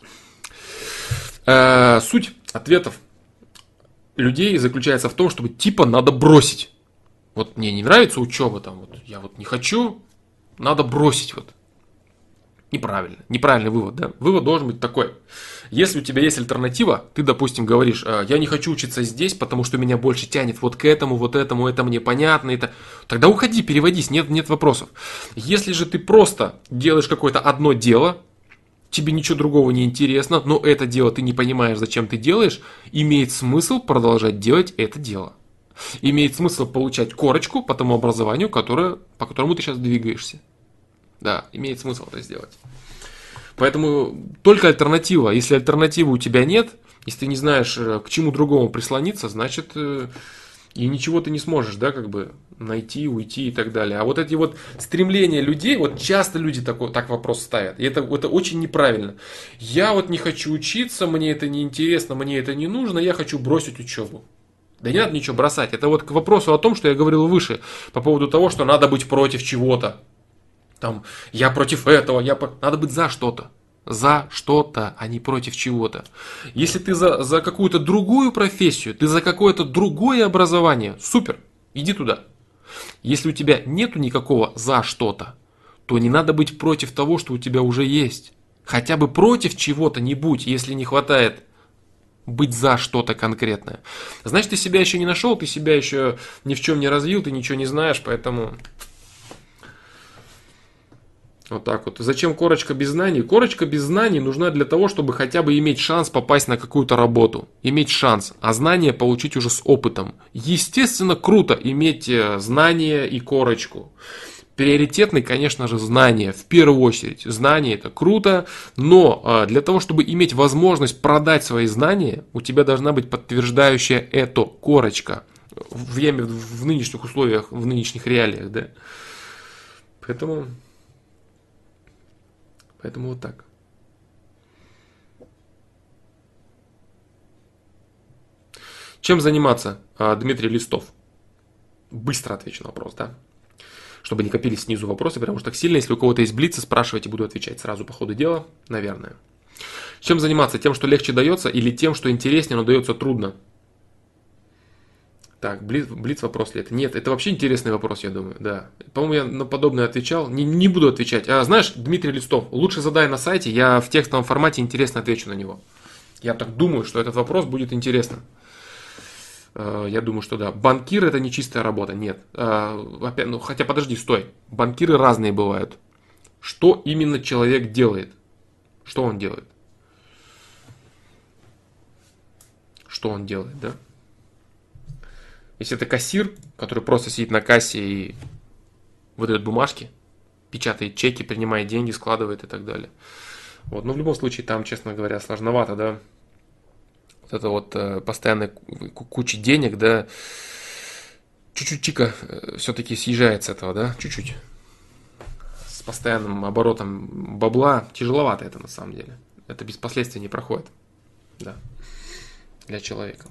А, суть ответов людей заключается в том, чтобы типа надо бросить. Вот мне не нравится учеба, там, вот, я вот не хочу, надо бросить вот. Неправильно. Неправильный вывод, да? Вывод должен быть такой. Если у тебя есть альтернатива, ты, допустим, говоришь, я не хочу учиться здесь, потому что меня больше тянет вот к этому, вот этому, это мне понятно, это... Тогда уходи, переводись, нет, нет вопросов. Если же ты просто делаешь какое-то одно дело, тебе ничего другого не интересно, но это дело ты не понимаешь, зачем ты делаешь, имеет смысл продолжать делать это дело. Имеет смысл получать корочку по тому образованию, которое, по которому ты сейчас двигаешься. Да, имеет смысл это сделать. Поэтому только альтернатива. Если альтернативы у тебя нет, если ты не знаешь, к чему другому прислониться, значит, и ничего ты не сможешь, да, как бы найти, уйти и так далее. А вот эти вот стремления людей, вот часто люди такой, так вопрос ставят. И это, это очень неправильно. Я вот не хочу учиться, мне это не интересно, мне это не нужно, я хочу бросить учебу. Да не надо ничего бросать. Это вот к вопросу о том, что я говорил выше, по поводу того, что надо быть против чего-то. Там, я против этого, я по... надо быть за что-то. За что-то, а не против чего-то. Если ты за, за какую-то другую профессию, ты за какое-то другое образование, супер, иди туда. Если у тебя нету никакого за что-то, то не надо быть против того, что у тебя уже есть. Хотя бы против чего-то не будь, если не хватает быть за что-то конкретное. Значит, ты себя еще не нашел, ты себя еще ни в чем не развил, ты ничего не знаешь, поэтому... Вот так вот. Зачем корочка без знаний? Корочка без знаний нужна для того, чтобы хотя бы иметь шанс попасть на какую-то работу. Иметь шанс. А знания получить уже с опытом. Естественно, круто иметь знания и корочку. Приоритетный, конечно же, знания. В первую очередь. Знания это круто. Но для того, чтобы иметь возможность продать свои знания, у тебя должна быть подтверждающая это корочка. В, в нынешних условиях, в нынешних реалиях. Да? Поэтому... Поэтому вот так. Чем заниматься, Дмитрий Листов? Быстро отвечу на вопрос, да? Чтобы не копились снизу вопросы, потому что так сильно, если у кого-то есть блицы, спрашивайте, буду отвечать сразу по ходу дела, наверное. Чем заниматься? Тем, что легче дается, или тем, что интереснее, но дается трудно? Так, блиц, блиц вопрос ли это? Нет, это вообще интересный вопрос, я думаю, да. По-моему, я на подобное отвечал. Не, не буду отвечать. А знаешь, Дмитрий Листов, лучше задай на сайте, я в текстовом формате интересно отвечу на него. Я так думаю, что этот вопрос будет интересным. Я думаю, что да. Банкир это не чистая работа, нет. Опять, ну, хотя подожди, стой. Банкиры разные бывают. Что именно человек делает? Что он делает? Что он делает, да? Если это кассир, который просто сидит на кассе и выдает бумажки, печатает чеки, принимает деньги, складывает и так далее. Вот. Но в любом случае там, честно говоря, сложновато, да. Вот это вот э, постоянная куча денег, да. Чуть-чуть чика э, все-таки съезжает с этого, да, чуть-чуть. С постоянным оборотом бабла тяжеловато это на самом деле. Это без последствий не проходит. Да, для человека.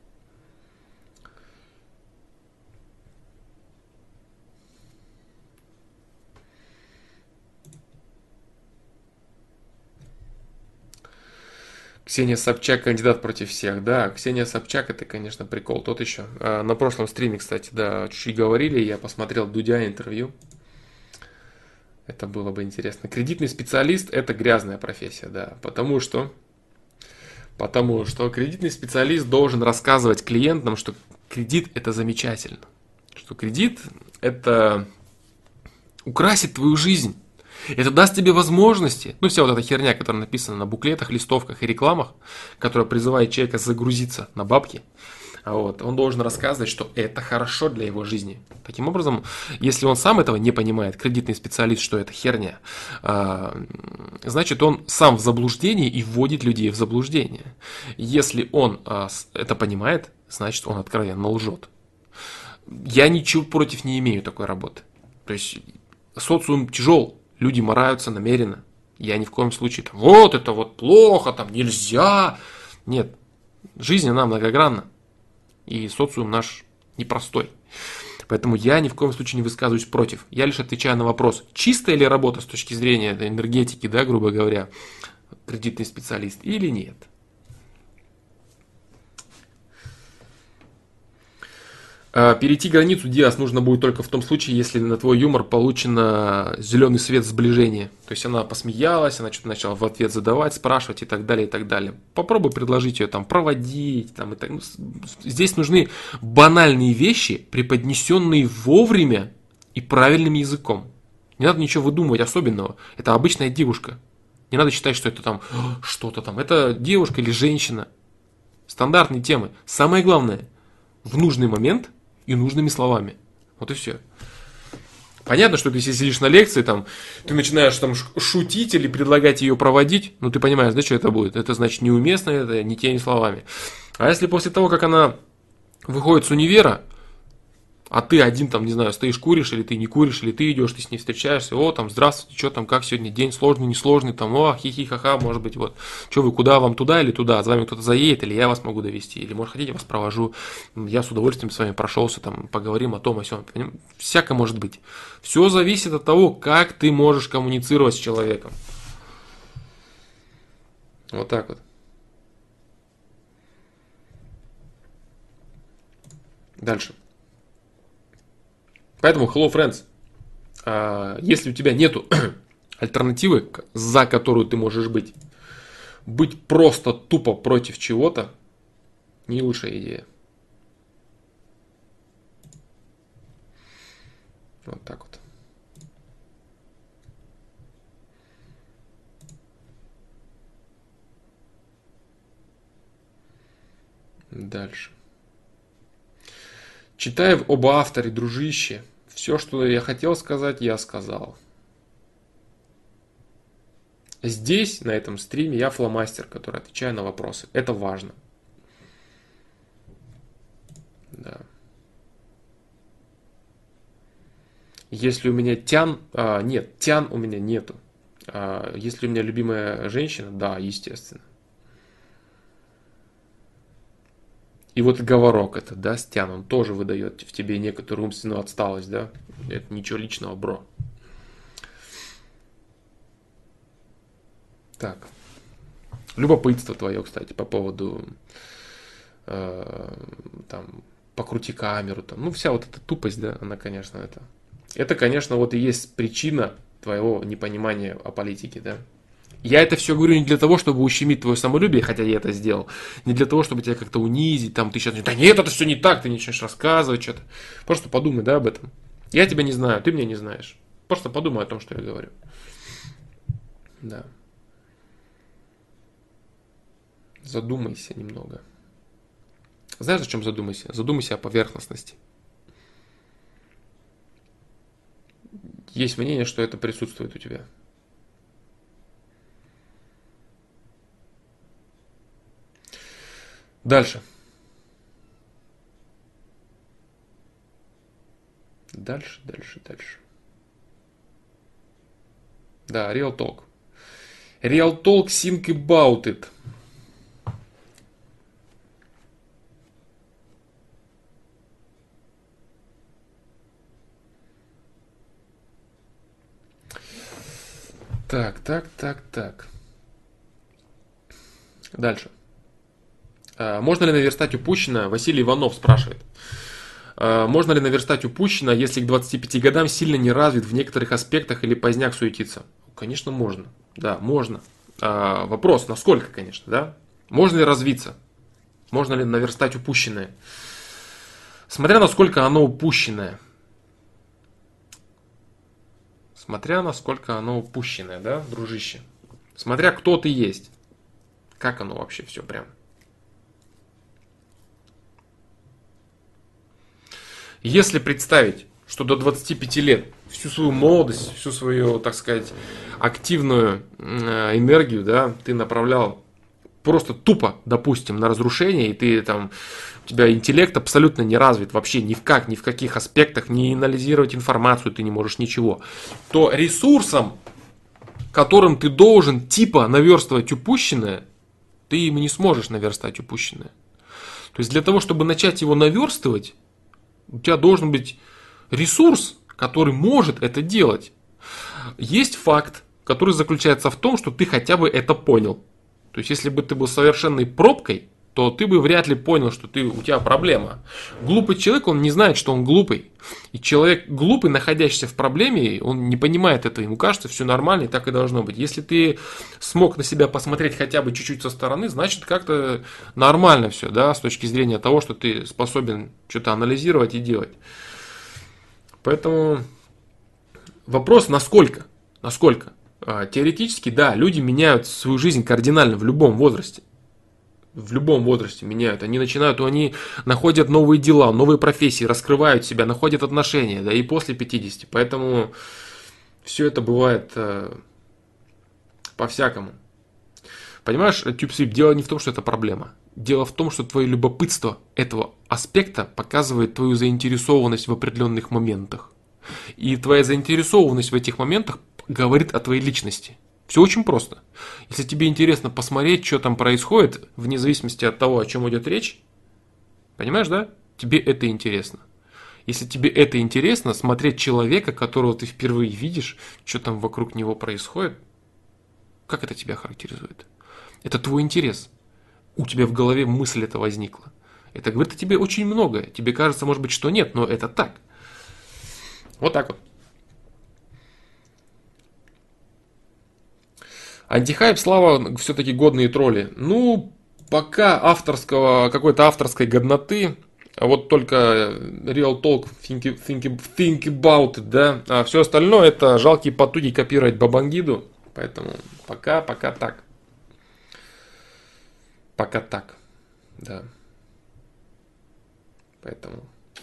Ксения Собчак, кандидат против всех. Да, Ксения Собчак, это, конечно, прикол. Тот еще. А, на прошлом стриме, кстати, да, чуть-чуть говорили, я посмотрел Дудя интервью. Это было бы интересно. Кредитный специалист – это грязная профессия, да. Потому что, потому что кредитный специалист должен рассказывать клиентам, что кредит – это замечательно. Что кредит – это украсит твою жизнь. Это даст тебе возможности, ну вся вот эта херня, которая написана на буклетах, листовках и рекламах, которая призывает человека загрузиться на бабки, вот, он должен рассказывать, что это хорошо для его жизни. Таким образом, если он сам этого не понимает, кредитный специалист, что это херня, значит он сам в заблуждении и вводит людей в заблуждение. Если он это понимает, значит он откровенно лжет. Я ничего против не имею такой работы. То есть социум тяжел. Люди мораются намеренно. Я ни в коем случае там, вот это вот плохо, там нельзя. Нет, жизнь она многогранна. И социум наш непростой. Поэтому я ни в коем случае не высказываюсь против. Я лишь отвечаю на вопрос, чистая ли работа с точки зрения энергетики, да, грубо говоря, кредитный специалист или нет. Перейти границу, Диас, нужно будет только в том случае, если на твой юмор получено зеленый свет сближения. То есть она посмеялась, она что-то начала в ответ задавать, спрашивать и так далее, и так далее. Попробуй предложить ее там проводить. Там, и так. Здесь нужны банальные вещи, преподнесенные вовремя и правильным языком. Не надо ничего выдумывать особенного. Это обычная девушка. Не надо считать, что это там что-то там. Это девушка или женщина. Стандартные темы. Самое главное, в нужный момент и нужными словами. Вот и все. Понятно, что ты если сидишь на лекции, там, ты начинаешь там шутить или предлагать ее проводить, ну ты понимаешь, да, что это будет? Это значит неуместно, это не теми словами. А если после того, как она выходит с универа, а ты один там, не знаю, стоишь, куришь, или ты не куришь, или ты идешь, ты с ней встречаешься, о, там, здравствуйте, что там, как сегодня день, сложный, несложный, там, о, хихи-ха-ха, может быть, вот, что вы, куда вам, туда или туда, с вами кто-то заедет, или я вас могу довести, или, может, хотите, вас провожу, я с удовольствием с вами прошелся, там, поговорим о том, о сём, всякое может быть. Все зависит от того, как ты можешь коммуницировать с человеком. Вот так вот. Дальше. Поэтому, hello, friends, если у тебя нету альтернативы, за которую ты можешь быть, быть просто тупо против чего-то, не лучшая идея. Вот так вот. Дальше. Читаев об авторе, дружище. Все, что я хотел сказать, я сказал. Здесь, на этом стриме, я фломастер, который отвечаю на вопросы. Это важно. Да. Если у меня тян... А, нет, тян у меня нету. А, если у меня любимая женщина, да, естественно. И вот говорок это, да, Стян, он тоже выдает в тебе некоторую умственную отсталость, да. Это ничего личного, бро. Так. Любопытство твое, кстати, по поводу э, там, покрути камеру, там, ну, вся вот эта тупость, да, она, конечно, это. Это, конечно, вот и есть причина твоего непонимания о политике, да. Я это все говорю не для того, чтобы ущемить твое самолюбие, хотя я это сделал. Не для того, чтобы тебя как-то унизить, там ты сейчас, да нет, это все не так, ты начинаешь рассказывать что-то. Просто подумай, да, об этом. Я тебя не знаю, ты меня не знаешь. Просто подумай о том, что я говорю. Да. Задумайся немного. Знаешь, о чем задумайся? Задумайся о поверхностности. Есть мнение, что это присутствует у тебя. Дальше. Дальше, дальше, дальше. Да, Real Talk. Real Talk think about it. Так, так, так, так. Дальше. А, можно ли наверстать упущенное? Василий Иванов спрашивает. А, можно ли наверстать упущенное, если к двадцати пяти годам сильно не развит в некоторых аспектах или поздняк суетиться? Конечно, можно. Да, можно. А, вопрос, насколько, конечно, да? Можно ли развиться? Можно ли наверстать упущенное? Смотря насколько оно упущенное. Смотря насколько оно упущенное, да, дружище? Смотря кто ты есть. Как оно вообще все прям. Если представить, что до двадцати пяти лет всю свою молодость, всю свою, так сказать, активную энергию, да, ты направлял просто тупо, допустим, на разрушение, и ты там, у тебя интеллект абсолютно не развит вообще ни в как, ни в каких аспектах, не анализировать информацию ты не можешь, ничего, то ресурсом, которым ты должен типа наверстывать упущенное, ты им не сможешь наверстать упущенное. То есть для того, чтобы начать его наверстывать, у тебя должен быть ресурс, который может это делать. Есть факт, который заключается в том, что ты хотя бы это понял. То есть, если бы ты был совершенной пробкой, то ты бы вряд ли понял, что ты, у тебя проблема. Глупый человек, он не знает, что он глупый. И человек глупый, находящийся в проблеме, он не понимает этого, ему кажется, все нормально, и так и должно быть. Если ты смог на себя посмотреть хотя бы чуть-чуть со стороны, значит, как-то нормально все, да, с точки зрения того, что ты способен что-то анализировать и делать. Поэтому вопрос, насколько? Насколько? Теоретически, да, люди меняют свою жизнь кардинально в любом возрасте. В любом возрасте меняют. Они начинают, они находят новые дела, новые профессии, раскрывают себя, находят отношения, да и после пятидесяти. Поэтому все это бывает э, по-всякому. Понимаешь, TubeSweep, дело не в том, что это проблема. Дело в том, что твое любопытство этого аспекта показывает твою заинтересованность в определенных моментах. И твоя заинтересованность в этих моментах говорит о твоей личности. Все очень просто. Если тебе интересно посмотреть, что там происходит, вне зависимости от того, о чем идет речь, понимаешь, да? Тебе это интересно. Если тебе это интересно, смотреть человека, которого ты впервые видишь, что там вокруг него происходит, как это тебя характеризует? Это твой интерес. У тебя в голове мысль эта возникла. Это говорит о тебе очень многое. Тебе кажется, может быть, что нет, но это так. Вот так вот. Антихайп, Слава, все-таки годные тролли. Ну, пока авторского, какой-то авторской годноты, а вот только Real Talk, think, think, think about it, да. А все остальное это жалкие потуги копировать Бабангиду. Поэтому пока, пока так. Пока так, да. Поэтому,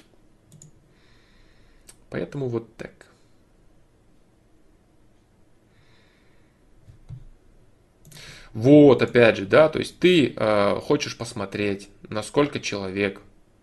поэтому вот так. Вот, опять же, да, то есть ты э, хочешь посмотреть, насколько человек,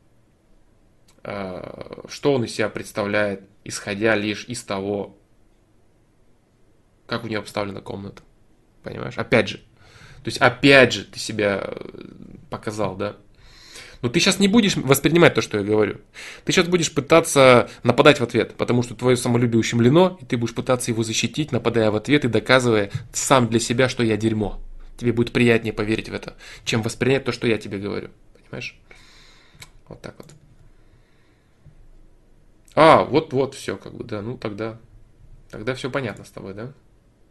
э, что он из себя представляет, исходя лишь из того, как у него обставлена комната. Понимаешь? Опять же. То есть, опять же, ты себя показал, да. Но ты сейчас не будешь воспринимать то, что я говорю. Ты сейчас будешь пытаться нападать в ответ, потому что твое самолюбие ущемлено, и ты будешь пытаться его защитить, нападая в ответ и доказывая сам для себя, что я дерьмо. Тебе будет приятнее поверить в это, чем воспринять то, что я тебе говорю. Понимаешь? Вот так вот. А, вот-вот, все, как бы, да, ну тогда, тогда все понятно с тобой, да?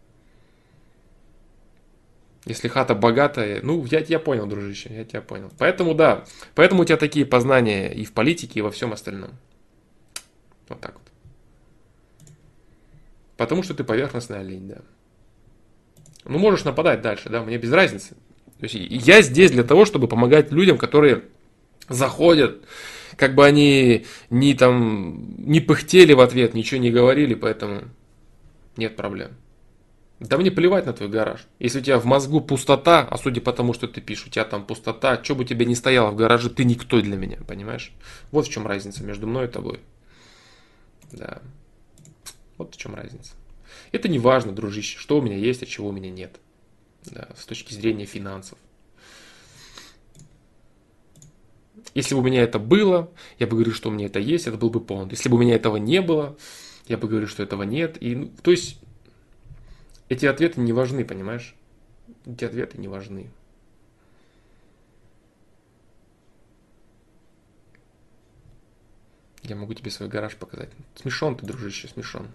Если хата богатая, ну, я тебя понял, дружище, я тебя понял. Поэтому, да, поэтому у тебя такие познания и в политике, и во всем остальном. Вот так вот. Потому что ты поверхностная олень, да. Ну, можешь нападать дальше, да, мне без разницы. То есть я здесь для того, чтобы помогать людям, которые заходят, как бы они не там, не пыхтели в ответ, ничего не говорили, поэтому нет проблем. Да мне плевать на твой гараж. Если у тебя в мозгу пустота, а судя по тому, что ты пишешь, у тебя там пустота, что бы тебе ни стояло в гараже, ты никто для меня, понимаешь? Вот в чем разница между мной и тобой. Да. Вот в чем разница. Это не важно, дружище, что у меня есть, а чего у меня нет. Да, с точки зрения финансов. Если бы у меня это было, я бы говорил, что у меня это есть, это был бы понт. Если бы у меня этого не было, я бы говорил, что этого нет. И, ну, то есть... Эти ответы не важны, понимаешь? Эти ответы не важны. Я могу тебе свой гараж показать. Смешон ты, дружище, смешон.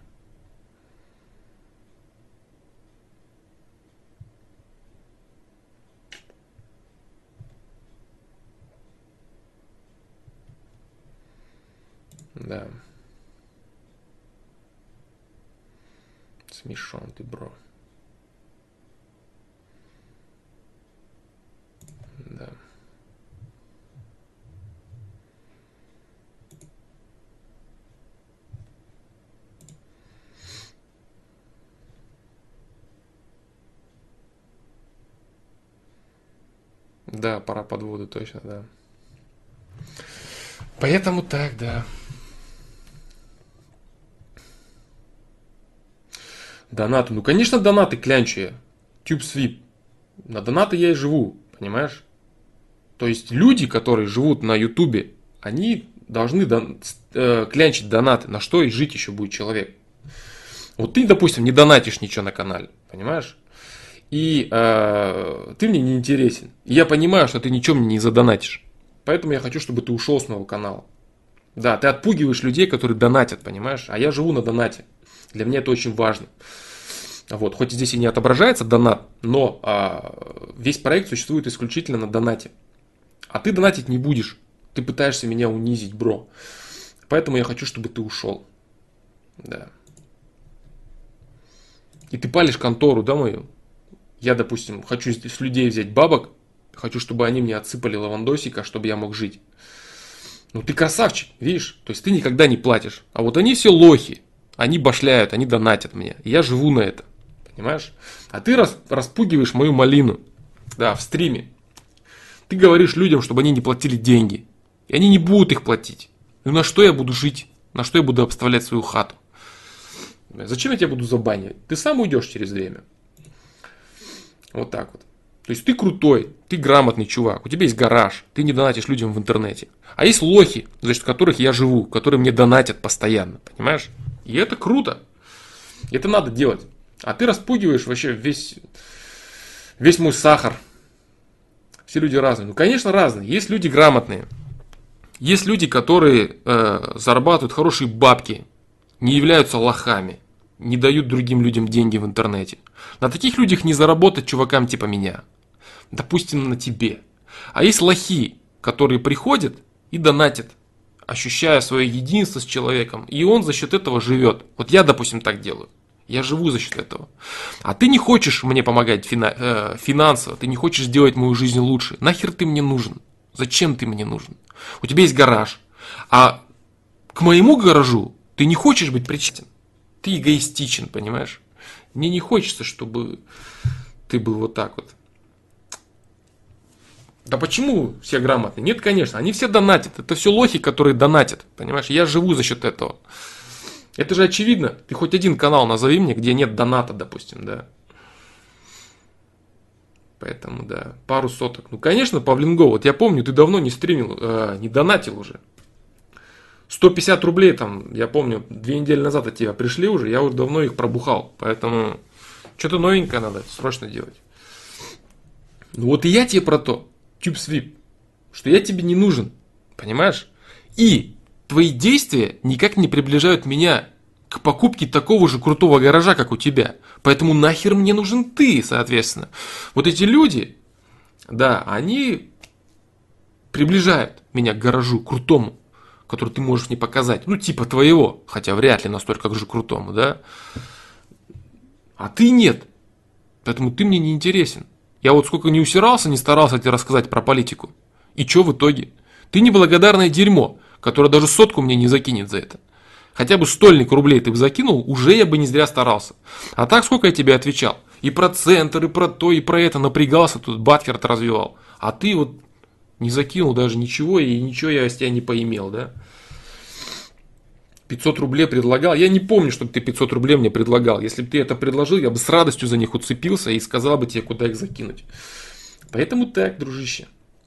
Да. Смешон ты, бро. Да. Да, пора под воду, точно, да. Поэтому так, да. Донаты. Ну, конечно, донаты клянчие. TubeSweep. На донаты я и живу, понимаешь? То есть люди, которые живут на Ютубе, они должны дон- э, клянчить донаты. На что и жить еще будет человек. Вот ты, допустим, не донатишь ничего на канале, понимаешь? И э, ты мне не интересен. И я понимаю, что ты ничего мне не задонатишь. Поэтому я хочу, чтобы ты ушел с моего канала. Да, ты отпугиваешь людей, которые донатят, понимаешь? А я живу на донате. Для меня это очень важно. Вот, хоть здесь и не отображается донат, но а, весь проект существует исключительно на донате. А ты донатить не будешь. Ты пытаешься меня унизить, бро. Поэтому я хочу, чтобы ты ушел. Да. И ты палишь контору, да, мою? Я, допустим, хочу с людей взять бабок. Хочу, чтобы они мне отсыпали лавандосика, чтобы я мог жить. Ну ты красавчик, видишь? То есть ты никогда не платишь. А вот они все лохи. Они башляют, они донатят мне. И я живу на это. Понимаешь? А ты рас, распугиваешь мою малину. Да, в стриме. Ты говоришь людям, чтобы они не платили деньги. И они не будут их платить. Ну на что я буду жить? На что я буду обставлять свою хату? Зачем я тебя буду забанивать? Ты сам уйдешь через время. Вот так вот. То есть ты крутой, ты грамотный чувак, у тебя есть гараж, ты не донатишь людям в интернете. А есть лохи, за счет которых я живу, которые мне донатят постоянно, понимаешь? И это круто. Это надо делать. А ты распугиваешь вообще весь, весь мой сахар. Все люди разные. Ну, конечно, разные. Есть люди грамотные. Есть люди, которые э, зарабатывают хорошие бабки, не являются лохами, не дают другим людям деньги в интернете. На таких людях не заработать чувакам типа меня. Допустим, на тебе. А есть лохи, которые приходят и донатят, ощущая свое единство с человеком. И он за счет этого живет. Вот я, допустим, так делаю. Я живу за счет этого. А ты не хочешь мне помогать фина- э, финансово, ты не хочешь сделать мою жизнь лучше. Нахер ты мне нужен? Зачем ты мне нужен? У тебя есть гараж. А к моему гаражу ты не хочешь быть причастен. Ты эгоистичен, понимаешь? Мне не хочется, чтобы ты был вот так вот. Да почему все грамотные? Нет, конечно, они все донатят. Это все лохи, которые донатят. Понимаешь, я живу за счет этого. Это же очевидно. Ты хоть один канал назови мне, где нет доната, допустим, да. Поэтому, да, пару соток. Ну, конечно, Павлинго, вот я помню, ты давно не стримил, э, не донатил уже. сто пятьдесят рублей там, я помню, две недели назад от тебя пришли уже, я уже давно их пробухал. Поэтому что-то новенькое надо срочно делать. Ну вот и я тебе про то, TubeSweep, что я тебе не нужен, понимаешь? И твои действия никак не приближают меня к покупке такого же крутого гаража, как у тебя. Поэтому нахер мне нужен ты, соответственно. Вот эти люди, да, они приближают меня к гаражу крутому, который ты можешь мне показать. Ну, типа твоего, хотя вряд ли настолько же крутому, да? А ты нет. Поэтому ты мне не интересен. Я вот сколько не усирался, не старался тебе рассказать про политику. И что в итоге? Ты неблагодарное дерьмо, которое даже сотку мне не закинет за это. Хотя бы стольник рублей ты бы закинул, уже я бы не зря старался. А так сколько я тебе отвечал? И про центр, и про то, и про это напрягался, тут Батхерт развивал. А ты вот не закинул даже ничего, и ничего я с тебя не поимел, да? пятьсот рублей предлагал. Я не помню, чтобы ты пятьсот рублей мне предлагал. Если бы ты это предложил, я бы с радостью за них уцепился и сказал бы тебе, куда их закинуть. Поэтому так, дружище.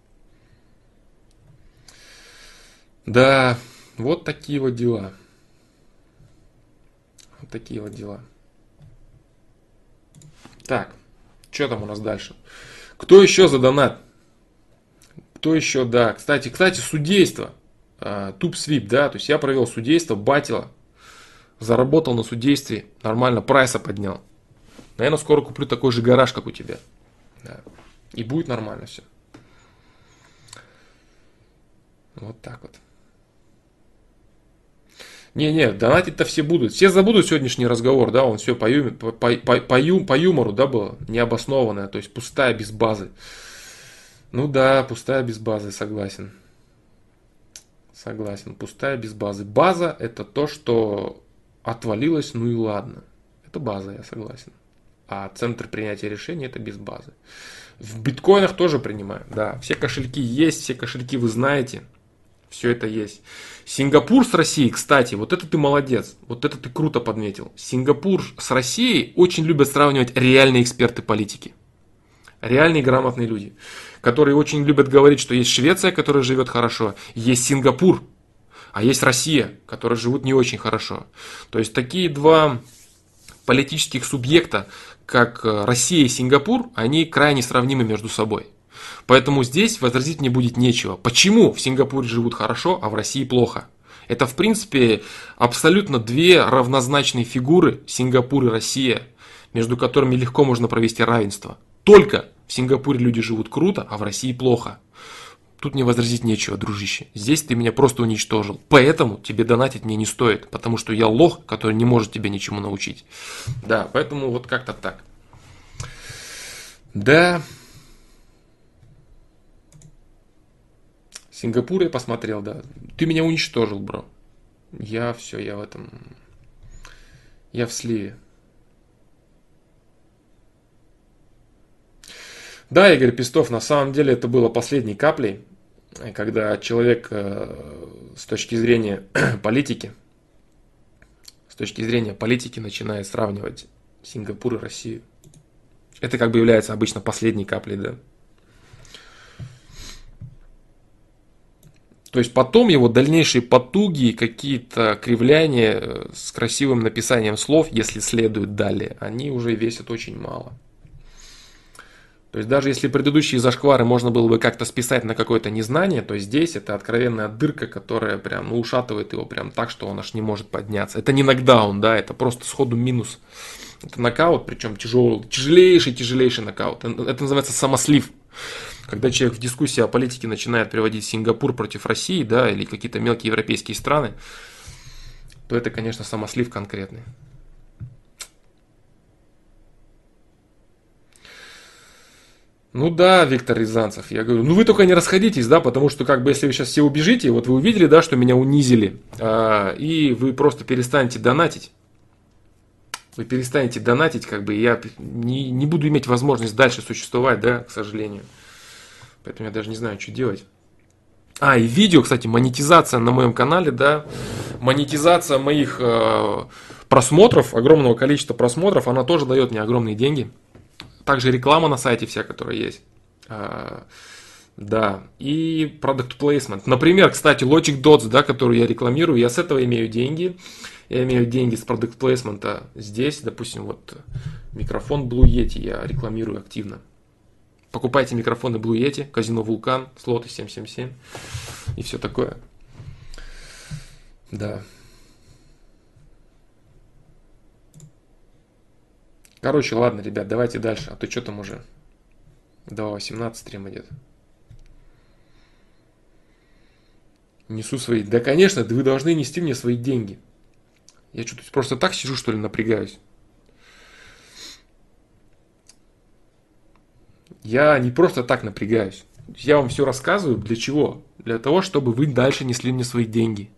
Да, вот такие вот дела. Вот такие вот дела. Так, что там у нас дальше? Кто еще за донат? Кто еще, да. Кстати, кстати, судейство. Тубсвип, да, то есть я провел судейство, батила. Заработал на судействе, нормально прайса поднял. Наверное, скоро куплю такой же гараж, как у тебя. Да. И будет нормально все. Вот так вот. Не-не, донатить-то все будут. Все забудут сегодняшний разговор, да, он все по, ю, по, по, по, по, ю, по юмору, да, было, необоснованное, то есть пустая, без базы. Ну да, пустая, без базы, согласен. Согласен, пустая, без базы. База это то, что отвалилось, ну и ладно. Это база, я согласен. А центр принятия решений это без базы. В биткоинах тоже принимаю, да. Все кошельки есть, все кошельки вы знаете. Все это есть. Сингапур с Россией, кстати, вот это ты молодец. Вот это ты круто подметил. Сингапур с Россией очень любят сравнивать реальные эксперты политики. Реальные грамотные люди. Которые очень любят говорить, что есть Швеция, которая живет хорошо. Есть Сингапур. А есть Россия, которые живут не очень хорошо. То есть такие два политических субъекта, как Россия и Сингапур, они крайне сравнимы между собой. Поэтому здесь возразить не будет нечего. Почему в Сингапуре живут хорошо, а в России плохо? Это, в принципе, абсолютно две равнозначные фигуры, Сингапур и Россия, между которыми легко можно провести равенство. Только в Сингапуре люди живут круто, а в России плохо. Тут мне возразить нечего, дружище. Здесь ты меня просто уничтожил. Поэтому тебе донатить мне не стоит, потому что я лох, который не может тебя ничему научить. Да, поэтому вот как-то так. Да. Сингапур я посмотрел, да. Ты меня уничтожил, бро. Я все, я в этом... Я в сливе. Да, Игорь Пестов, на самом деле это было последней каплей, когда человек с точки зрения политики, с точки зрения политики начинает сравнивать Сингапур и Россию. Это как бы является обычно последней каплей, да. То есть потом его дальнейшие потуги, какие-то кривляния с красивым написанием слов, если следуют далее, они уже весят очень мало. То есть даже если предыдущие зашквары можно было бы как-то списать на какое-то незнание, то здесь это откровенная дырка, которая прям ну, ушатывает его прям так, что он аж не может подняться. Это не нокдаун, да, это просто сходу минус. Это нокаут, причем тяжелый, тяжелейший, тяжелейший нокаут. Это называется самослив. Когда человек в дискуссии о политике начинает приводить Сингапур против России, да, или какие-то мелкие европейские страны, то это, конечно, самослив конкретный. Ну да, Виктор Рязанцев, я говорю, ну вы только не расходитесь, да, потому что как бы если вы сейчас все убежите, вот вы увидели, да, что меня унизили, а, и вы просто перестанете донатить, вы перестанете донатить, как бы я не, не буду иметь возможность дальше существовать, да, к сожалению. Поэтому я даже не знаю, что делать. А, и видео, кстати, монетизация на моем канале, да, монетизация моих э, просмотров, огромного количества просмотров, она тоже дает мне огромные деньги. Также реклама на сайте вся, которая есть. А, да, и product placement. Например, кстати, Logic Dots, да, которую я рекламирую, я с этого имею деньги. Я имею деньги с product placement здесь, допустим, вот микрофон Blue Yeti я рекламирую активно. Покупайте микрофоны Blue Yeti, казино Вулкан, слоты семь семь семь и все такое. Да. Короче, ладно, ребят, давайте дальше. А то что там уже? два восемнадцать стрим идет. Несу свои... Да, конечно, вы должны нести мне свои деньги. Я что-то просто так сижу, что ли, напрягаюсь. Я не просто так напрягаюсь. Я вам все рассказываю. Для чего? Для того, чтобы вы дальше несли мне свои деньги.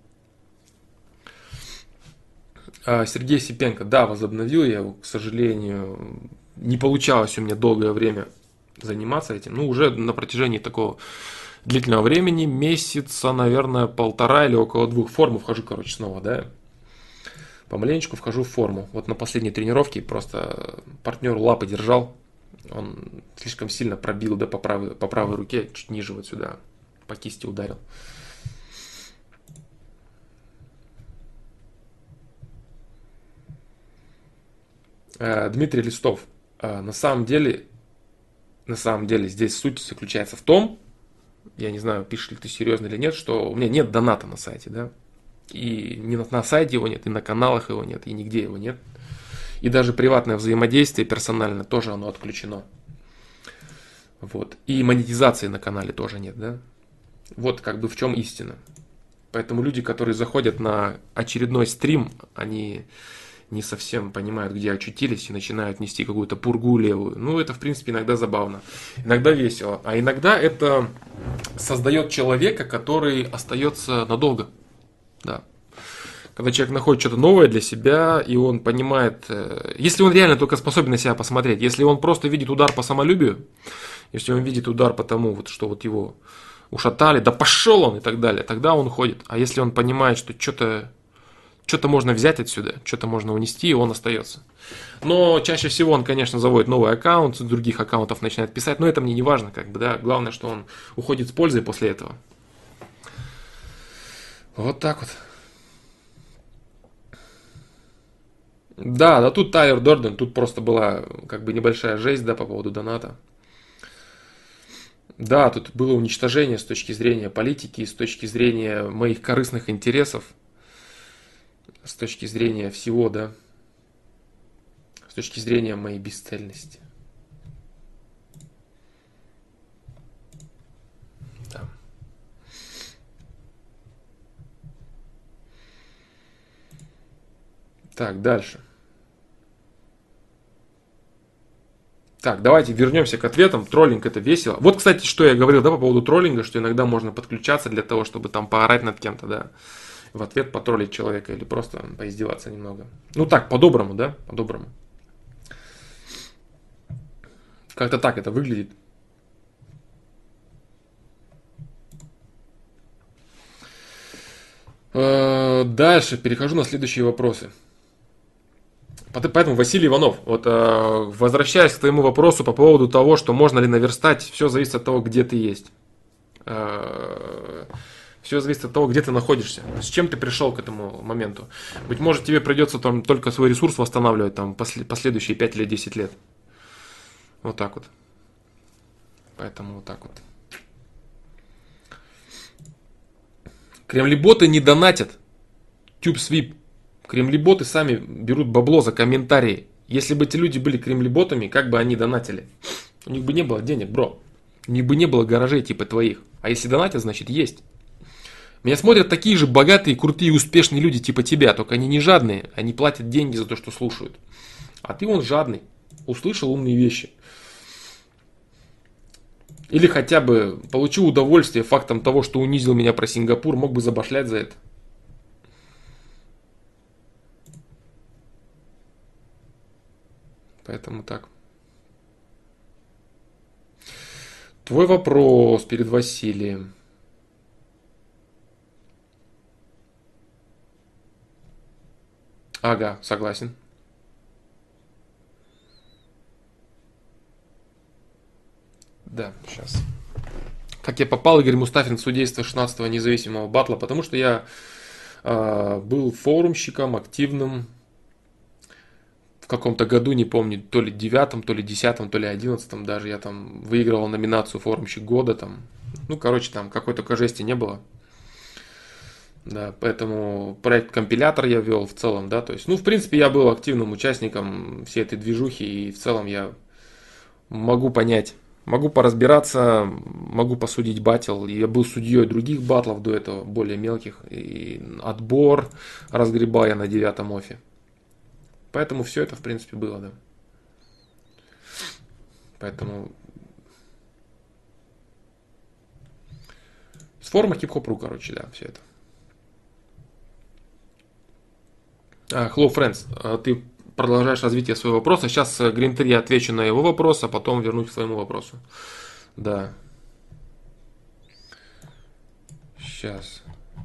А, Сергей Сипенко. Да, возобновил я его, к сожалению. Не получалось у меня долгое время заниматься этим. Ну, уже на протяжении такого длительного времени, месяца, наверное, полтора или около двух. В форму вхожу, короче, снова, да. Помаленечку вхожу в форму. Вот на последней тренировке просто партнер лапы держал. Он слишком сильно пробил, да, по правой, по правой руке, чуть ниже вот сюда, по кисти ударил. Дмитрий Листов. А, на самом деле, на самом деле здесь суть заключается в том, я не знаю, пишешь ли ты серьезно или нет, что у меня нет доната на сайте, да. И ни на, на сайте его нет, и на каналах его нет, и нигде его нет. И даже приватное взаимодействие персонально тоже оно отключено. Вот. И монетизации на канале тоже нет, да. Вот как бы в чем истина. Поэтому люди, которые заходят на очередной стрим, они не совсем понимают, где очутились, и начинают нести какую-то пургу левую. Ну, это, в принципе, иногда забавно. Иногда весело. А иногда это создает человека, который остается надолго. Да. Когда человек находит что-то новое для себя, и он понимает, если он реально только способен на себя посмотреть, если он просто видит удар по самолюбию, если он видит удар по тому, вот, что вот его ушатали, да пошел он и так далее, тогда он ходит. А если он понимает, что что-то что-то можно взять отсюда, что-то можно унести, и он остается. Но чаще всего он, конечно, заводит новый аккаунт, с других аккаунтов начинает писать, но это мне не важно, как бы, да, главное, что он уходит с пользой после этого. Вот так вот. Да, да тут Тайлер Дорден, тут просто была как бы небольшая жесть, да, по поводу доната. Да, тут было уничтожение с точки зрения политики, с точки зрения моих корыстных интересов, с точки зрения всего, да, с точки зрения моей бесцельности. Да. Так, дальше. Так, давайте вернемся к ответам. Троллинг это весело. Вот, кстати, что я говорил, да, по поводу троллинга, что иногда можно подключаться для того, чтобы там поорать над кем-то, да, в ответ потроллить человека или просто поиздеваться немного. Ну так, по-доброму, да, по-доброму. Как-то так это выглядит. Дальше перехожу на следующие вопросы. Поэтому Василий Иванов, вот возвращаясь к твоему вопросу по поводу того, что можно ли наверстать, все зависит от того, где ты есть. Все зависит от того, где ты находишься, с чем ты пришел к этому моменту. Быть может, тебе придется там только свой ресурс восстанавливать там последующие пять или десять лет. Вот так вот. Поэтому вот так вот. Кремлеботы не донатят. TubeSweep. Кремлеботы сами берут бабло за комментарии. Если бы эти люди были кремлеботами, как бы они донатили? У них бы не было денег, бро. У них бы не было гаражей типа твоих. А если донатят, значит есть. Меня смотрят такие же богатые, крутые, успешные люди типа тебя. Только они не жадные. Они платят деньги за то, что слушают. А ты он жадный. Услышал умные вещи. Или хотя бы получил удовольствие фактом того, что унизил меня про Сингапур. Мог бы забашлять за это. Поэтому так. Твой вопрос перед Василием. Ага, согласен. Да, сейчас. Как я попал, Игорь Мустафин, в судейство шестнадцатого независимого батла? Потому что я э, был форумщиком, активным. В каком-то году, не помню, то ли девятом, то ли десятом, то ли одиннадцатом даже я там выигрывал номинацию форумщик года там. Ну, короче, там какой только жести не было. Да, поэтому проект компилятор я вел в целом, да, то есть, ну, в принципе, я был активным участником всей этой движухи, и в целом я могу понять, могу поразбираться, могу посудить батл. Я был судьей других батлов до этого, более мелких, и отбор разгребал я на девятом офе. Поэтому все это, в принципе, было, да. Поэтому с форума хип-хоп.ру, короче, да, все это. Hello, friends, ты продолжаешь развитие своего вопроса. Сейчас Green три отвечу на его вопрос, а потом вернусь к своему вопросу. Да. Сейчас.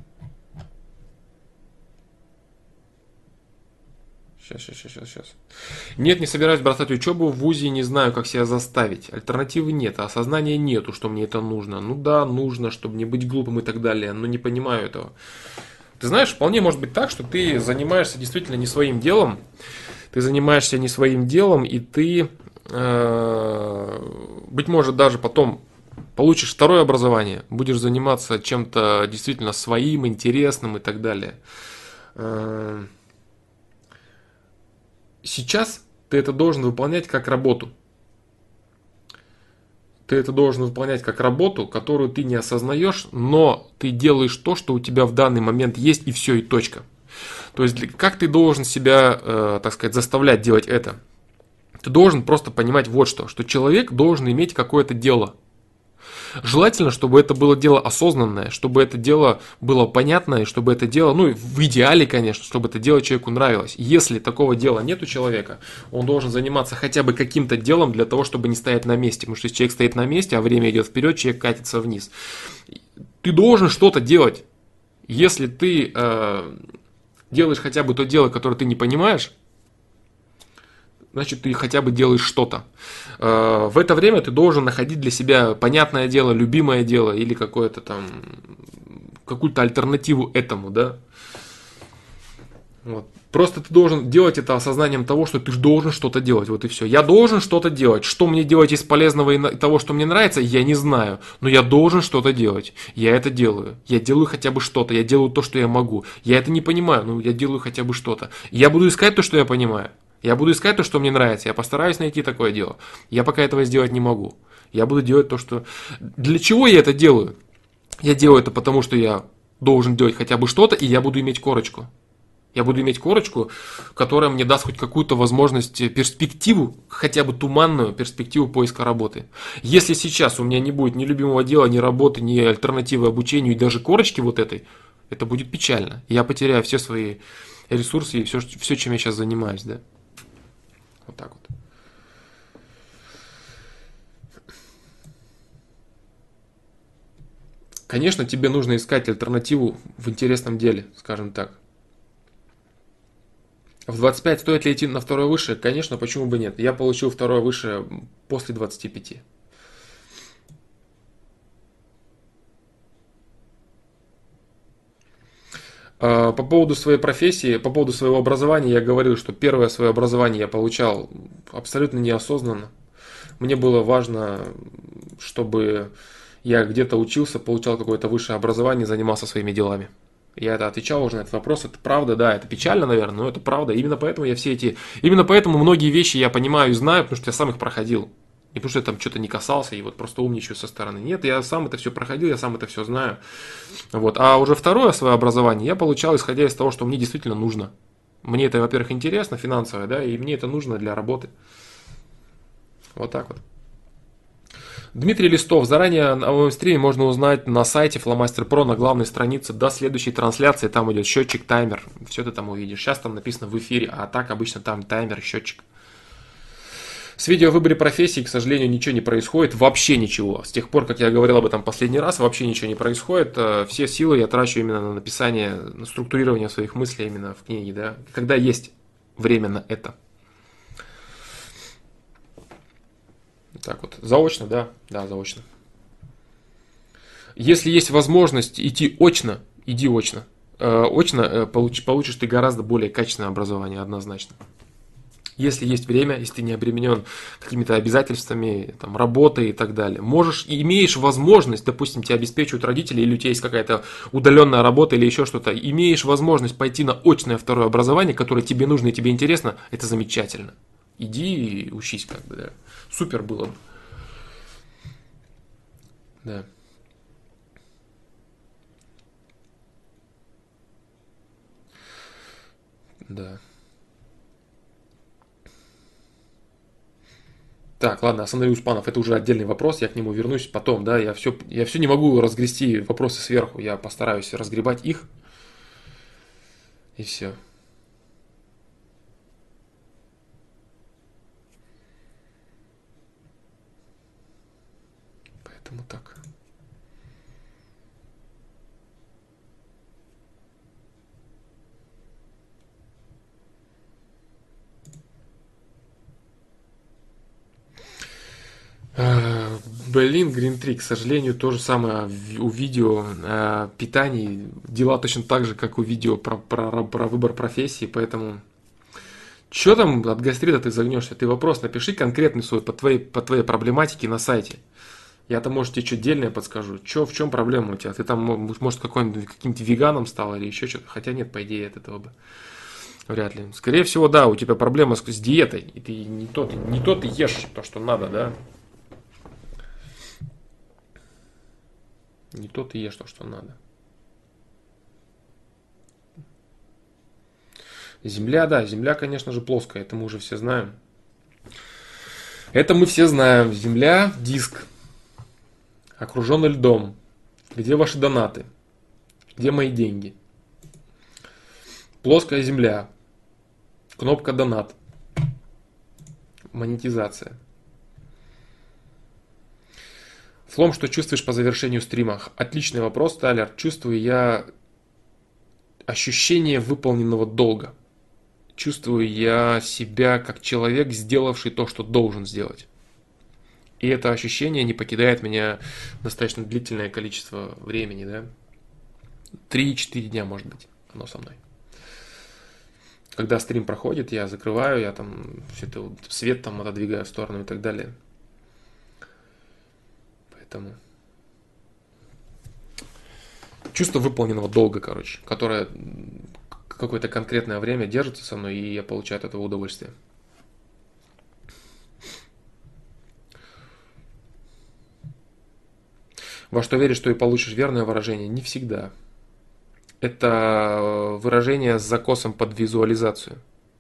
Сейчас, сейчас, сейчас, сейчас. Нет, не собираюсь бросать учебу в вузе, не знаю, как себя заставить. Альтернативы нет, а осознания нету, что мне это нужно. Ну да, нужно, чтобы не быть глупым и так далее, но не понимаю этого. Ты знаешь, вполне может быть так, что ты занимаешься действительно не своим делом. Ты занимаешься не своим делом, и ты э, быть может, даже потом получишь второе образование, будешь заниматься чем-то действительно своим, интересным и так далее. Э, Сейчас ты это должен выполнять как работу. Ты это должен выполнять как работу, которую ты не осознаешь, но ты делаешь то, что у тебя в данный момент есть, и все, и точка. То есть, как ты должен себя, э, так сказать, заставлять делать это? Ты должен просто понимать вот что, что человек должен иметь какое-то дело. Желательно, чтобы это было дело осознанное, чтобы это дело было понятное, чтобы это дело, ну, в идеале, конечно, чтобы это дело человеку нравилось. Если такого дела нет у человека, он должен заниматься хотя бы каким-то делом для того, чтобы не стоять на месте. Потому что если человек стоит на месте, а время идет вперед, человек катится вниз. Ты должен что-то делать. Если ты э, делаешь хотя бы то дело, которое ты не понимаешь, значит, ты хотя бы делаешь что-то. В это время ты должен находить для себя понятное дело, любимое дело или какое-то там, какую-то альтернативу этому, да. Вот. Просто ты должен делать это осознанием того, что ты должен что-то делать, вот и все. Я должен что-то делать. Что мне делать из полезного и того, что мне нравится, я не знаю. Но я должен что-то делать. Я это делаю. Я делаю хотя бы что-то. Я делаю то, что я могу. Я это не понимаю, но я делаю хотя бы что-то. Я буду искать то, что я понимаю. Я буду искать то, что мне нравится. Я постараюсь найти такое дело. Я пока этого сделать не могу. Я буду делать то, что... Для чего я это делаю? Я делаю это потому, что я должен делать хотя бы что-то, и я буду иметь корочку. Я буду иметь корочку, которая мне даст хоть какую-то возможность, перспективу, хотя бы туманную перспективу поиска работы. Если сейчас у меня не будет ни любимого дела, ни работы, ни альтернативы обучению, и даже корочки вот этой, это будет печально. Я потеряю все свои ресурсы и все, все чем я сейчас занимаюсь, да. Вот так вот. Конечно, тебе нужно искать альтернативу в интересном деле, скажем так. В двадцать пять стоит ли идти на второе высшее? Конечно, почему бы нет? Я получил второе высшее после двадцати пяти. По поводу своей профессии, по поводу своего образования, я говорил, что первое свое образование я получал абсолютно неосознанно. Мне было важно, чтобы я где-то учился, получал какое-то высшее образование, занимался своими делами. Я это отвечал уже на этот вопрос, это правда, да, это печально, наверное, но это правда. Именно поэтому я все эти, именно поэтому многие вещи я понимаю и знаю, потому что я сам их проходил. Не потому что я там что-то не касался и вот просто умничаю со стороны. Нет, я сам это все проходил, я сам это все знаю. Вот. А уже второе свое образование я получал, исходя из того, что мне действительно нужно. Мне это, во-первых, интересно, финансовое, да, и мне это нужно для работы. Вот так вот. Дмитрий Листов. Заранее о моем стриме можно узнать на сайте Flowmaster Pro на главной странице до следующей трансляции. Там идет счетчик, таймер. Все ты там увидишь. Сейчас там написано в эфире, а так обычно там таймер, счетчик. С видео о выборе профессии, к сожалению, ничего не происходит. Вообще ничего. С тех пор, как я говорил об этом последний раз, вообще ничего не происходит. Все силы я трачу именно на написание, на структурирование своих мыслей именно в книге. Да? Когда есть время на это. Так вот, заочно, да, да, заочно. Если есть возможность идти очно, иди очно. Э, очно э, получ, получишь ты гораздо более качественное образование, однозначно. Если есть время, если ты не обременен какими-то обязательствами, там, работой и так далее, можешь и имеешь возможность, допустим, тебя обеспечивают родители, или у тебя есть какая-то удаленная работа или еще что-то, имеешь возможность пойти на очное второе образование, которое тебе нужно и тебе интересно, это замечательно. Иди и учись, как бы, да. Супер было бы. Да. Да. Так, ладно, останови Успанов, это уже отдельный вопрос, я к нему вернусь потом, да, я все, я все не могу разгрести вопросы сверху, я постараюсь разгребать их, и все. Поэтому так. Блин, Гринтрик, к сожалению, то же самое у видео о питании. Дела точно так же, как у видео про, про, про выбор профессии, поэтому Че там от гастрита ты загнешься? Ты вопрос напиши конкретный свой по твоей, по твоей проблематике на сайте. Я-то, может, тебе что дельное подскажу. Че, в чем проблема у тебя? Ты там, может, какой-нибудь, каким-то веганом стал или еще что-то. Хотя нет, по идее, от этого бы. Вряд ли. Скорее всего, да, у тебя проблема с, с диетой. И ты не то, ты не то ты ешь то, что надо, да? Не то ты ешь то, что надо. Земля, да, Земля, конечно же, плоская, это мы уже все знаем. Это мы все знаем. Земля, диск, окруженный льдом. Где ваши донаты? Где мои деньги? Плоская Земля. Кнопка донат. Монетизация. Флом, что чувствуешь по завершению стрима? Отличный вопрос, Талер. Чувствую я ощущение выполненного долга. Чувствую я себя как человек, сделавший то, что должен сделать. И это ощущение не покидает меня достаточно длительное количество времени, да? три-четыре дня, может быть, оно со мной. Когда стрим проходит, я закрываю, я там все это, свет там отодвигаю в сторону и так далее. Поэтому чувство выполненного долга, короче, которое какое-то конкретное время держится со мной, и я получаю от этого удовольствие. Во что веришь, что и получишь верное выражение? Не всегда. Это выражение с закосом под визуализацию.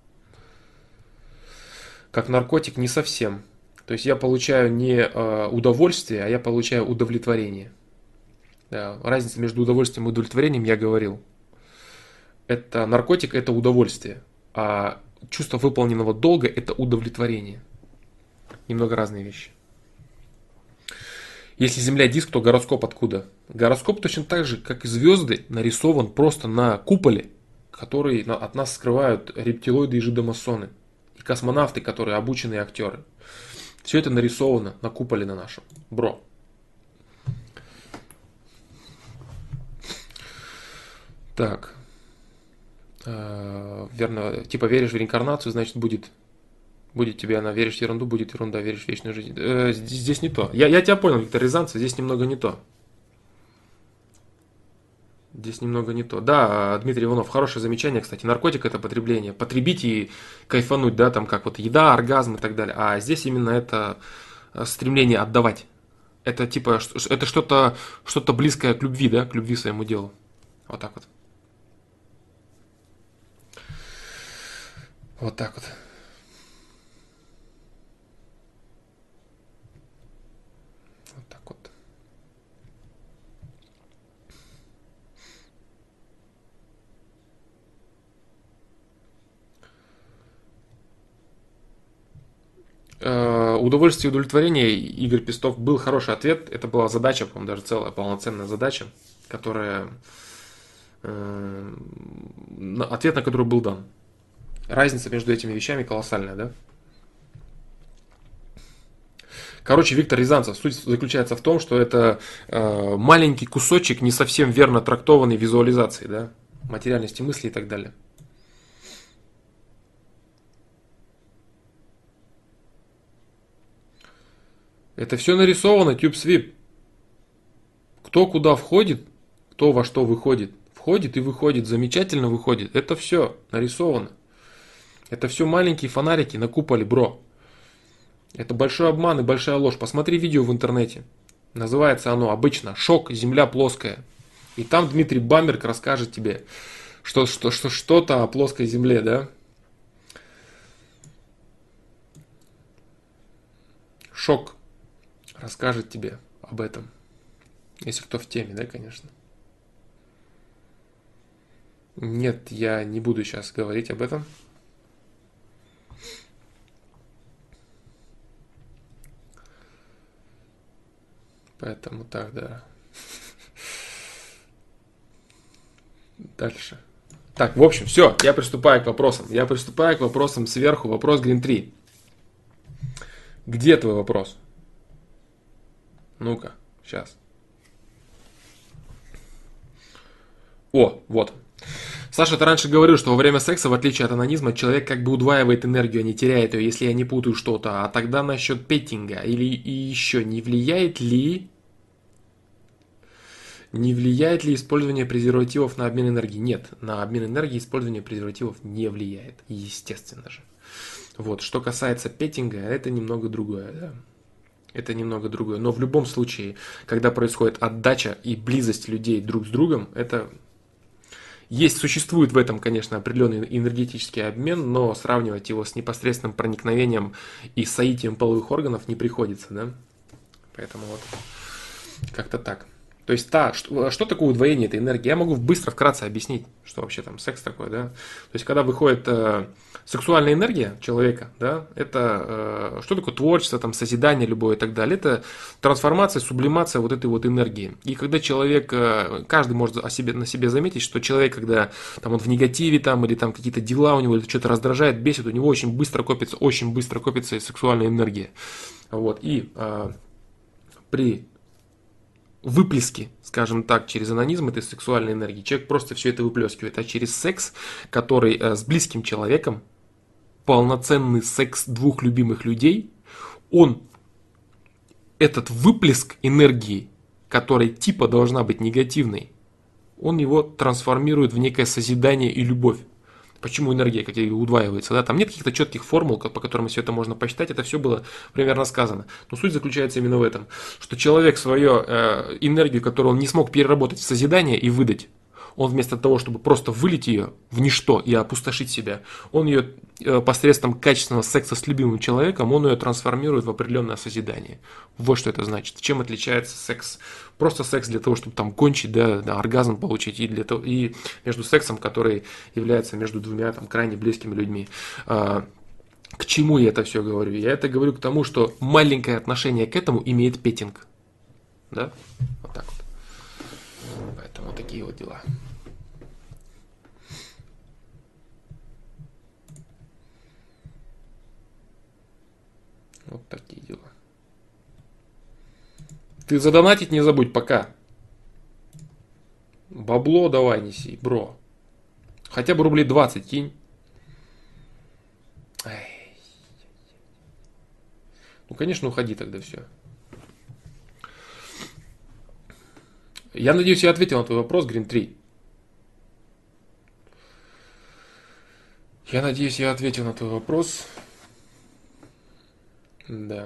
Как наркотик не совсем. То есть я получаю не удовольствие, а я получаю удовлетворение. Да, разница между удовольствием и удовлетворением я говорил. Это наркотик, это удовольствие, а чувство выполненного долга – это удовлетворение. Немного разные вещи. Если Земля диск, то гороскоп откуда? Гороскоп точно так же, как и звезды, нарисован просто на куполе, который от нас скрывают рептилоиды и жидомасоны. И космонавты, которые обученные актеры. Все это нарисовано на куполе на нашем. Бро. Так. Верно, типа веришь в реинкарнацию, значит будет, будет тебе она, веришь в ерунду, будет ерунда, веришь в вечную жизнь. Э, здесь, здесь не то. Я, я тебя понял, Виктор Рязанцев, здесь немного не то. Здесь немного не то. Да, Дмитрий Иванов, хорошее замечание, кстати. Наркотик – это потребление. Потребить и кайфануть, да, там как вот еда, оргазм и так далее. А здесь именно это стремление отдавать. Это типа, это что-то, что-то близкое к любви, да, к любви своему делу. Вот так вот. Вот так вот. Вот так вот. Э, удовольствие и удовлетворение, Игорь Пестов, был хороший ответ. Это была задача, по-моему, даже целая полноценная задача, которая... Э, ответ на который был дан. Разница между этими вещами колоссальная, да? Короче, Виктор Рязанцев, суть заключается в том, что это э, маленький кусочек не совсем верно трактованной визуализации, да? Материальности мысли и так далее. Это все нарисовано, TubeSweep. Кто куда входит, кто во что выходит. Входит и выходит, замечательно выходит. Это все нарисовано. Это все маленькие фонарики на куполе, бро. Это большой обман и большая ложь. Посмотри видео в интернете. Называется оно обычно «Шок. Земля плоская». И там Дмитрий Бамберг расскажет тебе, что, что, что, что-то о плоской земле, да? Шок расскажет тебе об этом. Если кто в теме, да, конечно. Нет, я не буду сейчас говорить об этом. Поэтому так, да. Дальше. Так, в общем, все, я приступаю к вопросам. Я приступаю к вопросам сверху. Вопрос Green три. Где твой вопрос? Ну-ка, сейчас. О, вот. Саша, ты раньше говорил, что во время секса, в отличие от анонизма, человек как бы удваивает энергию, а не теряет ее, если я не путаю что-то. А тогда насчет петтинга или и еще не влияет ли не влияет ли использование презервативов на обмен энергии? Нет, на обмен энергии использование презервативов не влияет, естественно же. Вот, что касается петтинга, это немного другое, да. Это немного другое. Но в любом случае, когда происходит отдача и близость людей друг с другом, это есть, существует в этом, конечно, определенный энергетический обмен, но сравнивать его с непосредственным проникновением и соитием половых органов не приходится, да. Поэтому вот как-то так. То есть, та, что, что такое удвоение этой энергии? Я могу быстро, вкратце объяснить, что вообще там секс такое, да. То есть, когда выходит э, сексуальная энергия человека, да, это э, что такое творчество, там, созидание любое и так далее. Это трансформация, сублимация вот этой вот энергии. И когда человек, э, каждый может о себе, на себе заметить, что человек, когда там, он в негативе там, или там какие-то дела у него, или что-то раздражает, бесит, у него очень быстро копится, очень быстро копится сексуальная энергия. Вот. И э, при выплески, скажем так, через анонизм этой сексуальной энергии, человек просто все это выплескивает. А через секс, который э, с близким человеком, полноценный секс двух любимых людей, он этот выплеск энергии, которая типа должна быть негативной, он его трансформирует в некое созидание и любовь. Почему энергия как удваивается, да? Там нет каких-то четких формул, по которым все это можно посчитать, это все было примерно сказано. Но суть заключается именно в этом, что человек свою э, энергию, которую он не смог переработать в созидание и выдать, он вместо того, чтобы просто вылить ее в ничто и опустошить себя, он ее э, посредством качественного секса с любимым человеком, он ее трансформирует в определенное созидание. Вот что это значит. Чем отличается секс? Просто секс для того, чтобы там кончить, да, да, оргазм получить, и, для того, и между сексом, который является между двумя там, крайне близкими людьми. А, к чему я это все говорю? Я это говорю к тому, что маленькое отношение к этому имеет петтинг. Да? Вот так вот. Поэтому вот такие вот дела. Вот такие дела. Ты задонатить не забудь пока. Бабло давай неси, бро. Хотя бы рублей двадцать кинь. Ай. Ну, конечно, уходи тогда все. Я надеюсь, я ответил на твой вопрос, Green три. Я надеюсь, я ответил на твой вопрос. Да.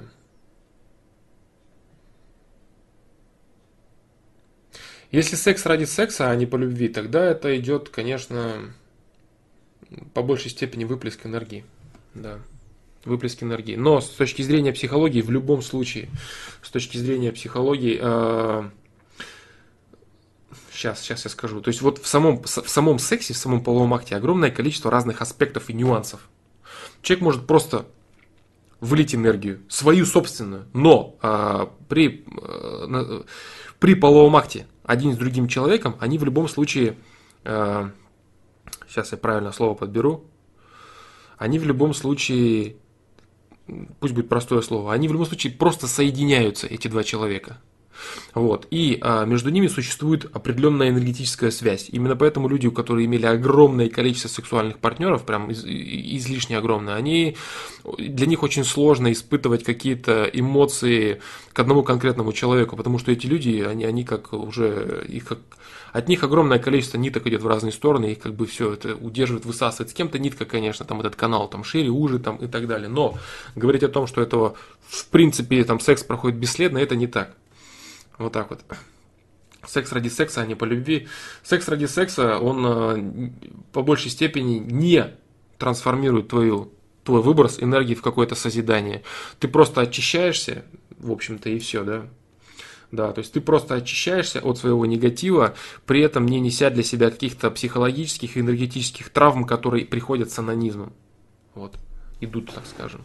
Если секс ради секса, а не по любви, тогда это идет, конечно, по большей степени выплеск энергии. Да. Выплеск энергии. Но с точки зрения психологии, в любом случае, с точки зрения психологии, э, сейчас, сейчас я скажу. То есть вот в самом, в самом сексе, в самом половом акте огромное количество разных аспектов и нюансов. Человек может просто влить энергию, свою собственную, но э, при, э, при половом акте один с другим человеком, они в любом случае, э, сейчас я правильное слово подберу, они в любом случае, пусть будет простое слово, они в любом случае просто соединяются, эти два человека. Вот. И а, между ними существует определенная энергетическая связь. Именно поэтому люди, которые имели огромное количество сексуальных партнеров, прям из, излишне огромное, они, для них очень сложно испытывать какие-то эмоции к одному конкретному человеку, потому что эти люди, они, они как уже, их как, от них огромное количество ниток идет в разные стороны, их как бы все это удерживает, высасывает. С кем-то нитка, конечно, там этот канал там шире, уже там и так далее. Но говорить о том, что этого в принципе там секс проходит бесследно, это не так. Вот так вот. Секс ради секса, а не по любви. Секс ради секса, он по большей степени не трансформирует твою, твой выброс энергии в какое-то созидание. Ты просто очищаешься, в общем-то, и все, да. Да, то есть ты просто очищаешься от своего негатива, при этом не неся для себя каких-то психологических и энергетических травм, которые приходят с анонизмом. Вот. Идут, так скажем.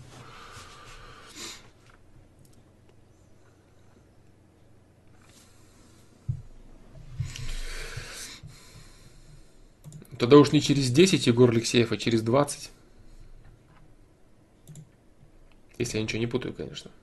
Тогда уж не через десять, Егор Алексеев, а через двадцать. Если я ничего не путаю, конечно.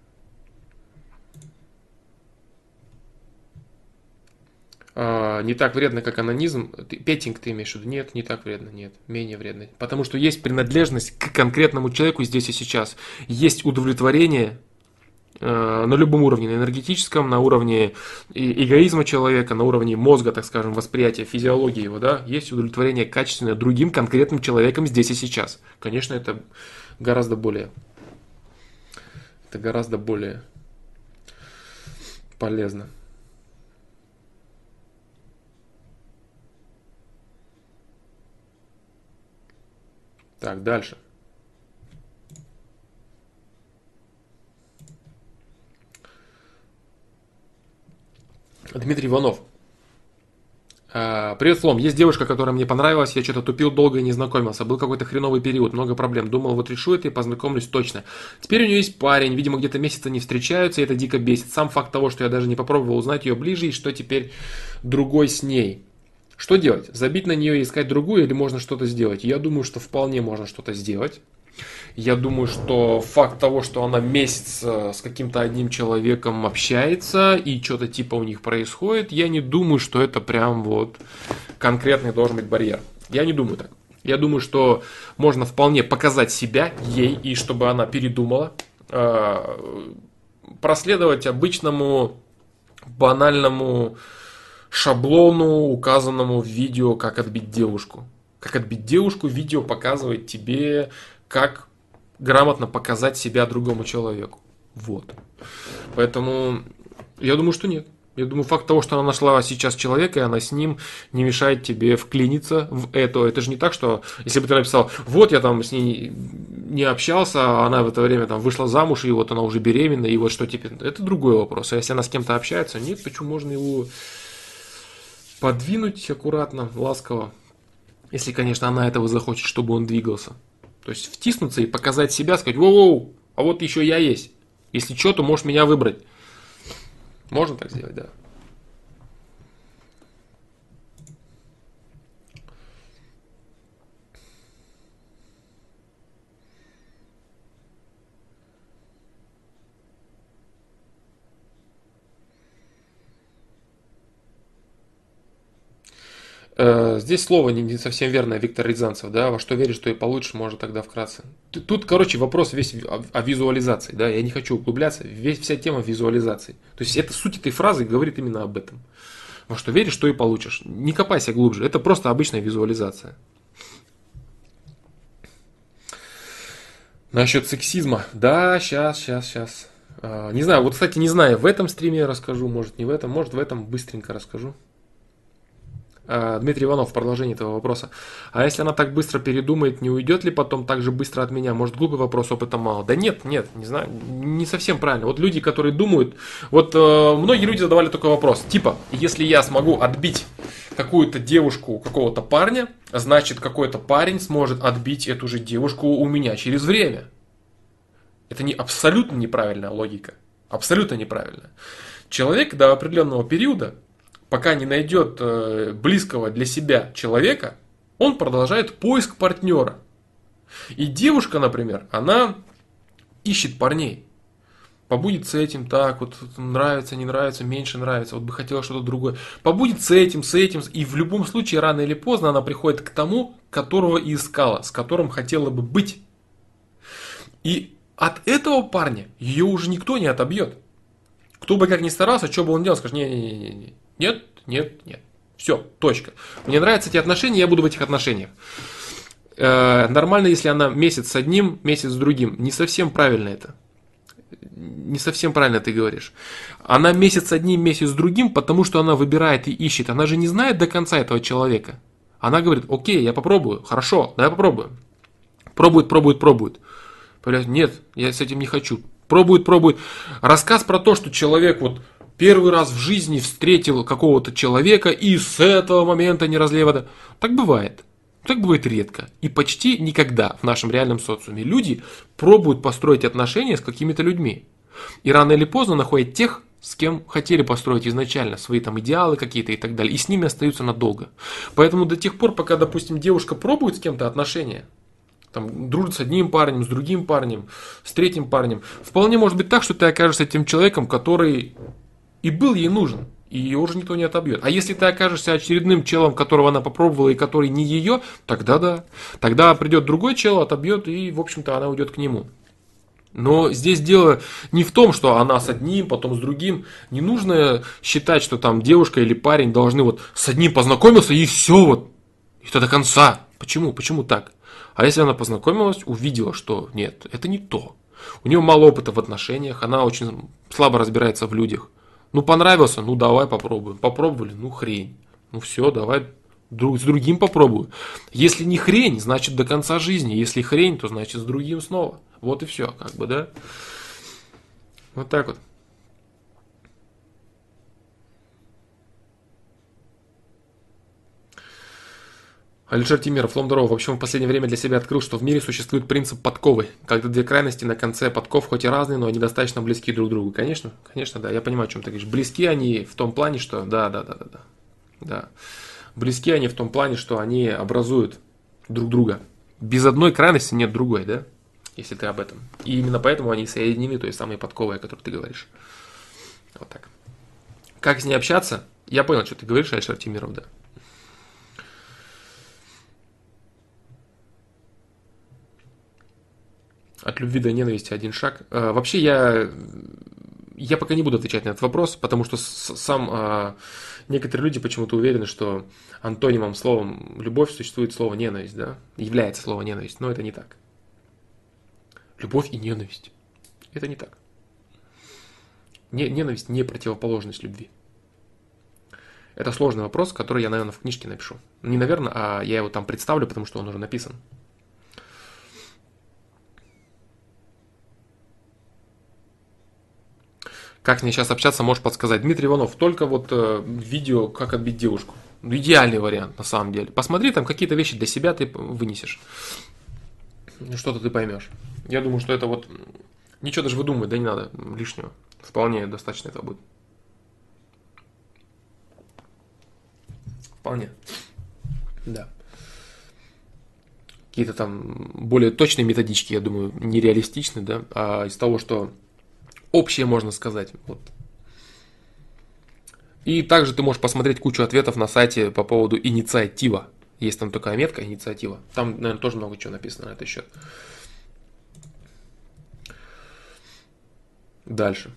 не так вредно, как анонизм. Петинг ты имеешь в виду? Нет, не так вредно, нет, менее вредно. Потому что есть принадлежность к конкретному человеку здесь и сейчас. Есть удовлетворение э, на любом уровне, на энергетическом, на уровне эгоизма человека, на уровне мозга, так скажем, восприятия, физиологии его, да, есть удовлетворение качественное другим конкретным человеком здесь и сейчас. Конечно, это гораздо более, это гораздо более полезно. Так, дальше. Дмитрий Иванов. Привет, Флом. Есть девушка, которая мне понравилась, я что-то тупил долго и не знакомился. Был какой-то хреновый период, много проблем. Думал, вот решу это и познакомлюсь точно. Теперь у нее есть парень, видимо, где-то месяца не встречаются, и это дико бесит. Сам факт того, что я даже не попробовал узнать ее ближе, и что теперь другой с ней. Что делать? Забить на нее и искать другую, или можно что-то сделать? Я думаю, что вполне можно что-то сделать. Я думаю, что факт того, что она месяц с каким-то одним человеком общается и что-то типа у них происходит, я не думаю, что это прям вот конкретный должен быть барьер. Я не думаю так. Я думаю, что можно вполне показать себя ей, и чтобы она передумала, проследовать обычному банальному шаблону, указанному в видео, как отбить девушку. Как отбить девушку, видео показывает тебе, как грамотно показать себя другому человеку. Вот. Поэтому я думаю, что нет. Я думаю, факт того, что она нашла сейчас человека, и она с ним, не мешает тебе вклиниться в это. Это же не так, что если бы ты написал, вот я там с ней не общался, а она в это время там вышла замуж, и вот она уже беременна, и вот что теперь. Это другой вопрос. А если она с кем-то общается, нет, почему можно его подвинуть аккуратно, ласково, если, конечно, она этого захочет, чтобы он двигался. То есть втиснуться и показать себя, сказать, воу-воу, а вот еще я есть. Если что, то можешь меня выбрать. Можно так сделать, да. Здесь слово не совсем верное, Виктор Рязанцев, да, во что веришь, что и получишь, может тогда вкратце. Тут, короче, вопрос весь о, о визуализации, да, я не хочу углубляться, весь, вся тема визуализации. То есть это суть этой фразы говорит именно об этом. Во что веришь, что и получишь. Не копайся глубже, это просто обычная визуализация. Насчет сексизма, да, сейчас, сейчас, сейчас. А, не знаю, вот, кстати, не знаю, в этом стриме расскажу, может не в этом, может в этом быстренько расскажу. Дмитрий Иванов, в продолжении этого вопроса. А если она так быстро передумает, не уйдет ли потом так же быстро от меня? Может, глупый вопрос, опыта мало? Да нет, нет, не знаю, не совсем правильно. Вот люди, которые думают, вот э, многие люди задавали такой вопрос, типа, если я смогу отбить какую-то девушку у какого-то парня, значит, какой-то парень сможет отбить эту же девушку у меня через время. Это не, абсолютно неправильная логика. Абсолютно неправильная. Человек до определенного периода, пока не найдет близкого для себя человека, он продолжает поиск партнера. И девушка, например, она ищет парней. Побудет с этим, так, вот нравится, не нравится, меньше нравится, вот бы хотела что-то другое. Побудет с этим, с этим, и в любом случае, рано или поздно, она приходит к тому, которого и искала, с которым хотела бы быть. И от этого парня ее уже никто не отобьет. Кто бы как ни старался, что бы он делал, скажет, не-не-не-не. Нет, нет, нет. Все, точка. Мне нравятся эти отношения, я буду в этих отношениях. Э, нормально, если она месяц с одним, месяц с другим. Не совсем правильно это. Не совсем правильно ты говоришь. Она месяц с одним, месяц с другим, потому что она выбирает и ищет. Она же не знает до конца этого человека. Она говорит, окей, я попробую, хорошо, давай попробуем. Пробует, пробует, пробует. Нет, я с этим не хочу. Пробует, пробует. Рассказ про то, что человек вот первый раз в жизни встретил какого-то человека и с этого момента не разлей вода. Так бывает. Так бывает редко. И почти никогда в нашем реальном социуме люди пробуют построить отношения с какими-то людьми. И рано или поздно находят тех, с кем хотели построить изначально свои там идеалы какие-то и так далее. И с ними остаются надолго. Поэтому до тех пор, пока, допустим, девушка пробует с кем-то отношения, там, дружит с одним парнем, с другим парнем, с третьим парнем, вполне может быть так, что ты окажешься тем человеком, который и был ей нужен. И ее уже никто не отобьет. А если ты окажешься очередным челом, которого она попробовала и который не ее, тогда да. Тогда придет другой чел, отобьет, и, в общем-то, она уйдет к нему. Но здесь дело не в том, что она с одним, потом с другим. Не нужно считать, что там девушка или парень должны вот с одним познакомился и все вот. Это до конца. Почему? Почему так? А если она познакомилась, увидела, что нет, это не то. У нее мало опыта в отношениях, она очень слабо разбирается в людях. Ну, понравился, ну, давай попробуем. Попробовали, ну, хрень. Ну, все, давай друг, с другим попробую. Если не хрень, значит до конца жизни. Если хрень, то значит с другим снова. Вот и все, как бы, да? Вот так вот. Алишер Тимиров, Лом здорово. В общем, в последнее время для себя открыл, что в мире существует принцип подковы, когда две крайности на конце подков хоть и разные, но они достаточно близки друг к другу. Конечно, конечно, да, я понимаю, о чем ты говоришь. Близки они в том плане, что... Да, да, да, да, да. Да. Близки они в том плане, что они образуют друг друга. Без одной крайности нет другой, да? Если ты об этом. И именно поэтому они соединены той самой подковой, о которой ты говоришь. Вот так. Как с ней общаться? Я понял, что ты говоришь, Алишер Тимиров, да. От любви до ненависти один шаг. А, вообще я, я пока не буду отвечать на этот вопрос, потому что с, сам а, некоторые люди почему-то уверены, что антонимом словом любовь существует слово ненависть, да, является слово ненависть, но это не так. Любовь и ненависть. Это не так. Не, ненависть не противоположность любви. Это сложный вопрос, который я, наверное, в книжке напишу. Не наверное, а я его там представлю, потому что он уже написан. Как мне сейчас общаться, можешь подсказать. Дмитрий Иванов, только вот э, видео, как отбить девушку. Ну, идеальный вариант, на самом деле. Посмотри, там какие-то вещи для себя ты вынесешь. Что-то ты поймешь. Я думаю, что это вот... Ничего даже выдумывать, да не надо лишнего. Вполне достаточно этого будет. Вполне. Да. Какие-то там более точные методички, я думаю, нереалистичны, да. А из того, что общее можно сказать. Вот. И также ты можешь посмотреть кучу ответов на сайте по поводу инициатива. Есть там такая метка инициатива. Там, наверное, тоже много чего написано на этот счет. Дальше.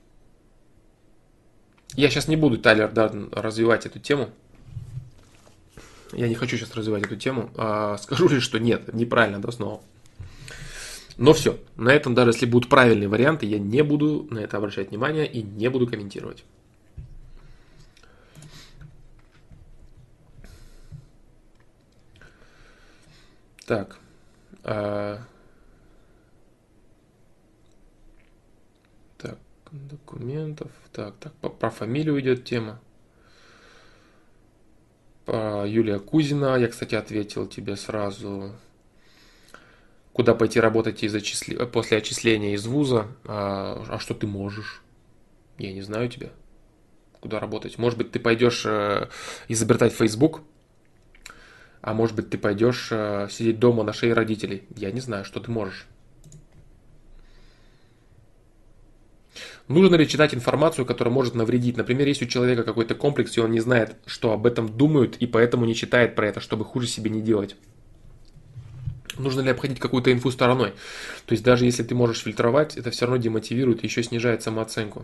Я сейчас не буду, Тайлер Дарден, развивать эту тему. Я не хочу сейчас развивать эту тему. А скажу лишь, что нет, неправильно, да, снова. Но все. На этом, даже если будут правильные варианты, я не буду на это обращать внимание и не буду комментировать. Так. А... Так, документов. Так, так, про фамилию идет тема. Юлия Кузина, я, кстати, ответил тебе сразу, куда пойти работать из отчисли... после отчисления из вуза, а, а что ты можешь? Я не знаю тебя, куда работать. Может быть, ты пойдешь э, изобретать Facebook, а может быть, ты пойдешь э, сидеть дома на шее родителей. Я не знаю, что ты можешь. Нужно ли читать информацию, которая может навредить? Например, есть у человека какой-то комплекс, и он не знает, что об этом думают, и поэтому не читает про это, чтобы хуже себе не делать. Нужно ли обходить какую-то инфу стороной? То есть даже если ты можешь фильтровать, это все равно демотивирует и еще снижает самооценку.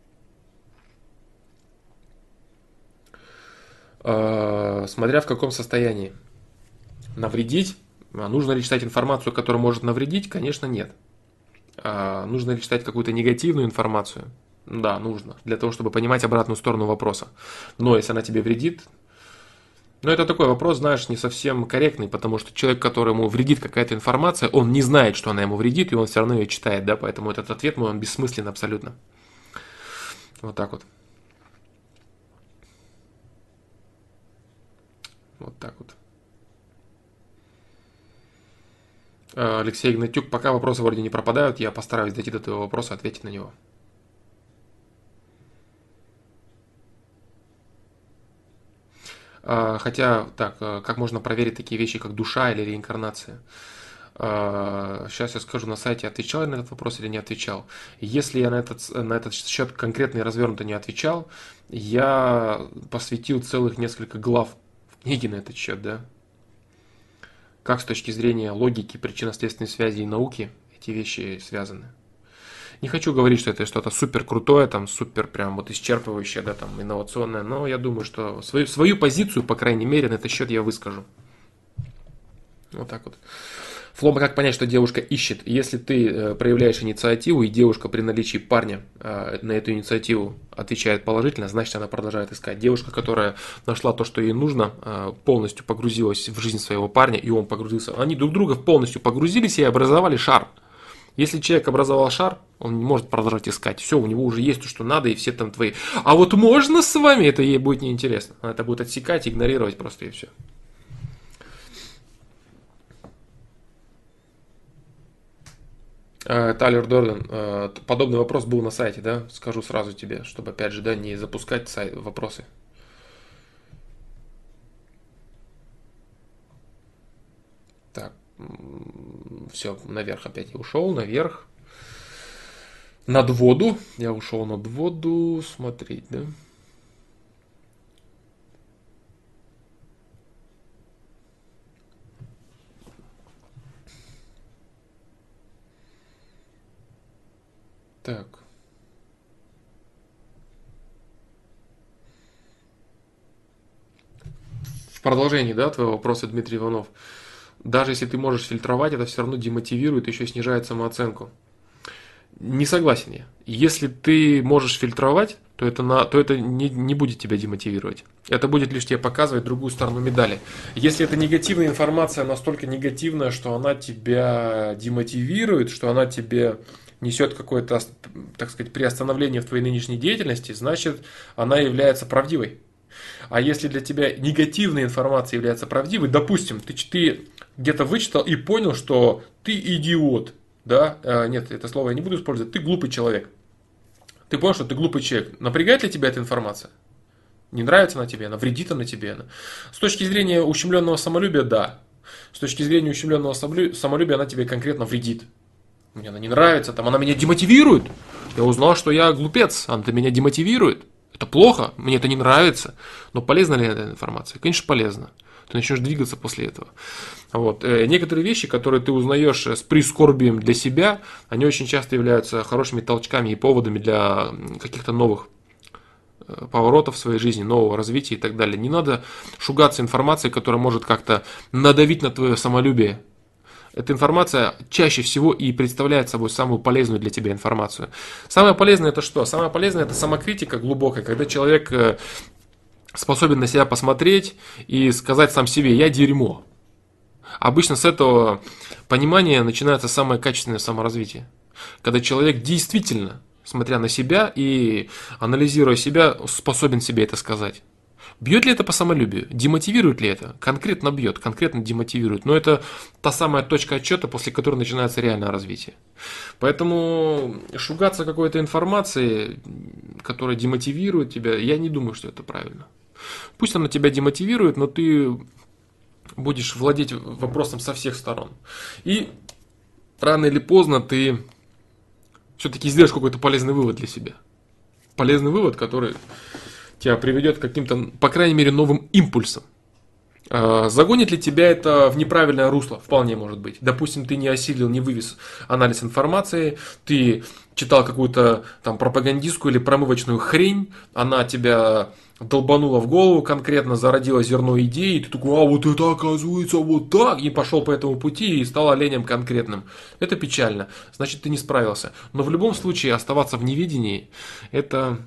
Смотря в каком состоянии. Навредить? Нужно ли читать информацию, которая может навредить? Конечно, нет. А нужно ли читать какую-то негативную информацию? Да, нужно. Для того, чтобы понимать обратную сторону вопроса. Но если она тебе вредит... Но это такой вопрос, знаешь, не совсем корректный, потому что человек, которому вредит какая-то информация, он не знает, что она ему вредит, и он все равно ее читает, да, поэтому этот ответ мой, он бессмыслен абсолютно. Вот так вот. Вот так вот. Алексей Игнатюк, пока вопросы вроде не пропадают, я постараюсь дойти до твоего вопроса, ответить на него. Хотя, так, как можно проверить такие вещи, как душа или реинкарнация? Сейчас я скажу, на сайте отвечал я на этот вопрос или не отвечал. Если я на этот, на этот счет конкретно и развернуто не отвечал, я посвятил целых несколько глав в книге на этот счет, да. Как с точки зрения логики, причинно-следственной связи и науки эти вещи связаны. Не хочу говорить, что это что-то супер крутое, там супер прям вот исчерпывающее, да, там инновационное, но я думаю, что свою, свою позицию, по крайней мере, на этот счет я выскажу. Вот так вот. Флома, как понять, что девушка ищет? Если ты проявляешь инициативу, и девушка при наличии парня на эту инициативу отвечает положительно, значит, она продолжает искать. Девушка, которая нашла то, что ей нужно, полностью погрузилась в жизнь своего парня, и он погрузился. Они друг друга полностью погрузились и образовали шар. Если человек образовал шар, он не может продолжать искать. Все, у него уже есть то, что надо, и все там твои. А вот можно с вами? Это ей будет неинтересно. Она это будет отсекать, игнорировать просто, и все. Тайлер Дорден, подобный вопрос был на сайте, да, скажу сразу тебе, чтобы опять же, да, не запускать сайт, вопросы. Так, все, наверх опять я ушел, наверх, над воду, я ушел над воду, смотреть, да. Так. В продолжении, да, твоего вопроса, Дмитрий Иванов. Даже если ты можешь фильтровать, это все равно демотивирует, еще снижает самооценку. Не согласен я. Если ты можешь фильтровать, то это, на, то это не, не будет тебя демотивировать. Это будет лишь тебе показывать другую сторону медали. Если это негативная информация, настолько негативная, что она тебя демотивирует, что она тебе несет какое-то, так сказать, приостановление в твоей нынешней деятельности, значит, она является правдивой. А если для тебя негативная информация является правдивой, допустим, ты, ты где-то вычитал и понял, что ты идиот, да, а, нет, это слово я не буду использовать, ты глупый человек. Ты понял, что ты глупый человек. Напрягает ли тебя эта информация? Не нравится она тебе, она вредит она тебе. Она. С точки зрения ущемленного самолюбия, да. С точки зрения ущемленного самолюбия она тебе конкретно вредит. Мне она не нравится, там она меня демотивирует. Я узнал, что я глупец, она меня демотивирует. Это плохо, мне это не нравится. Но полезна ли эта информация? Конечно, полезно. Ты начнешь двигаться после этого. Вот. Некоторые вещи, которые ты узнаешь с прискорбием для себя, они очень часто являются хорошими толчками и поводами для каких-то новых поворотов в своей жизни, нового развития и так далее. Не надо шугаться информацией, которая может как-то надавить на твое самолюбие. Эта информация чаще всего и представляет собой самую полезную для тебя информацию. Самое полезное это что? Самое полезное это самокритика глубокая, когда человек способен на себя посмотреть и сказать сам себе: я дерьмо. Обычно с этого понимания начинается самое качественное саморазвитие. Когда человек действительно, смотря на себя и анализируя себя, способен себе это сказать. Бьет ли это по самолюбию? Демотивирует ли это? Конкретно бьет, конкретно демотивирует. Но это та самая точка отсчета, после которой начинается реальное развитие. Поэтому шугаться какой-то информацией, которая демотивирует тебя, я не думаю, что это правильно. Пусть она тебя демотивирует, но ты будешь владеть вопросом со всех сторон. И рано или поздно ты все-таки сделаешь какой-то полезный вывод для себя. Полезный вывод, который тебя приведет к каким-то, по крайней мере, новым импульсам. Загонит ли тебя это в неправильное русло? Вполне может быть. Допустим, ты не осилил, не вывез анализ информации, ты читал какую-то там пропагандистскую или промывочную хрень, она тебя долбанула в голову конкретно, зародила зерно идеи, и ты такой: а вот это оказывается вот так, и пошел по этому пути и стал оленем конкретным. Это печально, значит, ты не справился. Но в любом случае оставаться в неведении, это,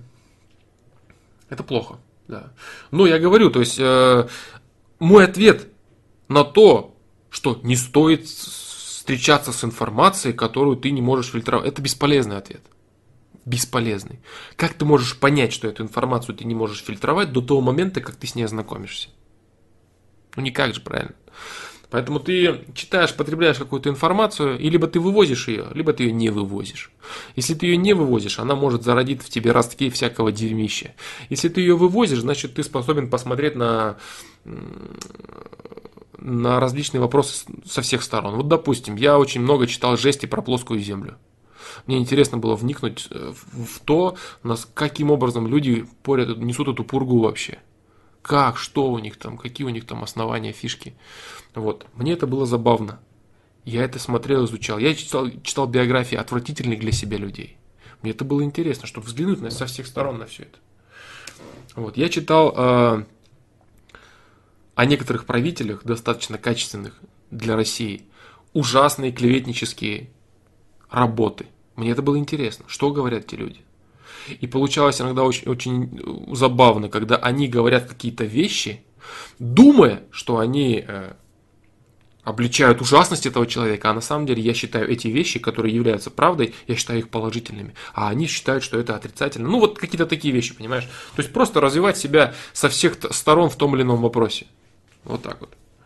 это плохо. Да. Но я говорю, то есть э, мой ответ на то, что не стоит встречаться с информацией, которую ты не можешь фильтровать, это бесполезный ответ. Бесполезный. Как ты можешь понять, что эту информацию ты не можешь фильтровать до того момента, как ты с ней ознакомишься? Ну никак же, правильно? Поэтому ты читаешь, потребляешь какую-то информацию, и либо ты вывозишь ее, либо ты ее не вывозишь. Если ты ее не вывозишь, она может зародить в тебе ростки всякого дерьмища. Если ты ее вывозишь, значит ты способен посмотреть на, на различные вопросы со всех сторон. Вот, допустим, я очень много читал жести про плоскую землю. Мне интересно было вникнуть в то, каким образом люди порят, несут эту пургу вообще. Как, что у них там, какие у них там основания, фишки. Вот. Мне это было забавно. Я это смотрел, изучал. Я читал, читал биографии отвратительных для себя людей. Мне это было интересно, чтобы взглянуть на, со всех сторон на все это. Вот. Я читал э, о некоторых правителях, достаточно качественных для России, ужасные клеветнические работы. Мне это было интересно, что говорят те люди. И получалось иногда очень, очень забавно, когда они говорят какие-то вещи, думая, что они э, обличают ужасность этого человека, а на самом деле я считаю эти вещи, которые являются правдой, я считаю их положительными, а они считают, что это отрицательно. Ну вот какие-то такие вещи, понимаешь? То есть просто развивать себя со всех сторон в том или ином вопросе. Вот так вот.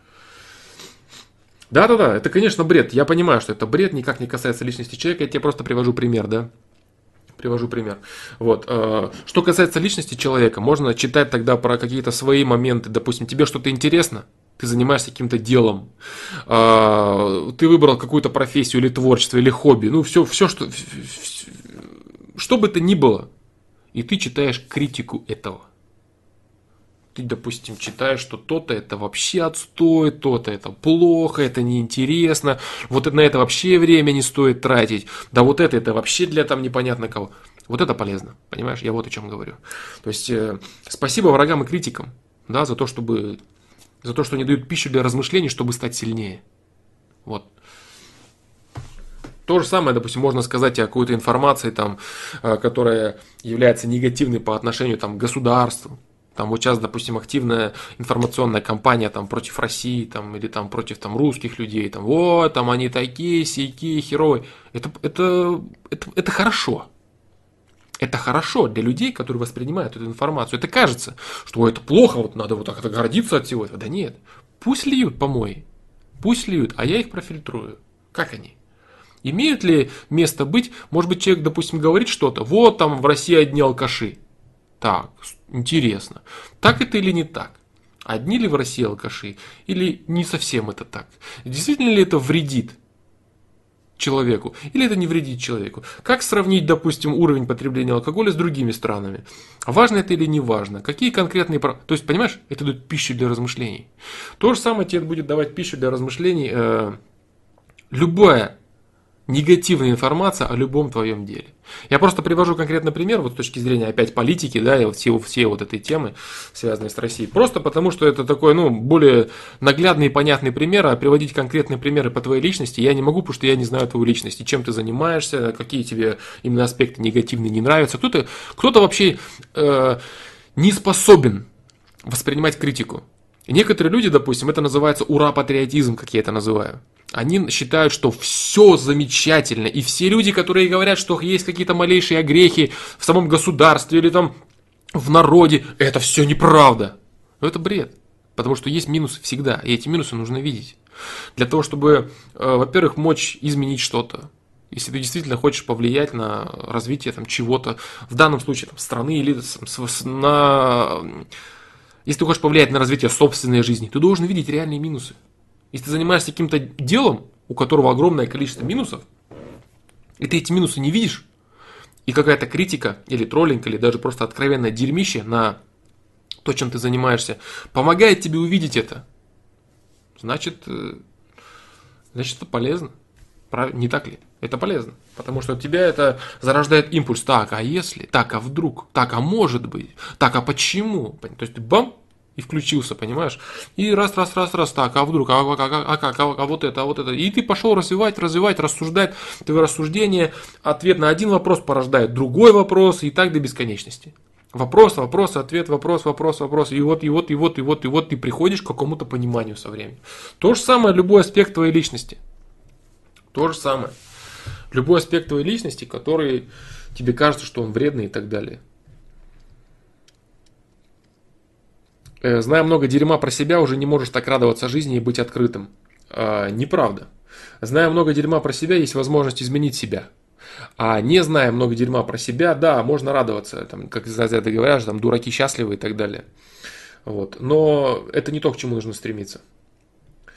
Да-да-да, это, конечно, бред. Я понимаю, что это бред, никак не касается личности человека. Я тебе просто привожу пример, да? Привожу пример. Вот. Что касается личности человека, можно читать тогда про какие-то свои моменты. Допустим, тебе что-то интересно, ты занимаешься каким-то делом, ты выбрал какую-то профессию или творчество, или хобби. Ну, все, все что, что бы то ни было. И ты читаешь критику этого. Ты, допустим, читаешь, что то-то это вообще отстой, то-то это плохо, это неинтересно, вот на это вообще время не стоит тратить, да вот это, это вообще для там непонятно кого. Вот это полезно, понимаешь, я вот о чем говорю. То есть, э, спасибо врагам и критикам, да, за то, чтобы, за то, что они дают пищу для размышлений, чтобы стать сильнее. Вот. То же самое, допустим, можно сказать о какой-то информации, там, которая является негативной по отношению там, к государству. Там вот сейчас, допустим, активная информационная кампания там, против России там, или там, против там, русских людей. Там, вот, там они такие, сякие, херовые. Это, это, это, это хорошо. Это хорошо для людей, которые воспринимают эту информацию. Это кажется, что это плохо, вот надо вот так гордиться от всего этого. Да нет. Пусть льют помои. Пусть льют, а я их профильтрую. Как они? Имеют ли место быть? Может быть, человек, допустим, говорит что-то. Вот там в России одни алкаши. Так, интересно, так это или не так? Одни ли в России алкаши, или не совсем это так? Действительно ли это вредит человеку, или это не вредит человеку? Как сравнить, допустим, уровень потребления алкоголя с другими странами? Важно это или не важно? Какие конкретные... То есть, понимаешь, это дает пищу для размышлений. То же самое тебе будет давать пищу для размышлений э, любая негативная информация о любом твоем деле. Я просто привожу конкретный пример, вот с точки зрения опять политики, да, и вот все, все вот этой темы, связанные с Россией. Просто потому, что это такой, ну, более наглядный и понятный пример, а приводить конкретные примеры по твоей личности я не могу, потому что я не знаю твою личность, и чем ты занимаешься, какие тебе именно аспекты негативные не нравятся. Кто-то, кто-то вообще э, не способен воспринимать критику. И некоторые люди, допустим, это называется ура-патриотизм, как я это называю. Они считают, что все замечательно. И все люди, которые говорят, что есть какие-то малейшие огрехи в самом государстве или там в народе, это все неправда. Но это бред. Потому что есть минусы всегда. И эти минусы нужно видеть. Для того, чтобы, во-первых, мочь изменить что-то. Если ты действительно хочешь повлиять на развитие там, чего-то, в данном случае там, страны или на... Если ты хочешь повлиять на развитие собственной жизни, ты должен видеть реальные минусы. Если ты занимаешься каким-то делом, у которого огромное количество минусов, и ты эти минусы не видишь, и какая-то критика, или троллинг, или даже просто откровенное дерьмище на то, чем ты занимаешься, помогает тебе увидеть это, значит, значит это полезно. Не так ли? Это полезно. Потому что у тебя это зарождает импульс. Так, а если? Так, а вдруг? Так, а может быть? Так, а почему? То есть ты бам! И включился, понимаешь? И раз, раз, раз, раз, так, а вдруг, а, а, а, а как, а, а вот это, а вот это. И ты пошел развивать, развивать, рассуждать. Твое рассуждение, ответ на один вопрос порождает другой вопрос, и так до бесконечности. Вопрос, вопрос, ответ, вопрос, вопрос, вопрос. И вот, и вот, и вот, и вот, и вот ты приходишь к какому-то пониманию со временем. То же самое любой аспект твоей личности. То же самое. Любой аспект твоей личности, который тебе кажется, что он вредный и так далее. Зная много дерьма про себя, уже не можешь так радоваться жизни и быть открытым. А, неправда. Зная много дерьма про себя, есть возможность изменить себя. А не зная много дерьма про себя, да, можно радоваться. Там, как за это говорят, там, дураки счастливы и так далее. Вот. Но это не то, к чему нужно стремиться.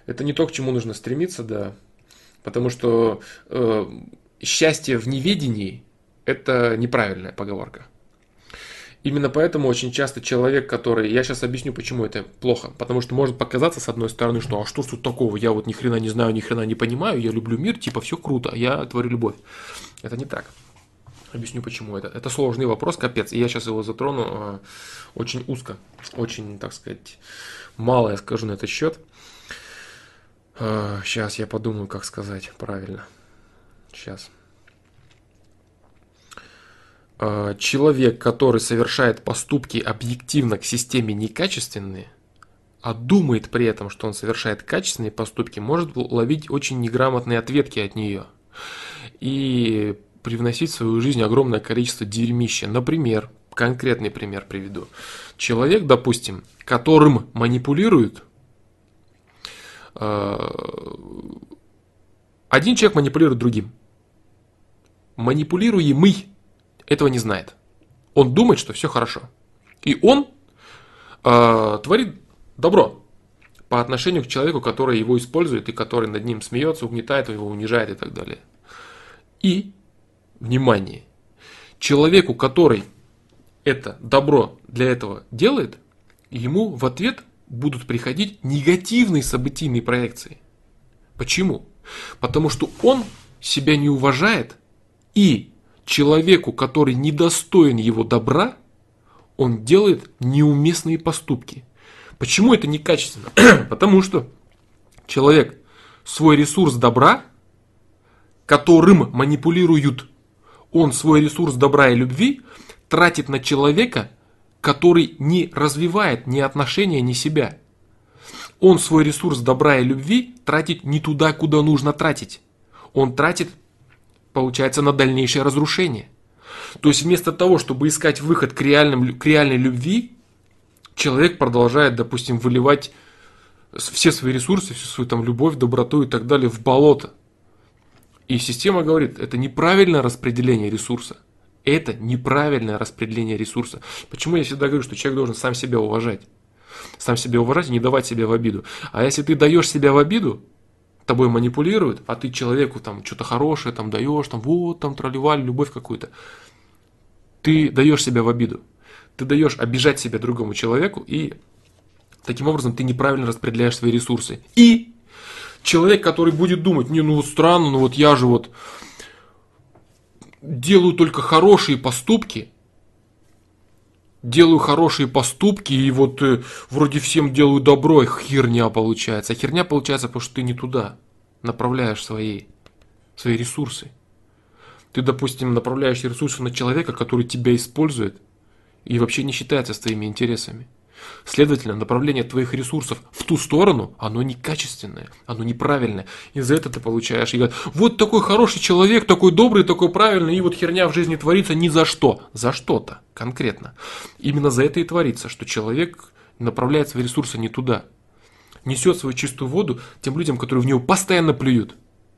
Это не то, к чему нужно стремиться, да. Потому что э, счастье в неведении – это неправильная поговорка. Именно поэтому очень часто человек, который... Я сейчас объясню, почему это плохо. Потому что может показаться, с одной стороны, что а что тут такого? Я вот ни хрена не знаю, ни хрена не понимаю, я люблю мир, типа все круто, я творю любовь. Это не так. Объясню, почему это. Это сложный вопрос, капец. И я сейчас его затрону э, очень узко. Очень, так сказать, мало я скажу на этот счет. Э, сейчас я подумаю, как сказать правильно. Сейчас. Человек, который совершает поступки объективно к системе некачественные, а думает при этом, что он совершает качественные поступки, может ловить очень неграмотные ответки от нее и привносить в свою жизнь огромное количество дерьмища. Например, конкретный пример приведу. Человек, допустим, которым манипулируют, один человек манипулирует другим. Манипулируемый этого не знает. Он думает, что все хорошо. И он э, творит добро по отношению к человеку, который его использует и который над ним смеется, угнетает его, унижает и так далее. И, внимание, человеку, который это добро для этого делает, ему в ответ будут приходить негативные событийные проекции. Почему? Потому что он себя не уважает, и человеку, который недостоин его добра, он делает неуместные поступки. Почему это некачественно? Потому что человек свой ресурс добра, которым манипулируют, он свой ресурс добра и любви тратит на человека, который не развивает ни отношения, ни себя. Он свой ресурс добра и любви тратит не туда, куда нужно тратить. Он тратит, получается, на дальнейшее разрушение. То есть вместо того, чтобы искать выход к, реальным, к реальной любви, человек продолжает, допустим, выливать все свои ресурсы, всю свою там любовь, доброту и так далее в болото. И система говорит, это неправильное распределение ресурса. Это неправильное распределение ресурса. Почему я всегда говорю, что человек должен сам себя уважать. Сам себя уважать и не давать себя в обиду. А если ты даешь себя в обиду, тобой манипулируют, а ты человеку там что-то хорошее там даешь, там вот там тролливали, любовь какую-то. Ты даешь себя в обиду. Ты даешь обижать себя другому человеку, и таким образом ты неправильно распределяешь свои ресурсы. И человек, который будет думать, не, ну вот странно, ну вот я же вот делаю только хорошие поступки, делаю хорошие поступки, и вот э, вроде всем делаю добро, и херня получается. А херня получается, потому что ты не туда направляешь свои, свои ресурсы. Ты, допустим, направляешь ресурсы на человека, который тебя использует и вообще не считается с твоими интересами. Следовательно, направление твоих ресурсов в ту сторону, оно некачественное, оно неправильное. И за это ты получаешь, и говорят, вот такой хороший человек, такой добрый, такой правильный, и вот херня в жизни творится ни за что. За что-то конкретно. Именно за это и творится, что человек направляет свои ресурсы не туда. Несет свою чистую воду тем людям, которые в нее постоянно плюют.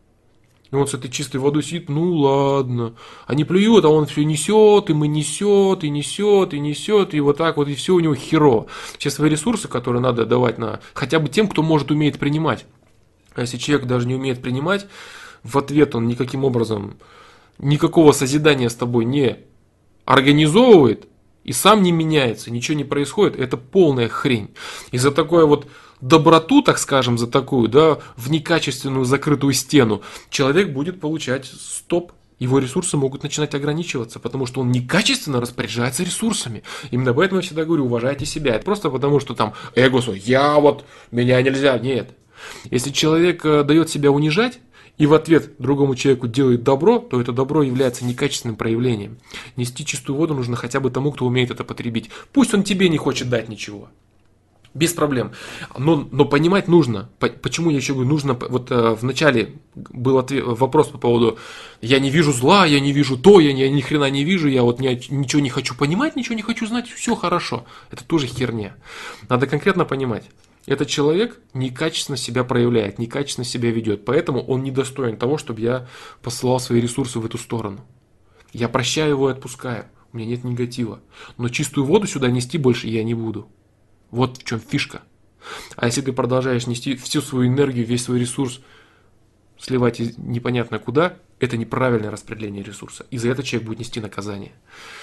И он с этой чистой водой сидит, ну ладно. Они плюют, а он все несет, и мы несет, и несет, и несет, и вот так вот, и все у него херово. Все свои ресурсы, которые надо давать на хотя бы тем, кто может, умеет принимать. А если человек даже не умеет принимать, в ответ он никаким образом, никакого созидания с тобой не организовывает, и сам не меняется, ничего не происходит, это полная хрень. И за такое вот доброту, так скажем, за такую, да, в некачественную закрытую стену, человек будет получать стоп. Его ресурсы могут начинать ограничиваться, потому что он некачественно распоряжается ресурсами. Именно поэтому я всегда говорю, уважайте себя. Это просто потому, что там эго свой, я вот, меня нельзя. Нет. Если человек дает себя унижать, и в ответ другому человеку делает добро, то это добро является некачественным проявлением. Нести чистую воду нужно хотя бы тому, кто умеет это потребить. Пусть он тебе не хочет дать ничего. Без проблем. Но, но понимать нужно. Почему я еще говорю, нужно... Вот э, в начале был ответ, вопрос по поводу я не вижу зла, я не вижу то, я, я ни хрена не вижу, я вот не, ничего не хочу понимать, ничего не хочу знать, все хорошо. Это тоже херня. Надо конкретно понимать. Этот человек некачественно себя проявляет, некачественно себя ведет. Поэтому он недостоин того, чтобы я посылал свои ресурсы в эту сторону. Я прощаю его и отпускаю. У меня нет негатива. Но чистую воду сюда нести больше я не буду. Вот в чем фишка. А если ты продолжаешь нести всю свою энергию, весь свой ресурс, сливать непонятно куда, это неправильное распределение ресурса. И за это человек будет нести наказание.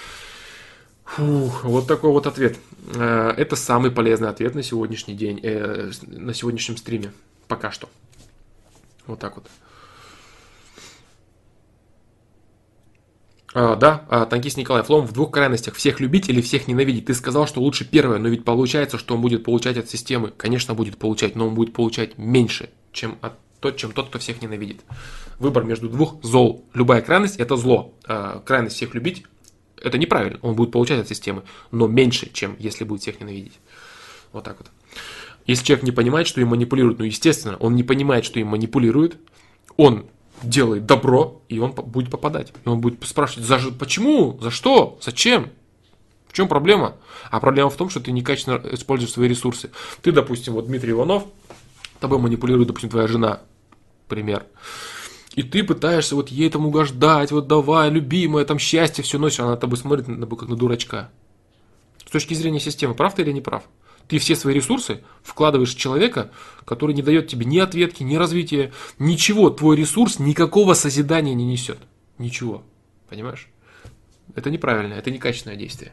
Фух, вот такой вот ответ. Это самый полезный ответ на сегодняшний день, э, на сегодняшнем стриме. Пока что. Вот так вот. А, да, а, танкист Николай Флом в двух крайностях. Всех любить или всех ненавидеть. Ты сказал, что лучше первое, но ведь получается, что он будет получать от системы. Конечно, будет получать, но он будет получать меньше, чем, от, тот, чем тот, кто всех ненавидит. Выбор между двух зол. Любая крайность – это зло. А, крайность всех любить – это неправильно. Он будет получать от системы, но меньше, чем если будет всех ненавидеть. Вот так вот. Если человек не понимает, что им манипулируют, ну, естественно, он не понимает, что им манипулируют, он делает добро, и он будет попадать. И он будет спрашивать, за, почему, за что, зачем, в чем проблема? А проблема в том, что ты некачественно используешь свои ресурсы. Ты, допустим, вот Дмитрий Иванов, тобой манипулирует, допустим, твоя жена, пример. И ты пытаешься вот ей там угождать, вот давай, любимая, там счастье, все носишь, она тобой смотрит на тобой как на дурачка. С точки зрения системы, прав ты или не прав? Ты все свои ресурсы вкладываешь в человека, который не дает тебе ни ответки, ни развития, ничего. Твой ресурс никакого созидания не несет. Ничего. Понимаешь? Это неправильно, это некачественное действие.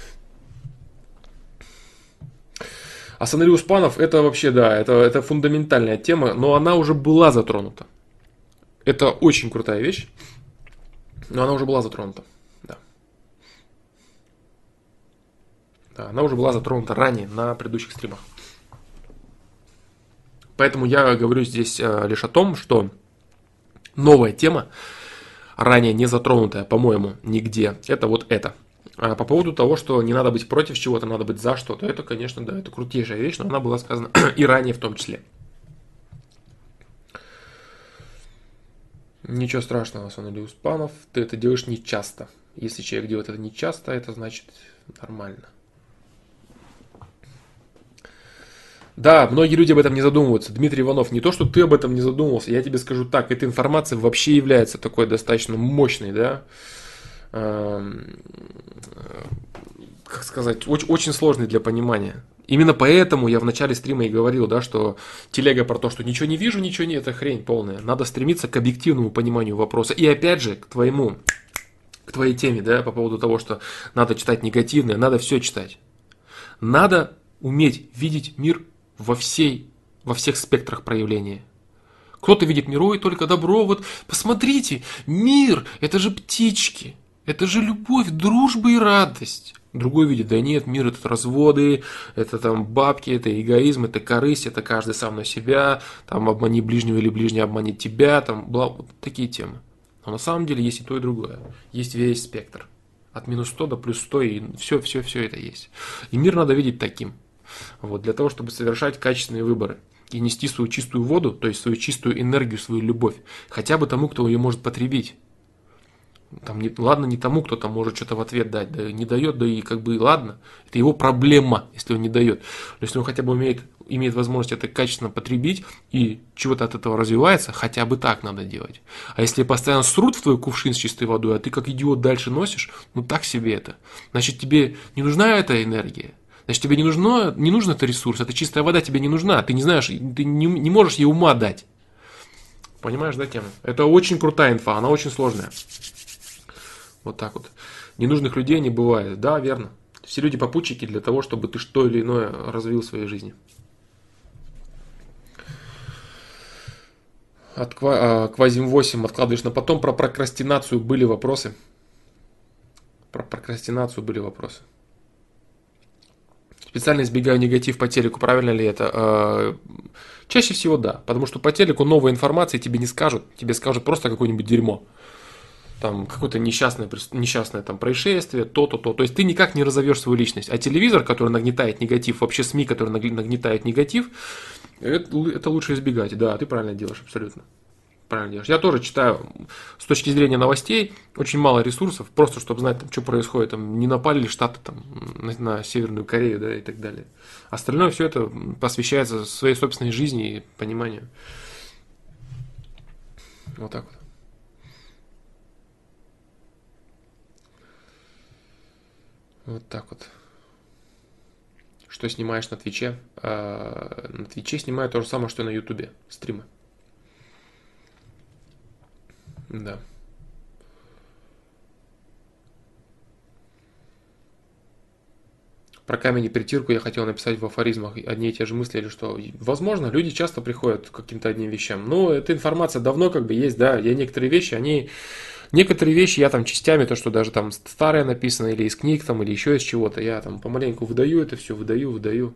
Асанали Успанов, это вообще, да, это, это фундаментальная тема, но она уже была затронута. Это очень крутая вещь, но она уже была затронута. Да, она уже была затронута ранее на предыдущих стримах. Поэтому я говорю здесь лишь о том, что новая тема, ранее не затронутая, по-моему, нигде, это вот это. А по поводу того, что не надо быть против чего-то, надо быть за что-то, это, конечно, да, это крутейшая вещь, но она была сказана и ранее в том числе. Ничего страшного, Асанали Успанов, ты это делаешь нечасто. Если человек делает это нечасто, это значит нормально. Да, многие люди об этом не задумываются. Дмитрий Иванов, не то, что ты об этом не задумывался, я тебе скажу так, эта информация вообще является такой достаточно мощной, да, как сказать, очень, очень сложной для понимания. Именно поэтому я в начале стрима и говорил, да, что телега про то, что ничего не вижу, ничего нет, это хрень полная. Надо стремиться к объективному пониманию вопроса. И опять же, к твоему, к твоей теме, да, по поводу того, что надо читать негативное, надо все читать. Надо уметь видеть мир во, всей, во всех спектрах проявления. Кто-то видит мир, ой, только добро, вот посмотрите, мир, это же птички, это же любовь, дружба и радость. Другой видит, да нет, мир это разводы, это там бабки, это эгоизм, это корысть, это каждый сам на себя, там обмани ближнего или ближний обманет тебя, там бла, вот такие темы. Но на самом деле есть и то, и другое, есть весь спектр. От минус сто до плюс сто, и все, все, все это есть. И мир надо видеть таким. Вот, для того, чтобы совершать качественные выборы. И нести свою чистую воду, то есть свою чистую энергию, свою любовь. Хотя бы тому, кто ее может потребить. Там не, ладно, не тому, кто там может что-то в ответ дать. Да не дает, да и как бы ладно. Это его проблема, если он не дает. Но если он хотя бы умеет, имеет возможность это качественно потребить и чего-то от этого развивается, хотя бы так надо делать. А если постоянно срут в твой кувшин с чистой водой, а ты как идиот дальше носишь, ну так себе это. Значит, тебе не нужна эта энергия. Значит, тебе не, нужно, не нужен этот ресурс, эта чистая вода тебе не нужна. Ты не знаешь, ты не, не можешь ей ума дать. Понимаешь, да, тему? Это очень крутая инфа, она очень сложная. Вот так вот. Ненужных людей не бывает. Да, верно. Все люди попутчики для того, чтобы ты что или иное развил в своей жизни. От Квазим восемь откладываешь на потом. Про прокрастинацию были вопросы. Про прокрастинацию были вопросы. Специально избегаю негатив по телеку, правильно ли это? Чаще всего да, потому что по телеку новой информации тебе не скажут, тебе скажут просто какое-нибудь дерьмо. Там какое-то несчастное, несчастное там, происшествие, то-то, то. То есть ты никак не разовьешь свою личность. А телевизор, который нагнетает негатив, вообще СМИ, которые нагнетают негатив, это, это лучше избегать. Да, ты правильно делаешь, абсолютно. Правильно делаешь. Я тоже читаю с точки зрения новостей очень мало ресурсов, просто чтобы знать, там, что происходит. Там, не напали ли Штаты там, на, на Северную Корею, да, и так далее. Остальное все это посвящается своей собственной жизни и пониманию. Вот так вот. Вот так вот. что снимаешь на Твиче. А на Твиче снимаю то же самое, что и на Ютубе. Стримы. Да. Про камень и притирку я хотел написать в афоризмах одни и те же мысли, или что, возможно, люди часто приходят к каким-то одним вещам, но эта информация давно как бы есть, да, я некоторые вещи, они, некоторые вещи я там частями, то, что даже там старое написано, или из книг, там, или еще из чего-то, я там помаленьку выдаю это все, выдаю, выдаю.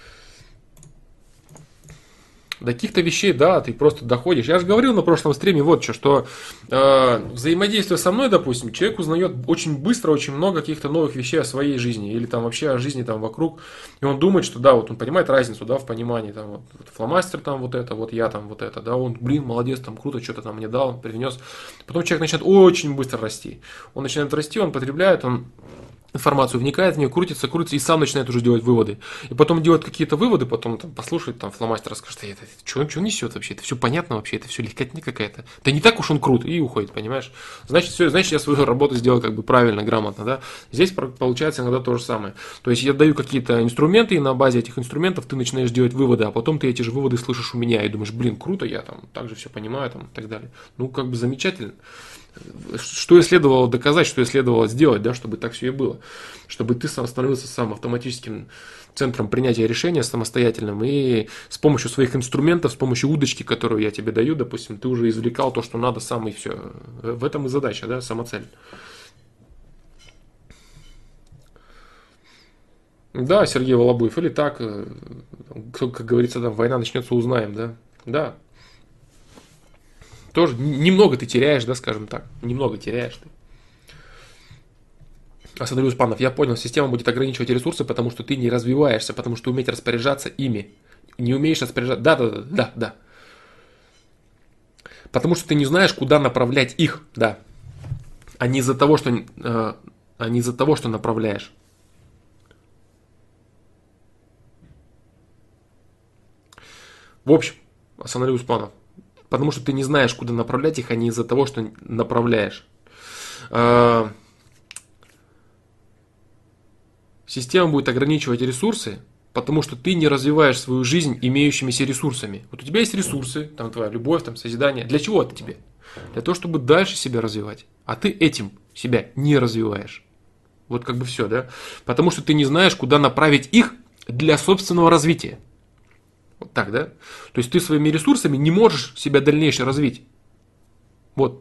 До каких-то вещей, да, ты просто доходишь. Я же говорил на прошлом стриме вот что, что э, взаимодействуя со мной, допустим, человек узнает очень быстро очень много каких-то новых вещей о своей жизни или там вообще о жизни там вокруг. И он думает, что да, вот он понимает разницу, да, в понимании, там вот, вот фломастер там вот это, вот я там вот это, да, он, блин, молодец, там круто, что-то там мне дал, принес. Потом человек начинает очень быстро расти. Он начинает расти, он потребляет, он информацию вникает в нее, крутится, крутится и сам начинает уже делать выводы. И потом делает какие-то выводы, потом там, послушает там фломастер, скажет, это, это что он несет вообще, это все понятно вообще, это все легкотня какая-то. Да не так уж он крут, и уходит, понимаешь? Значит, все, значит, я свою работу сделал как бы правильно, грамотно, да. Здесь получается иногда то же самое. То есть я даю какие-то инструменты, и на базе этих инструментов ты начинаешь делать выводы, а потом ты эти же выводы слышишь у меня и думаешь, блин, круто, я там также все понимаю, там, и так далее. Ну, как бы замечательно. Что и следовало доказать, что и следовало сделать, да, чтобы так все и было. Чтобы ты сам становился сам автоматическим центром принятия решения самостоятельным, и с помощью своих инструментов, с помощью удочки, которую я тебе даю, допустим, ты уже извлекал то, что надо сам, и все. В этом и задача, да, самоцель. Да, Сергей Волобуев, или так, как говорится, там, война начнется, узнаем, да. Да, тоже немного ты теряешь, да, скажем так. Немного теряешь ты. Остановлю Успанов. Я понял, система будет ограничивать ресурсы, потому что ты не развиваешься, потому что уметь распоряжаться ими. Не умеешь распоряжаться. Да, да, да, да, да. Потому что ты не знаешь, куда направлять их, да. А не из-за того, что, э, а не из-за того, что направляешь. В общем, остановлю Успанов. Потому что ты не знаешь, куда направлять их, а не из-за того, что направляешь. Э, Система будет ограничивать ресурсы, потому что ты не развиваешь свою жизнь имеющимися ресурсами. Вот у тебя есть ресурсы, там твоя любовь, там созидание. Для чего это тебе? Для того, чтобы дальше себя развивать. А ты этим себя не развиваешь. Вот как бы все, да? Потому что ты не знаешь, куда направить их для собственного развития. Вот так, да? То есть ты своими ресурсами не можешь себя дальнейше развить. Вот.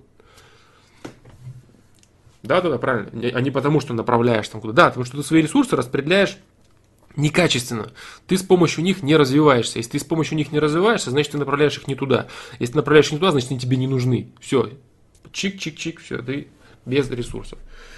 Да, да, да, правильно. А не потому, что направляешь там куда. Да, потому что ты свои ресурсы распределяешь некачественно. Ты с помощью них не развиваешься. Если ты с помощью них не развиваешься, значит, ты направляешь их не туда. Если ты направляешь их не туда, значит, они тебе не нужны. Все. Чик-чик-чик, все, ты без ресурсов.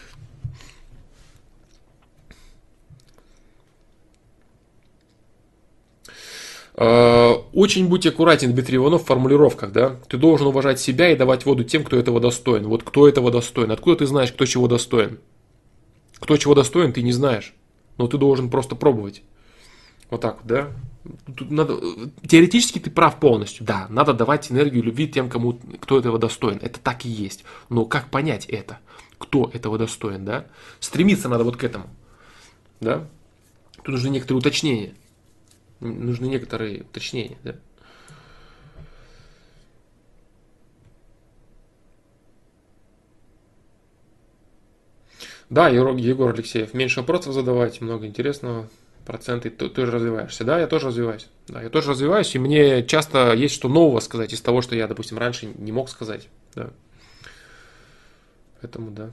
Очень будь аккуратен, Дмитрий Иванов, в формулировках, да. Ты должен уважать себя и давать воду тем, кто этого достоин. Вот кто этого достоин. Откуда ты знаешь, кто чего достоин? Кто чего достоин, ты не знаешь. Но ты должен просто пробовать. Вот так вот, да? Тут надо, теоретически ты прав полностью, да. Надо давать энергию любви тем, кому, кто этого достоин. Это так и есть. Но как понять это? Кто этого достоин, да? Стремиться надо вот к этому. Да? Тут нужны некоторые уточнения. Нужны некоторые уточнения, да? Да, Егор Алексеев, меньше вопросов задавать, много интересного, проценты, ты тоже развиваешься. Да, я тоже развиваюсь. Да, я тоже развиваюсь, и мне часто есть что нового сказать из того, что я, допустим, раньше не мог сказать. Да. Поэтому да.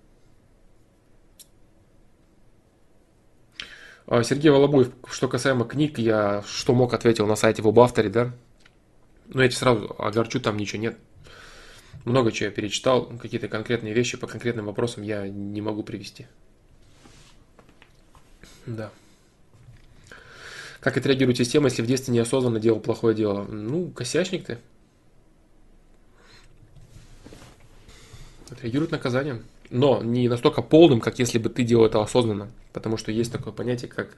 Сергей Волобуев, что касаемо книг, я что мог ответил на сайте в об авторе, да. Но я тебе сразу огорчу, там ничего нет. Много чего я перечитал, какие-то конкретные вещи по конкретным вопросам я не могу привести. Да. Как отреагирует система, если в детстве неосознанно делал плохое дело? Ну, косячник ты. Отреагирует наказанием. Но не настолько полным, как если бы ты делал это осознанно. Потому что есть такое понятие, как...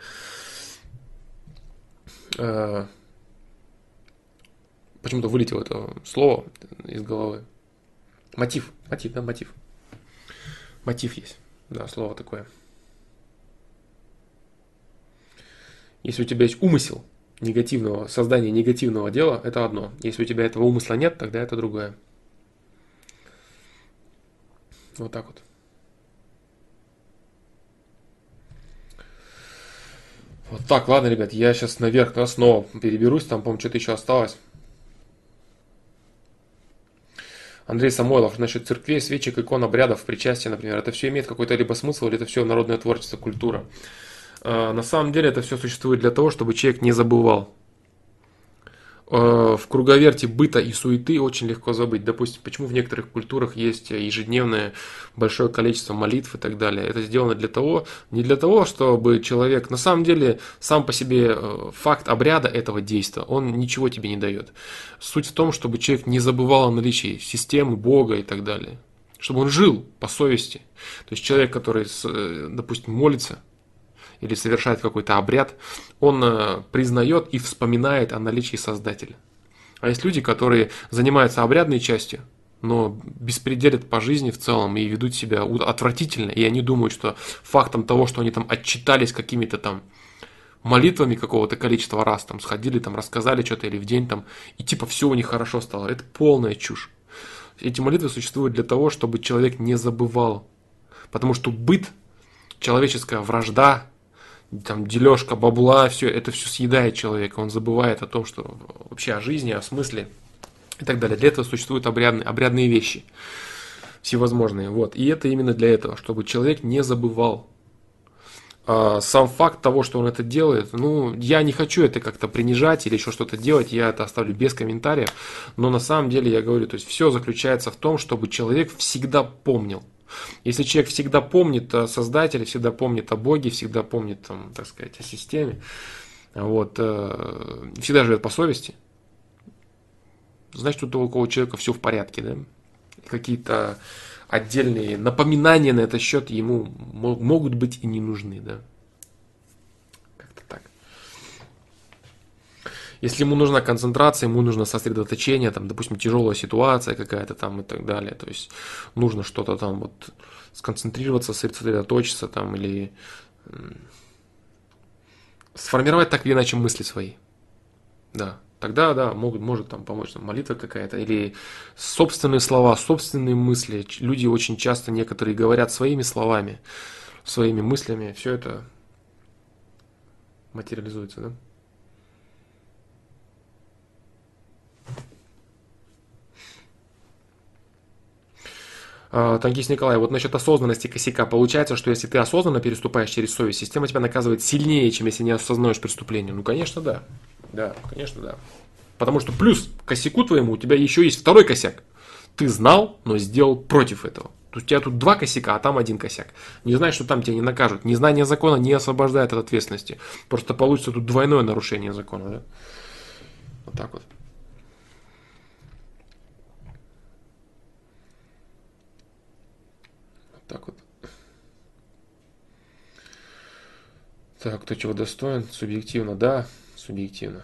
Э, почему-то вылетело это слово из головы. Мотив. Мотив, да, мотив. Мотив есть. Да, слово такое. Если у тебя есть умысел негативного, создания негативного дела, это одно. Если у тебя этого умысла нет, тогда это другое. Вот так вот. Вот так, ладно, ребят, я сейчас наверх да, снова переберусь, там, по-моему, что-то еще осталось. Андрей Самойлов, насчет церквей, свечек, икон, обрядов, причастия, например, это все имеет какой-то либо смысл, или это все народное творчество, культура? А, на самом деле это все существует для того, чтобы человек не забывал. В круговерте быта и суеты очень легко забыть. Допустим, почему в некоторых культурах есть ежедневное большое количество молитв и так далее. Это сделано для того, не для того, чтобы человек, на самом деле, сам по себе факт обряда этого действия, он ничего тебе не дает. Суть в том, чтобы человек не забывал о наличии системы, Бога и так далее. Чтобы он жил по совести. То есть человек, который, допустим, молится, или совершает какой-то обряд, он э, признает и вспоминает о наличии Создателя. А есть люди, которые занимаются обрядной частью, но беспределят по жизни в целом и ведут себя отвратительно, и они думают, что фактом того, что они там отчитались какими-то там молитвами какого-то количества раз, там сходили, там рассказали что-то или в день там, и типа все у них хорошо стало. Это полная чушь. Эти молитвы существуют для того, чтобы человек не забывал. Потому что быт, человеческая вражда, там дележка бабла, все это все съедает человека, он забывает о том, что вообще о жизни, о смысле и так далее. Для этого существуют обрядные, обрядные вещи всевозможные. Вот. И это именно для этого, чтобы человек не забывал. А сам факт того, что он это делает, ну, я не хочу это как-то принижать или еще что-то делать, я это оставлю без комментариев, но на самом деле я говорю, то есть все заключается в том, чтобы человек всегда помнил. Если человек всегда помнит о Создателе, всегда помнит о Боге, всегда помнит, там, так сказать, о системе, вот, всегда живет по совести, значит, у такого человека все в порядке, да? Какие-то отдельные напоминания на этот счет ему могут быть и не нужны, да? Как-то так. Если ему нужна концентрация, ему нужно сосредоточение, там, допустим, тяжелая ситуация какая-то там и так далее, то есть нужно что-то там вот сконцентрироваться, сосредоточиться там или сформировать так или иначе мысли свои, да, тогда, да, могут, может там помочь там, молитва какая-то или собственные слова, собственные мысли. Люди очень часто некоторые говорят своими словами, своими мыслями, все это материализуется, да. Танкист Николай, вот насчет осознанности косяка. Получается, что если ты осознанно переступаешь через совесть, система тебя наказывает сильнее, чем если не осознаешь преступление. Ну, конечно, да. Да, конечно, да. Потому что плюс к косяку твоему у тебя еще есть второй косяк. Ты знал, но сделал против этого. То есть у тебя тут два косяка, а там один косяк. Не знаешь, что там тебя не накажут. Незнание закона не освобождает от ответственности. Просто получится тут двойное нарушение закона. Да? Вот так вот. Так вот. Так, кто чего достоин? Субъективно, да, субъективно.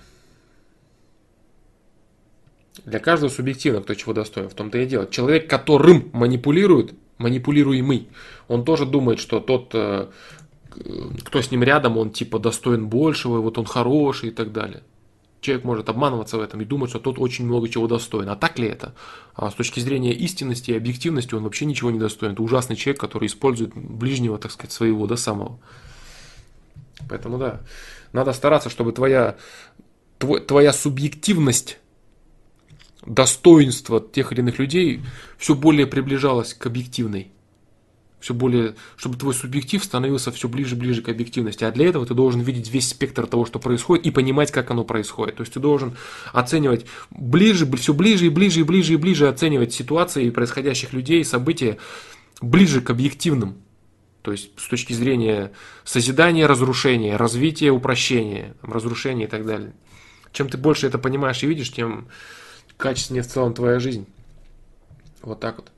Для каждого субъективно, кто чего достоин. В том-то и дело. Человек, которым манипулирует, манипулируемый, он тоже думает, что тот, кто с ним рядом, он типа достоин большего, вот он хороший и так далее. Человек может обманываться в этом и думать, что тот очень много чего достоин. А так ли это? А с точки зрения истинности и объективности он вообще ничего не достоин. Это ужасный человек, который использует ближнего, так сказать, своего, до самого. Поэтому да, надо стараться, чтобы твоя, твой, твоя субъективность, достоинство тех или иных людей все более приближалось к объективной. Все более, чтобы твой субъектив становился все ближе и ближе к объективности. А для этого ты должен видеть весь спектр того, что происходит, и понимать, как оно происходит. То есть ты должен оценивать ближе, все ближе и ближе и ближе и ближе оценивать ситуации происходящих людей, события ближе к объективным. То есть с точки зрения созидания, разрушения, развития, упрощения, разрушения и так далее. Чем ты больше это понимаешь и видишь, тем качественнее в целом твоя жизнь. Вот так вот.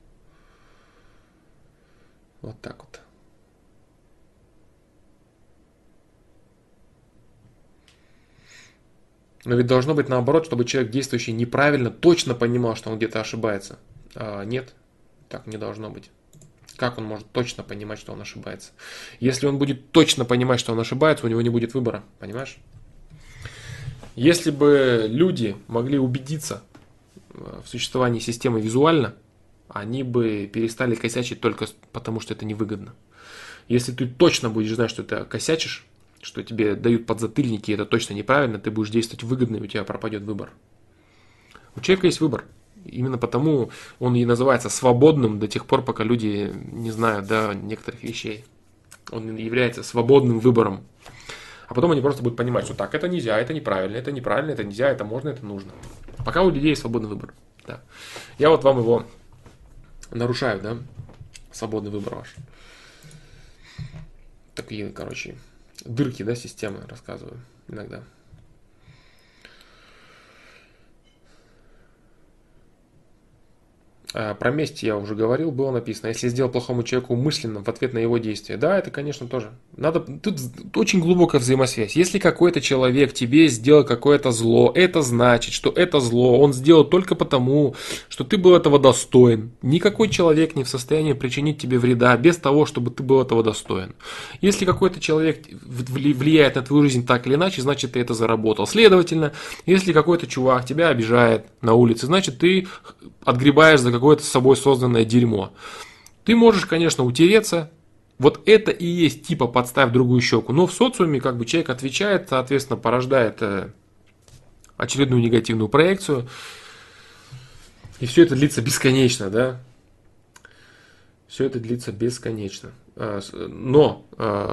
Вот так вот. Но ведь должно быть наоборот, чтобы человек, действующий неправильно, точно понимал, что он где-то ошибается. А нет, так не должно быть. Как он может точно понимать, что он ошибается? Если он будет точно понимать, что он ошибается, у него не будет выбора, понимаешь? Если бы люди могли убедиться в существовании системы визуально, они бы перестали косячить только потому, что это невыгодно. Если ты точно будешь знать, что ты косячишь, что тебе дают подзатыльники, и это точно неправильно, ты будешь действовать выгодно, и у тебя пропадет выбор. У человека есть выбор. Именно потому он и называется свободным до тех пор, пока люди не знают, да, некоторых вещей. Он является свободным выбором. А потом они просто будут понимать, что так, это нельзя, это неправильно, это неправильно, это нельзя, это можно, это нужно. Пока у людей есть свободный выбор. Да. Я вот вам его нарушаю, да, свободный выбор ваш. Такие, короче, дырки, да, системы рассказываю иногда. Про месть я уже говорил, было написано. Если сделал плохому человеку умышленно в ответ на его действия. Да, это, конечно, тоже. Надо, тут очень глубокая взаимосвязь. Если какой-то человек тебе сделал какое-то зло, это значит, что это зло он сделал только потому, что ты был этого достоин. Никакой человек не в состоянии причинить тебе вреда без того, чтобы ты был этого достоин. Если какой-то человек влияет на твою жизнь так или иначе, значит, ты это заработал. Следовательно, если какой-то чувак тебя обижает на улице, значит, ты отгребаешь за какое-то с собой созданное дерьмо. Ты можешь, конечно, утереться. Вот это и есть типа подставь другую щеку. Но в социуме как бы человек отвечает, соответственно, порождает очередную негативную проекцию. И все это длится бесконечно, да? Все это длится бесконечно. Но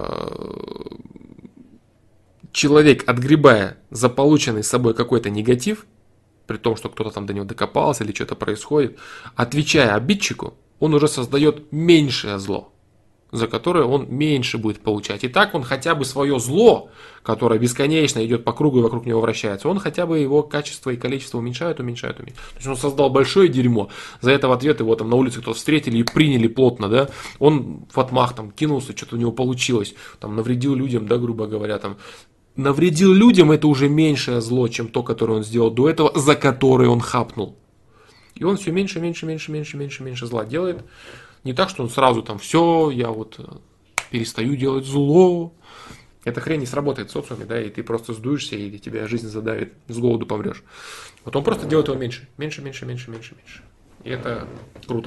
человек, отгребая за полученный с собой какой-то негатив, при том, что кто-то там до него докопался или что-то происходит, отвечая обидчику, он уже создает меньшее зло, за которое он меньше будет получать. И так он хотя бы свое зло, которое бесконечно идет по кругу и вокруг него вращается, он хотя бы его качество и количество уменьшает, уменьшает, уменьшает. То есть он создал большое дерьмо, за это в ответ его там на улице кто-то встретили и приняли плотно, да, он в отмах там кинулся, что-то у него получилось, там навредил людям, да, грубо говоря, там, навредил людям, это уже меньшее зло, чем то, которое он сделал до этого, за которое он хапнул. И он все меньше, меньше, меньше, меньше, меньше, меньше зла делает. Не так, что он сразу там, все, я вот перестаю делать зло. Эта хрень не сработает в социуме, да, и ты просто сдуешься, или тебя жизнь задавит, с голоду помрешь. Вот он просто делает его меньше, меньше, меньше, меньше, меньше, меньше. И это круто.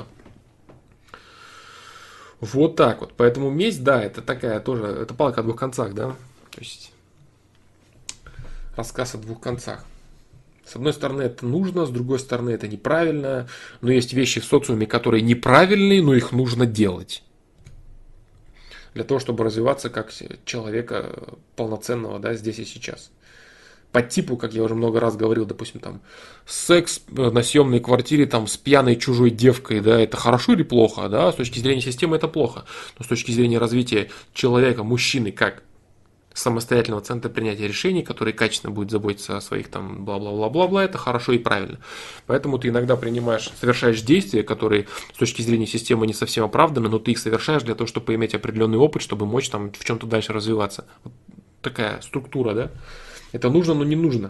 Вот так вот. Поэтому месть, да, это такая тоже, это палка о двух концах, да. То есть рассказ о двух концах. С одной стороны, это нужно, с другой стороны, это неправильно. Но есть вещи в социуме, которые неправильные, но их нужно делать. Для того, чтобы развиваться как человека полноценного, да, здесь и сейчас. По типу, как я уже много раз говорил, допустим, там, секс на съемной квартире там, с пьяной чужой девкой, да, это хорошо или плохо, да, с точки зрения системы это плохо. Но с точки зрения развития человека, мужчины, как самостоятельного центра принятия решений, который качественно будет заботиться о своих там бла-бла-бла-бла-бла, это хорошо и правильно. Поэтому ты иногда принимаешь, совершаешь действия, которые с точки зрения системы не совсем оправданы, но ты их совершаешь для того, чтобы иметь определенный опыт, чтобы мочь там в чем-то дальше развиваться. Вот такая структура, да? Это нужно, но не нужно.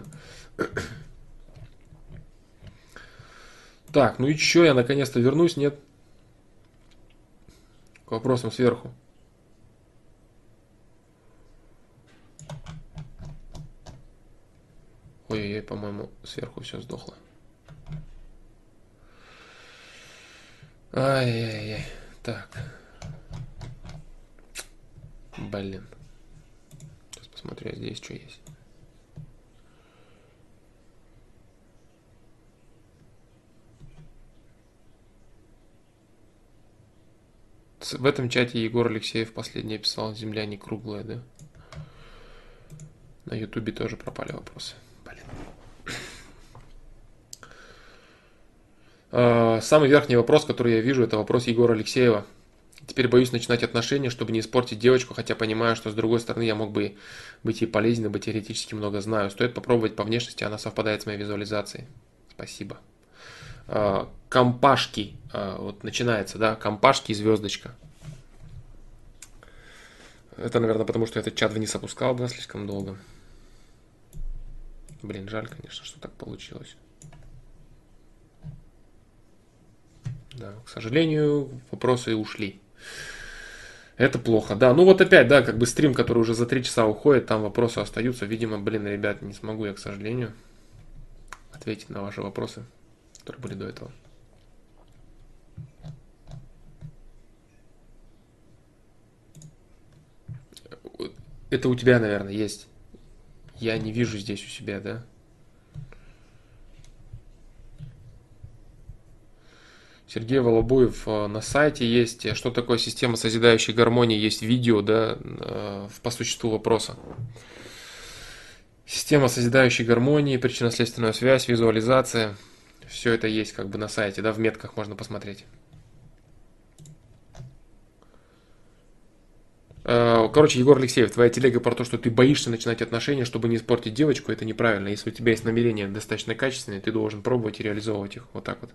Так, ну и что, я наконец-то вернусь, нет? К вопросам сверху. Ой-ой-ой, по-моему, сверху все сдохло. Ай-яй-яй. Так. Блин. Сейчас посмотрю, здесь что есть. В этом чате Егор Алексеев последний писал: «Земля не круглая», да? На Ютубе тоже пропали вопросы. Самый верхний вопрос, который я вижу, это вопрос Егора Алексеева. Теперь боюсь начинать отношения, чтобы не испортить девочку, хотя понимаю, что с другой стороны я мог бы быть ей полезен, ибо теоретически много знаю. Стоит попробовать по внешности, она совпадает с моей визуализацией. Спасибо. Компашки. Вот начинается, да, компашки и звездочка. Это, наверное, потому что этот чат вниз опускал, да, слишком долго. Блин, жаль, конечно, что так получилось. Да, к сожалению, вопросы ушли. Это плохо, да. Ну вот опять, да, как бы стрим, который уже за три часа уходит, там вопросы остаются. Видимо, блин, ребят, не смогу я, к сожалению, ответить на ваши вопросы, которые были до этого. Это у тебя, наверное, есть. Я не вижу здесь у себя, да? Сергей Волобуев на сайте есть. Что такое система созидающей гармонии? Есть видео, да, по существу вопроса. Система созидающей гармонии, причинно-следственная связь, визуализация. Все это есть как бы на сайте, да, в метках можно посмотреть. Короче, Егор Алексеев, твоя телега про то, что ты боишься начинать отношения, чтобы не испортить девочку, это неправильно. Если у тебя есть намерения достаточно качественные, ты должен пробовать и реализовывать их. Вот так вот.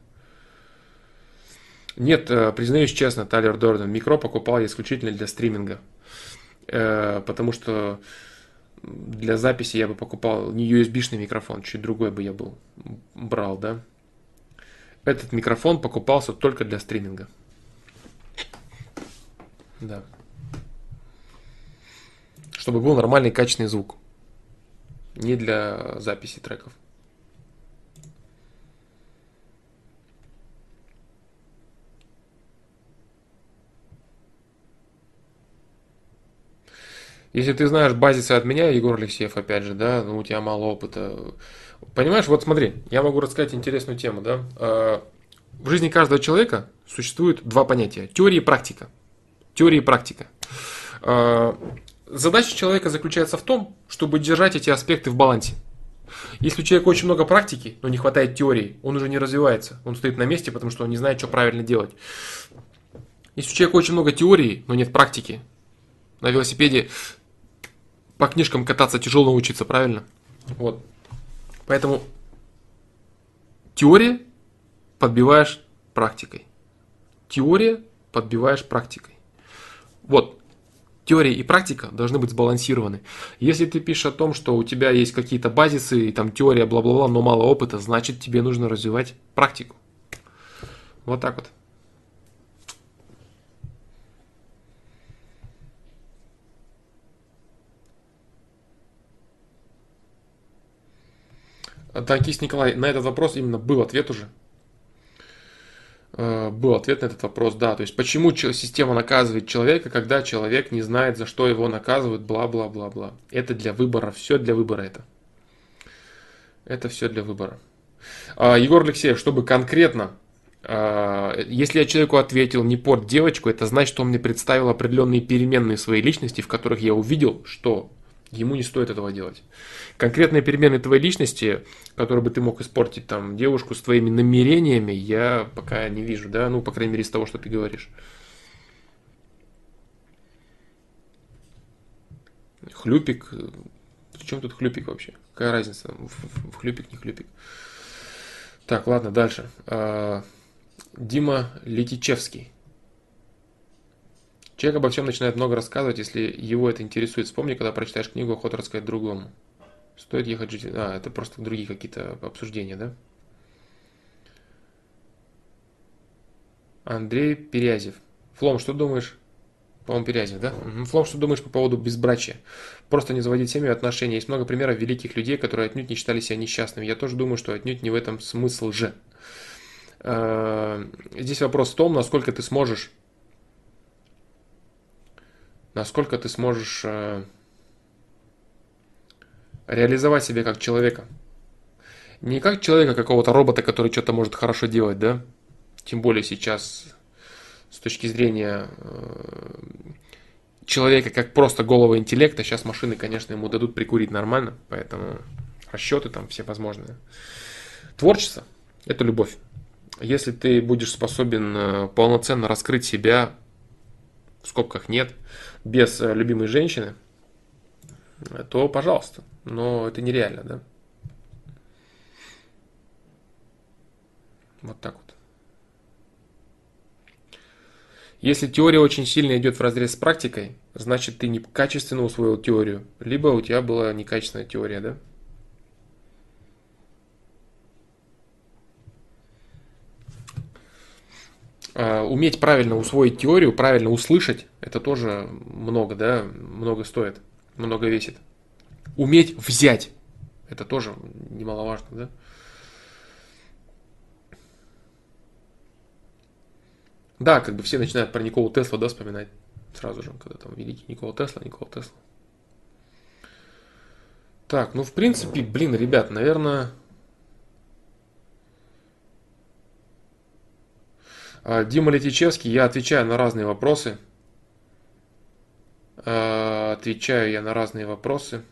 Нет, признаюсь честно, Тайлер Дорден, микро покупал я исключительно для стриминга. Потому что для записи я бы покупал не ю эс би-шный микрофон, чуть другой бы я был брал, да. Этот микрофон покупался только для стриминга. Да. Чтобы был нормальный качественный звук. Не для записи треков. Если ты знаешь базисы от меня, Егор Алексеев, опять же, да, ну у тебя мало опыта. Понимаешь, вот смотри, я могу рассказать интересную тему, да. В жизни каждого человека существует два понятия: теория и практика. Теория и практика. Задача человека заключается в том, чтобы держать эти аспекты в балансе. Если у человека очень много практики, но не хватает теории, он уже не развивается. Он стоит на месте, потому что он не знает, что правильно делать. Если у человека очень много теории, но нет практики, на велосипеде по книжкам кататься тяжело научиться, правильно? Вот. Поэтому теория подбиваешь практикой. Теория подбиваешь практикой. Вот. Теория и практика должны быть сбалансированы. Если ты пишешь о том, что у тебя есть какие-то базисы, и там теория, бла-бла-бла, но мало опыта, значит тебе нужно развивать практику. Вот так вот. Танкист Николай, на этот вопрос именно был ответ уже. Был ответ на этот вопрос, да. То есть, почему система наказывает человека, когда человек не знает, за что его наказывают, бла-бла-бла-бла. Это для выбора, все для выбора это. Это все для выбора. Егор Алексеев, чтобы конкретно, если я человеку ответил не порт девочку, это значит, что он мне представил определенные переменные своей личности, в которых я увидел, что ему не стоит этого делать. Конкретные перемены твоей личности, которые бы ты мог испортить там девушку с твоими намерениями, я пока не вижу, да, ну, по крайней мере, из того, что ты говоришь. Хлюпик. При чем тут хлюпик вообще? Какая разница? В хлюпик, не хлюпик. Так, ладно, дальше. Дима Летичевский. Человек обо всем начинает много рассказывать, если его это интересует. Вспомни, когда прочитаешь книгу, охота рассказать другому. Стоит ехать жить... А, это просто другие какие-то обсуждения, да? Андрей Перязев. Флом, что думаешь? По-моему, Перязев, да? Угу. Флом, что думаешь по поводу безбрачия? Просто не заводить семью и отношения. Есть много примеров великих людей, которые отнюдь не считали себя несчастными. Я тоже думаю, что отнюдь не в этом смысл же. Здесь вопрос в том, насколько ты сможешь насколько ты сможешь э, реализовать себя как человека. Не как человека, какого-то робота, который что-то может хорошо делать, да? Тем более сейчас с точки зрения э, человека как просто голого интеллекта, сейчас машины, конечно, ему дадут прикурить нормально, поэтому расчеты там все возможные. Творчество – это любовь. Если ты будешь способен полноценно раскрыть себя, в скобках нет, без любимой женщины, то пожалуйста. Но это нереально, да? Вот так вот. Если теория очень сильно идет вразрез с практикой, значит ты некачественно усвоил теорию, либо у тебя была некачественная теория, да? А, уметь правильно усвоить теорию, правильно услышать, это тоже много, да, много стоит, много весит. Уметь взять, это тоже немаловажно, да. Да, как бы все начинают про Николу Теслу, да, вспоминать сразу же, когда там великий Никола Тесла, Никола Тесла. Так, ну в принципе, блин, ребят, наверное, Дима Летичевский, я отвечаю на разные вопросы. Отвечаю я на разные вопросы.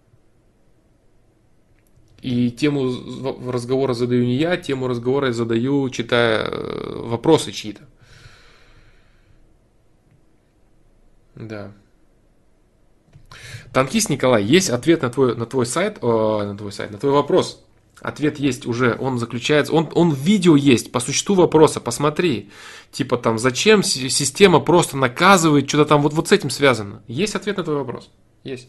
И тему разговора задаю не я, тему разговора я задаю, читая вопросы чьи-то. Да. Танкист Николай, есть ответ на твой, на твой сайт, о, на твой сайт, на твой вопрос. Ответ есть уже, он заключается, он, он в видео есть, по существу вопроса, посмотри. Типа там, зачем система просто наказывает, что-то там вот, вот с этим связано. Есть ответ на твой вопрос? Есть.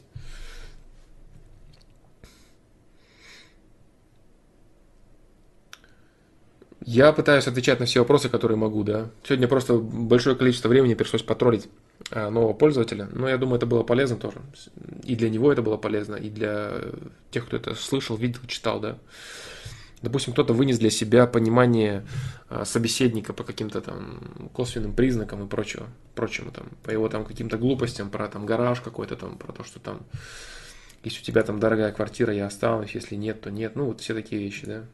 Я пытаюсь отвечать на все вопросы, которые могу, да. Сегодня просто большое количество времени пришлось потроллить нового пользователя, но я думаю, это было полезно тоже. И для него это было полезно, и для тех, кто это слышал, видел, читал, да. Допустим, кто-то вынес для себя понимание собеседника по каким-то там косвенным признакам и прочего, прочему там, по его там каким-то глупостям, про там гараж какой-то там, про то, что там, если у тебя там дорогая квартира, я останусь, если нет, то нет, ну вот все такие вещи, да.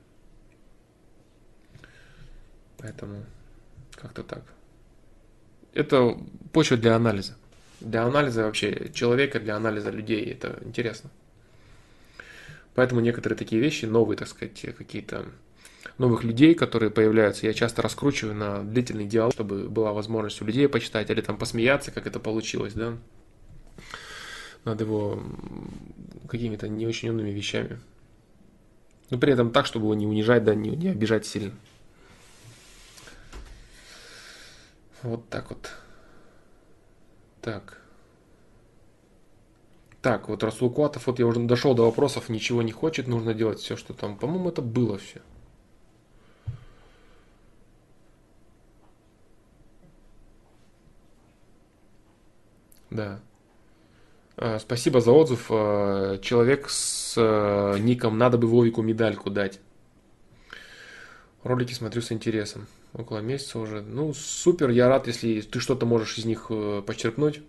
Поэтому как-то так. Это почва для анализа. Для анализа вообще человека, для анализа людей. Это интересно. Поэтому некоторые такие вещи, новые, так сказать, какие-то новых людей, которые появляются, я часто раскручиваю на длительный диалог, чтобы была возможность у людей почитать или там посмеяться, как это получилось, да. Над его какими-то не очень умными вещами. Но при этом так, чтобы его не унижать, да, не, не обижать сильно. Вот так вот. Так. Так, вот Расул Куатов, вот я уже дошел до вопросов, ничего не хочет, нужно делать все, что там. По-моему, это было все. Да. Спасибо за отзыв. Человек с ником «Надо бы Вовику медальку дать». Ролики смотрю с интересом. Около месяца уже. Ну, супер, я рад, если ты что-то можешь из них почерпнуть.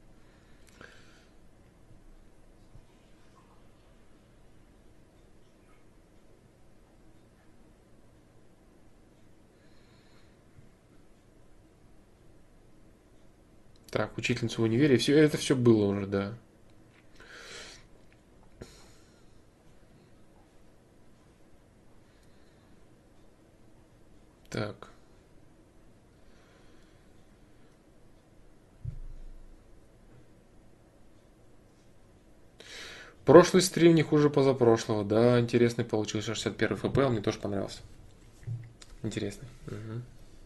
Так, учительница в универе. Все, это все было уже, да. Так. Прошлый стрим не хуже позапрошлого. Да, интересный получился. шестьдесят один эф пи, он мне тоже понравился. Интересный. Угу.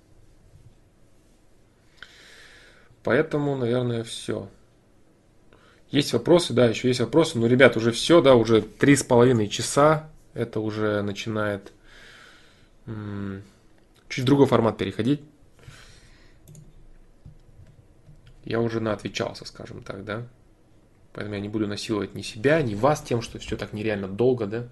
Поэтому, наверное, все. Есть вопросы, да, еще есть вопросы. Но, ребят, уже все, да, уже три с половиной часа. Это уже начинает м- чуть другой формат переходить. Я уже наотвечался, скажем так, да. Поэтому я не буду насиловать ни себя, ни вас тем, что все так нереально долго, да.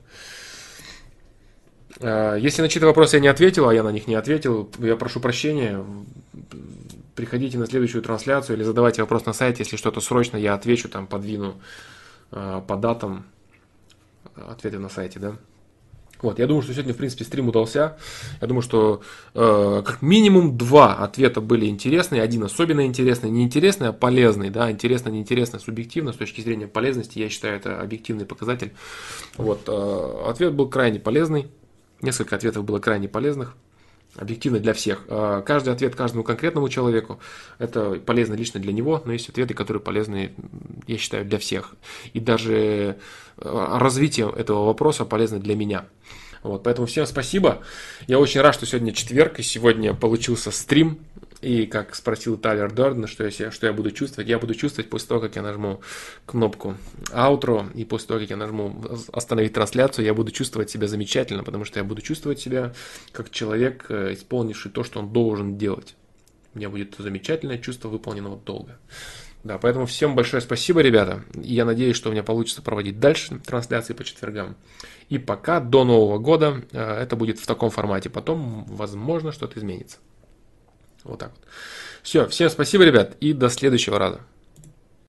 Если на чьи-то вопросы я не ответил, а я на них не ответил, я прошу прощения. Приходите на следующую трансляцию или задавайте вопрос на сайте, если что-то срочно, я отвечу, там подвину по датам ответы на сайте, да. Вот, я думаю, что сегодня, в принципе, стрим удался. Я думаю, что э, как минимум два ответа были интересные. Один особенно интересный, не интересный, а полезный. Да? Интересно, неинтересно, субъективно. С точки зрения полезности, я считаю, это объективный показатель. Вот, э, ответ был крайне полезный. Несколько ответов было крайне полезных. Объективно для всех. Э, каждый ответ каждому конкретному человеку. Это полезно лично для него, но есть ответы, которые полезны, я считаю, для всех. И даже развитие этого вопроса полезно для меня. Вот, поэтому всем спасибо. Я очень рад, что сегодня четверг, и сегодня получился стрим. И как спросил Тайлер Дорден, что я, что я буду чувствовать, я буду чувствовать после того, как я нажму кнопку outro, и после того, как я нажму остановить трансляцию, я буду чувствовать себя замечательно, потому что я буду чувствовать себя как человек, исполнивший то, что он должен делать. У меня будет замечательное чувство выполненного долга. Да, поэтому всем большое спасибо, ребята. Я надеюсь, что у меня получится проводить дальше трансляции по четвергам. И пока до Нового года это будет в таком формате. Потом, возможно, что-то изменится. Вот так вот. Все, всем спасибо, ребят, и до следующего раза.